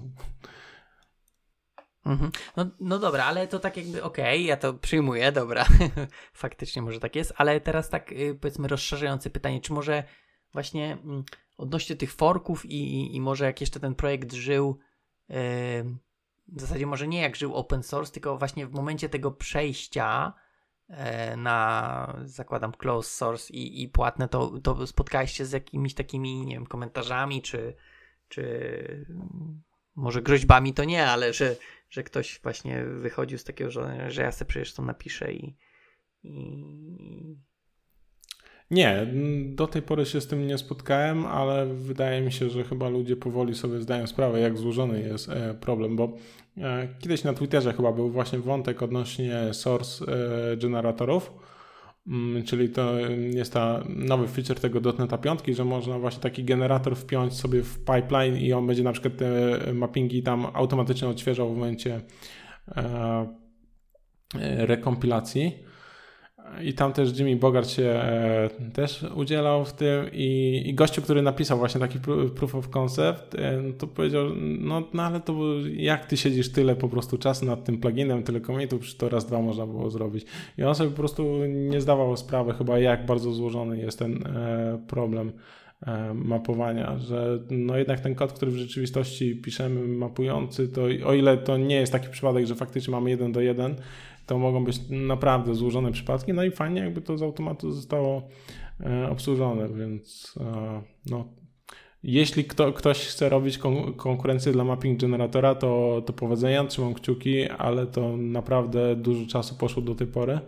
Mhm. No, no dobra, ale to tak jakby okej, okay, ja to przyjmuję, dobra, faktycznie może tak jest, ale teraz tak powiedzmy rozszerzające pytanie, czy może właśnie mm, odnośnie tych forków i, i, i może jak jeszcze ten projekt żył, yy, w zasadzie może nie jak żył open source, tylko właśnie w momencie tego przejścia yy, na, zakładam, closed source i, i płatne, to, to spotkałeś się z jakimiś takimi, nie wiem, komentarzami, czy, czy może groźbami to nie, ale że że ktoś właśnie wychodził z takiego, że, że ja sobie przecież to napiszę i, i... Nie, do tej pory się z tym nie spotkałem, ale wydaje mi się, że chyba ludzie powoli sobie zdają sprawę, jak złożony jest problem, bo kiedyś na Twitterze chyba był właśnie wątek odnośnie source generatorów, czyli to jest ta nowy feature tego dotneta pięć, że można właśnie taki generator wpiąć sobie w pipeline i on będzie na przykład te mappingi tam automatycznie odświeżał w momencie e, rekompilacji. I tam też Jimmy Bogart się e, też udzielał w tym i, i gościu, który napisał właśnie taki proof of concept, e, to powiedział, no, no ale to jak ty siedzisz tyle po prostu czasu nad tym pluginem, tyle commitów, przecież to raz, dwa można było zrobić. I on sobie po prostu nie zdawał sprawy chyba, jak bardzo złożony jest ten e, problem e, mapowania, że no jednak ten kod, który w rzeczywistości piszemy mapujący, to o ile to nie jest taki przypadek, że faktycznie mamy jeden do jeden, to mogą być naprawdę złożone przypadki, no i fajnie jakby to z automatu zostało e, obsłużone, więc e, no jeśli kto, ktoś chce robić kon- konkurencję dla mapping generatora, to, to powodzenia, trzymam kciuki, ale to naprawdę dużo czasu poszło do tej pory.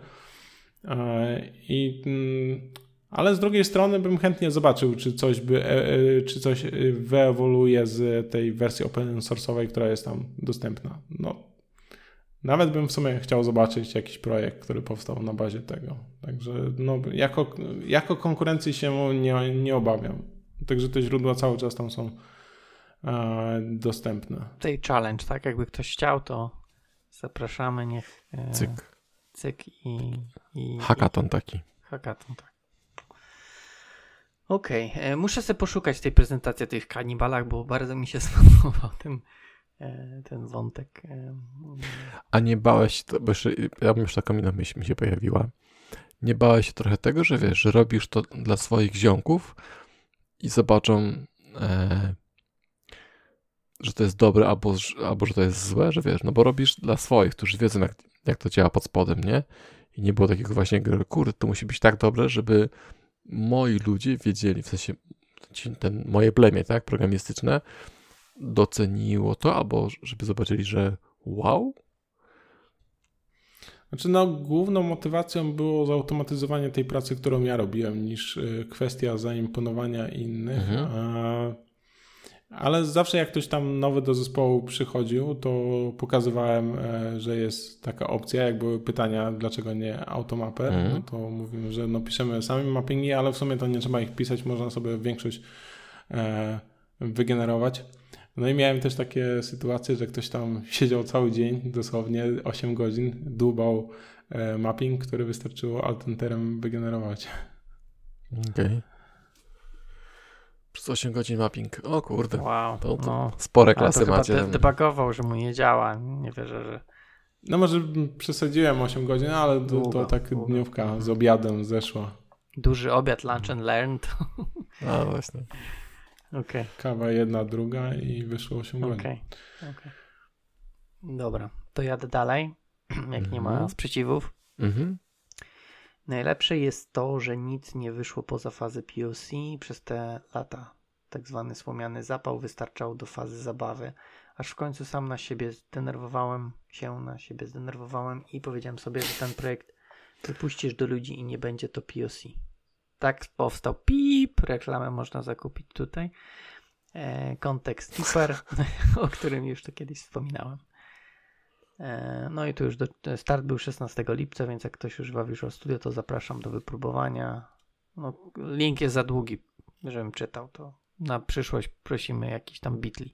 I, ale z drugiej strony bym chętnie zobaczył, czy coś, by, czy coś wyewoluuje z tej wersji open source'owej, która jest tam dostępna. No, nawet bym w sumie chciał zobaczyć jakiś projekt, który powstał na bazie tego. Także no, jako, jako konkurencji się nie, nie obawiam. Także te źródła cały czas tam są e, dostępne. Tej challenge, tak? Jakby ktoś chciał, to zapraszamy, niech... E, cyk. Cyk i... i hackathon i, taki. Hackathon, tak. Okej, okay. Muszę sobie poszukać tej prezentacji o tych kanibalach, bo bardzo mi się spodobał ten, ten wątek. A nie bałeś się, bo jeszcze, ja bym już taką inną myśl mi się pojawiła, nie bałeś się trochę tego, że wiesz, że robisz to dla swoich ziomków i zobaczą, e, że to jest dobre albo, albo że to jest złe, że wiesz, no bo robisz dla swoich, którzy wiedzą jak, jak to działa pod spodem, nie? I nie było takiego właśnie, kurde, to musi być tak dobre, żeby moi ludzie wiedzieli, w sensie ten, moje plemię, tak, programistyczne, doceniło to, albo żeby zobaczyli, że wow. Znaczy no, główną motywacją było zautomatyzowanie tej pracy, którą ja robiłem, niż y, kwestia zaimponowania innych. Mhm. A, ale zawsze jak ktoś tam nowy do zespołu przychodził, to pokazywałem, e, że jest taka opcja, jak były pytania, dlaczego nie Automapper, mhm. no to mówimy, że no, piszemy sami mappingi, ale w sumie to nie trzeba ich pisać, można sobie większość e, wygenerować. No i miałem też takie sytuacje, że ktoś tam siedział cały dzień, dosłownie osiem godzin, dłubał e, mapping, który wystarczyło Alt-Enterem wygenerować. Okej. Okay. Przez osiem godzin mapping. O kurde. Wow. To, to no. spore klasy to macie. Chyba de- debugował, że mu nie działa. Nie wierzę, że... No może przesadziłem osiem godzin, ale to, długo, to tak długo. dniówka z obiadem zeszła. Duży obiad, lunch and learn. To... A właśnie. Okay. Kawa jedna, druga i wyszło osiem godzin. Okej, okay. okay. Dobra, to jadę dalej, jak mm-hmm. nie ma sprzeciwów. Mm-hmm. Najlepsze jest to, że nic nie wyszło poza fazę P O C przez te lata. Tak zwany słomiany zapał wystarczał do fazy zabawy, aż w końcu sam na siebie zdenerwowałem się, na siebie zdenerwowałem i powiedziałem sobie, że ten projekt wypuścisz do ludzi i nie będzie to P O C. Tak powstał pip, reklamę można zakupić tutaj. E, kontekst Keeper, o którym już to kiedyś wspominałem. E, no i tu już do, start był szesnastego lipca, więc jak ktoś już w Visual Studio, to zapraszam do wypróbowania. No, link jest za długi, żebym czytał, to na przyszłość prosimy jakiś tam bitly.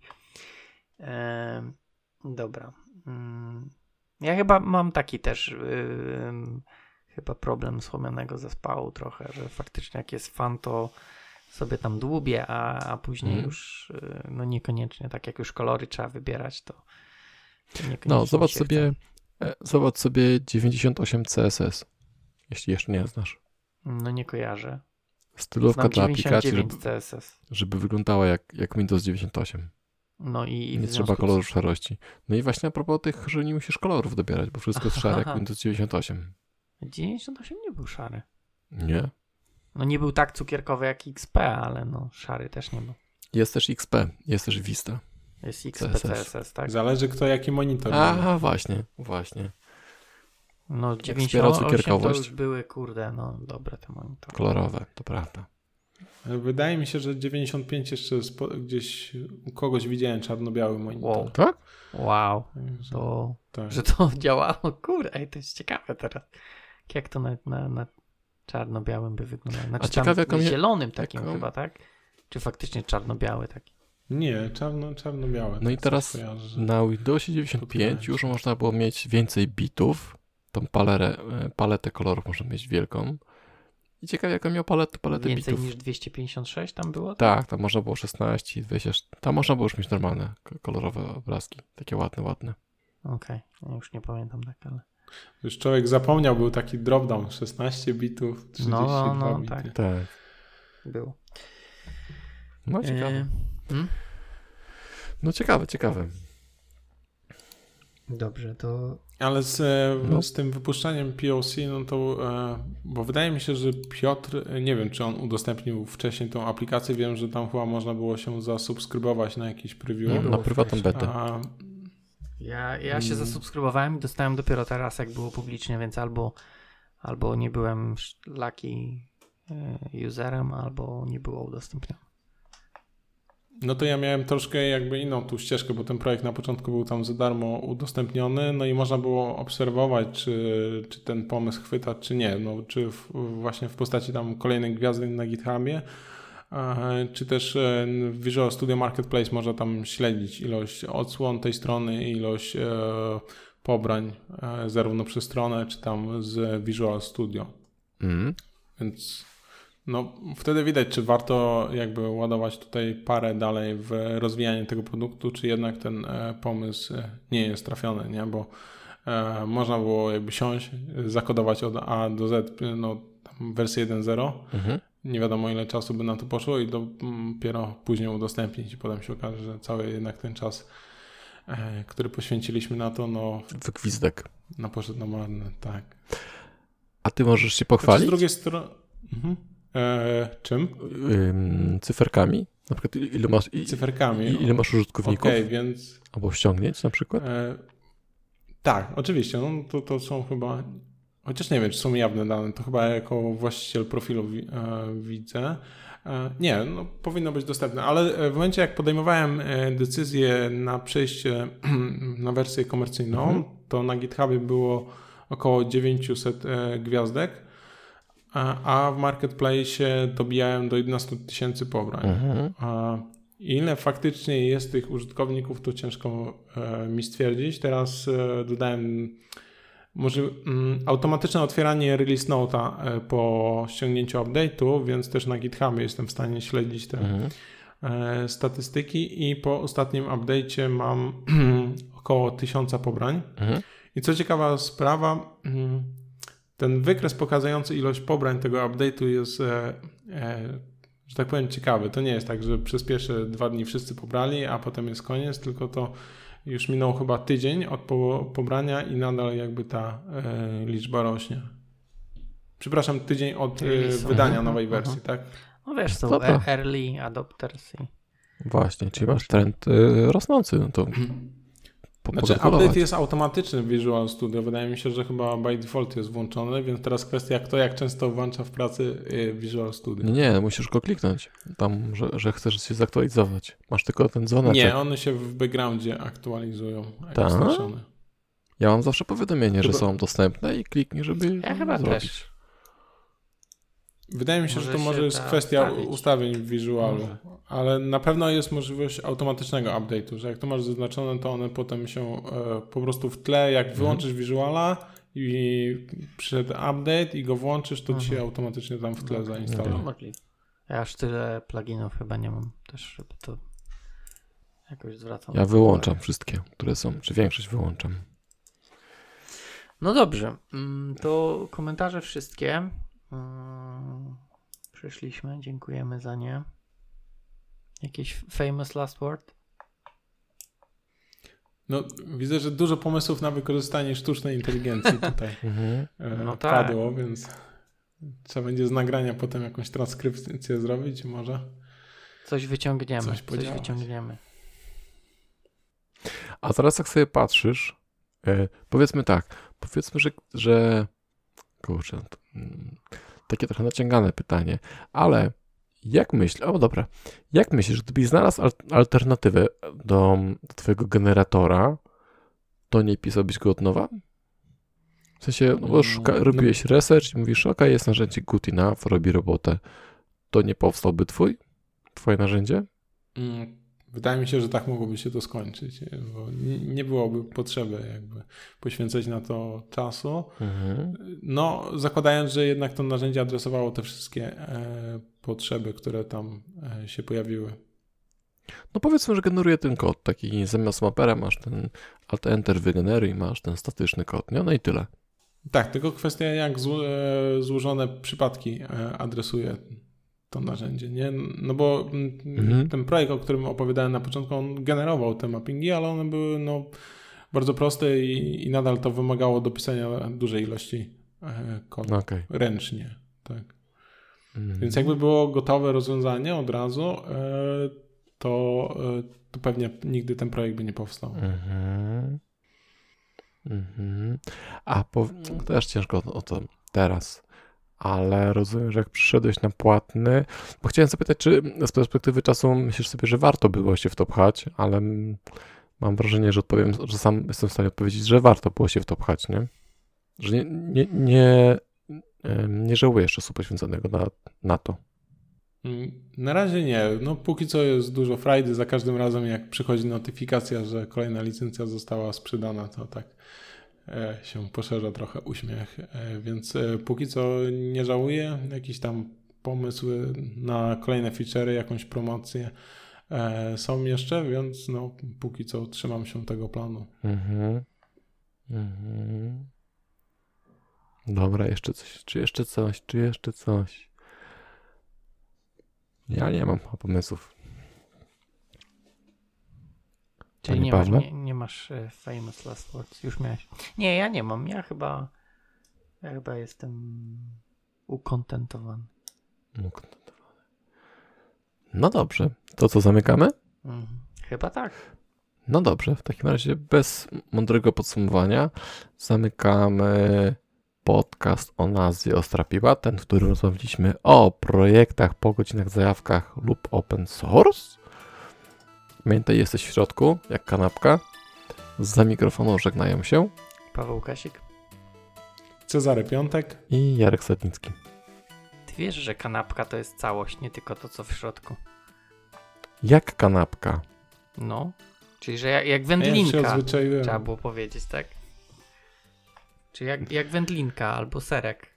E, dobra. Mm, ja chyba mam taki też yy, chyba problem słomianego zespołu trochę, że faktycznie jak jest fan, to sobie tam dłubię, a, a później mm. już no niekoniecznie, tak jak już kolory trzeba wybierać, to, to niekoniecznie. No, zobacz sobie, chce. zobacz sobie dziewięćdziesiąt osiem C S S, jeśli jeszcze nie znasz. No nie kojarzę. Stylówka dla aplikacji, żeby, C S S. żeby wyglądała jak, jak Windows dziewięćdziesiąt osiem. No i, i nie trzeba kolorów szarości. No i właśnie a propos tych, że nie musisz kolorów dobierać, bo wszystko jest szare jak Windows dziewięćdziesiąt osiem. dziewięćdziesiąt osiem nie był szary. Nie. No nie był tak cukierkowy jak X P, ale no szary też nie był. Jest też X P, jest też Vista. Jest X P C S S, tak? Zależy kto jaki monitor. A, właśnie, właśnie. No dziewięćdziesiąt osiem to już były, kurde, no dobre te monitory. Kolorowe, to prawda. Wydaje mi się, że dziewięćdziesiąt pięć jeszcze spo, gdzieś u kogoś widziałem czarno-biały monitor. Wow. Tak? Wow. To, tak. Że to działało. Kurde, ej, to jest ciekawe teraz. Jak to na, na, na czarno-białym by wyglądało? Znaczy, a ciekawe, jaką zielonym takim jaką... chyba, tak? Czy faktycznie czarno-biały taki? Nie, czarno, czarno-białe. No i teraz kojarzy, na Windowsie dziewięćdziesiąt pięć już można było mieć więcej bitów. Tą palerę, paletę kolorów można mieć wielką. I ciekawe, jaką miał paletę, paletę więcej bitów. niż dwieście pięćdziesiąt sześć tam było? Tak, tam można było szesnaście, dwieście, tam można było już mieć normalne kolorowe obrazki. Takie ładne, ładne. Okej, okay. Ja już nie pamiętam tak, ale... Już człowiek zapomniał, był taki dropdown, szesnaście bitów, trzydzieści dwa no, no, bity. Tak, tak. Był. No ciekawe. E... Hmm? No ciekawe, ciekawe. Dobrze, to... Ale z, no. z tym wypuszczeniem P O C, no to, bo wydaje mi się, że Piotr, nie wiem, czy on udostępnił wcześniej tą aplikację, wiem, że tam chyba można było się zasubskrybować na jakiś preview. Nie, na prywatną betę. A... Ja, ja się hmm. zasubskrybowałem i dostałem dopiero teraz, jak było publicznie, więc albo, albo nie byłem lucky userem, albo nie było udostępnione. No to ja miałem troszkę jakby inną tu ścieżkę, bo ten projekt na początku był tam za darmo udostępniony, no i można było obserwować, czy, czy ten pomysł chwyta, czy nie, no czy w, właśnie w postaci tam kolejnych gwiazdek na GitHubie, czy też w Visual Studio Marketplace można tam śledzić ilość odsłon tej strony, ilość e, pobrań, e, zarówno przez stronę, czy tam z Visual Studio. Mm. Więc no wtedy widać, czy warto jakby ładować tutaj parę dalej w rozwijanie tego produktu, czy jednak ten e, pomysł nie jest trafiony, nie? Bo e, można było jakby siąść, zakodować od A do Z, no tam wersję jeden zero. Mhm. Nie wiadomo ile czasu by na to poszło i dopiero później udostępnić i potem się okaże, że cały jednak ten czas, e, który poświęciliśmy na to, no... Wygwizdek. No poszedł na marne, tak. A ty możesz się pochwalić? Znaczy z drugiej strony... Mhm. E, czym? Ym, cyferkami? Na przykład ile masz... I, cyferkami. Ile masz użytkowników? Okej, okay, więc... Albo ściągnięć na przykład? E, tak, oczywiście. No, to, to są chyba... Chociaż nie wiem, czy są jawne dane, to chyba jako właściciel profilu wi- e, widzę. E, nie, no powinno być dostępne, ale w momencie jak podejmowałem decyzję na przejście na wersję komercyjną, mhm. to na GitHubie było około dziewięćset e, gwiazdek, a, a w Marketplace dobijałem do jedenaście tysięcy pobrań. Mhm. A ile faktycznie jest tych użytkowników, to ciężko e, mi stwierdzić. Teraz e, dodałem może mm, automatyczne otwieranie release note'a e, po ściągnięciu update'u, więc też na GitHubie jestem w stanie śledzić te mhm. e, statystyki i po ostatnim update'cie mam około tysiąca pobrań. Mhm. I co ciekawa sprawa, mm, ten wykres pokazujący ilość pobrań tego update'u jest, e, e, że tak powiem, ciekawy. To nie jest tak, że przez pierwsze dwa dni wszyscy pobrali, a potem jest koniec, tylko to już minął chyba tydzień od po, pobrania i nadal jakby ta e, liczba rośnie. Przepraszam, tydzień od e, wydania nowej wersji, tak? No wiesz, są e- early adopters. I... Właśnie, czyli masz trend e, rosnący, no to... Znaczy update jest automatyczny w Visual Studio. Wydaje mi się, że chyba by default jest włączony, więc teraz kwestia kto jak często włącza w pracy Visual Studio. Nie, nie musisz go kliknąć tam, że, że chcesz się zaktualizować. Masz tylko ten dzwoneczek. Nie, one się w backgroundzie aktualizują. Tak? Ja mam zawsze powiadomienie, Chyba... że są dostępne i kliknij, żeby Ja chyba zrobić. też. Wydaje mi się, może że to może jest kwestia ustawić. ustawień w Visualu, może. Ale na pewno jest możliwość automatycznego update'u, że jak to masz zaznaczone, to one potem się e, po prostu w tle, jak mhm. wyłączysz Visuala i przyszedł update i go włączysz, to mhm. ci się automatycznie tam w tle okay. zainstaluje. No, ja aż tyle pluginów chyba nie mam też, żeby to jakoś zwracam. Ja wyłączam uwagę. Wszystkie, które są, czy większość wyłączam. No dobrze, to komentarze wszystkie. Przeszliśmy, dziękujemy za nie. Jakieś famous last word? No, widzę, że dużo pomysłów na wykorzystanie sztucznej inteligencji tutaj no padło, tak. Więc trzeba będzie z nagrania potem jakąś transkrypcję zrobić, może. Coś wyciągniemy, coś, coś wyciągniemy. A teraz jak sobie patrzysz, yy, powiedzmy tak, powiedzmy, że, że kurczę, to, mm, takie trochę naciągane pytanie, ale jak myślisz, o dobra, jak myślisz, gdybyś znalazł al- alternatywę do, do twojego generatora, to nie pisałbyś go od nowa? W sensie, no bo szuka, robiłeś research i mówisz, ok, jest narzędzie good enough, robi robotę, to nie powstałby twój, twoje narzędzie? Wydaje mi się, że tak mogłoby się to skończyć, bo nie byłoby potrzeby jakby poświęcać na to czasu. Mhm. No, zakładając, że jednak to narzędzie adresowało te wszystkie e, potrzeby, które tam e, się pojawiły. No powiedzmy, że generuje ten kod, taki zamiast mapera masz ten alt-enter wygeneruj, masz ten statyczny kod, nie? No i tyle. Tak, tylko kwestia jak zło, e, złożone przypadki e, adresuje to narzędzie, nie? No bo mhm. ten projekt, o którym opowiadałem na początku, on generował te mappingi, ale one były no bardzo proste i, i nadal to wymagało dopisania dużej ilości e, kodu okay. ręcznie. Tak. Mm. Więc jakby było gotowe rozwiązanie od razu, e, to, e, to pewnie nigdy ten projekt by nie powstał. Mm-hmm. Mm-hmm. A po, też ciężko o, o to teraz, ale rozumiem, że jak przyszedłeś na płatny, bo chciałem zapytać, czy z perspektywy czasu myślisz sobie, że warto było się w to pchać, ale mam wrażenie, że odpowiem, że sam jestem w stanie odpowiedzieć, że warto było się w to pchać, nie? Że nie, nie, nie, nie żałuję czasu poświęconego na, na to. Na razie nie. No póki co jest dużo frajdy. Za każdym razem jak przychodzi notyfikacja, że kolejna licencja została sprzedana, to tak e, się poszerza trochę uśmiech. E, więc e, póki co nie żałuję. Jakiś tam pomysły na kolejne feature'y, jakąś promocję e, są jeszcze, więc no póki co trzymam się tego planu. Mhm. Mhm. Dobra, jeszcze coś, czy jeszcze coś, czy jeszcze coś. Ja nie mam pomysłów. Czyli nie masz, nie, nie masz famous last words, już miałeś. Nie, ja nie mam, ja chyba ja chyba jestem ukontentowany. Ukontentowany. No dobrze, to co, zamykamy? Mhm. Chyba tak. No dobrze, w takim razie bez mądrego podsumowania zamykamy podcast o nazwie Ostra Piła, ten, w którym rozmawialiśmy o projektach po godzinach, zajawkach lub open source. Pamiętaj, jesteś w środku, jak kanapka. Za mikrofonu żegnają się Paweł Kasik, Cezary Piątek i Jarek Sadnicki. Ty wiesz, że kanapka to jest całość, nie tylko to, co w środku. Jak kanapka? No, czyli że jak, jak wędlinka, ja się trzeba było powiedzieć, tak? Czy jak, jak wędlinka albo serek.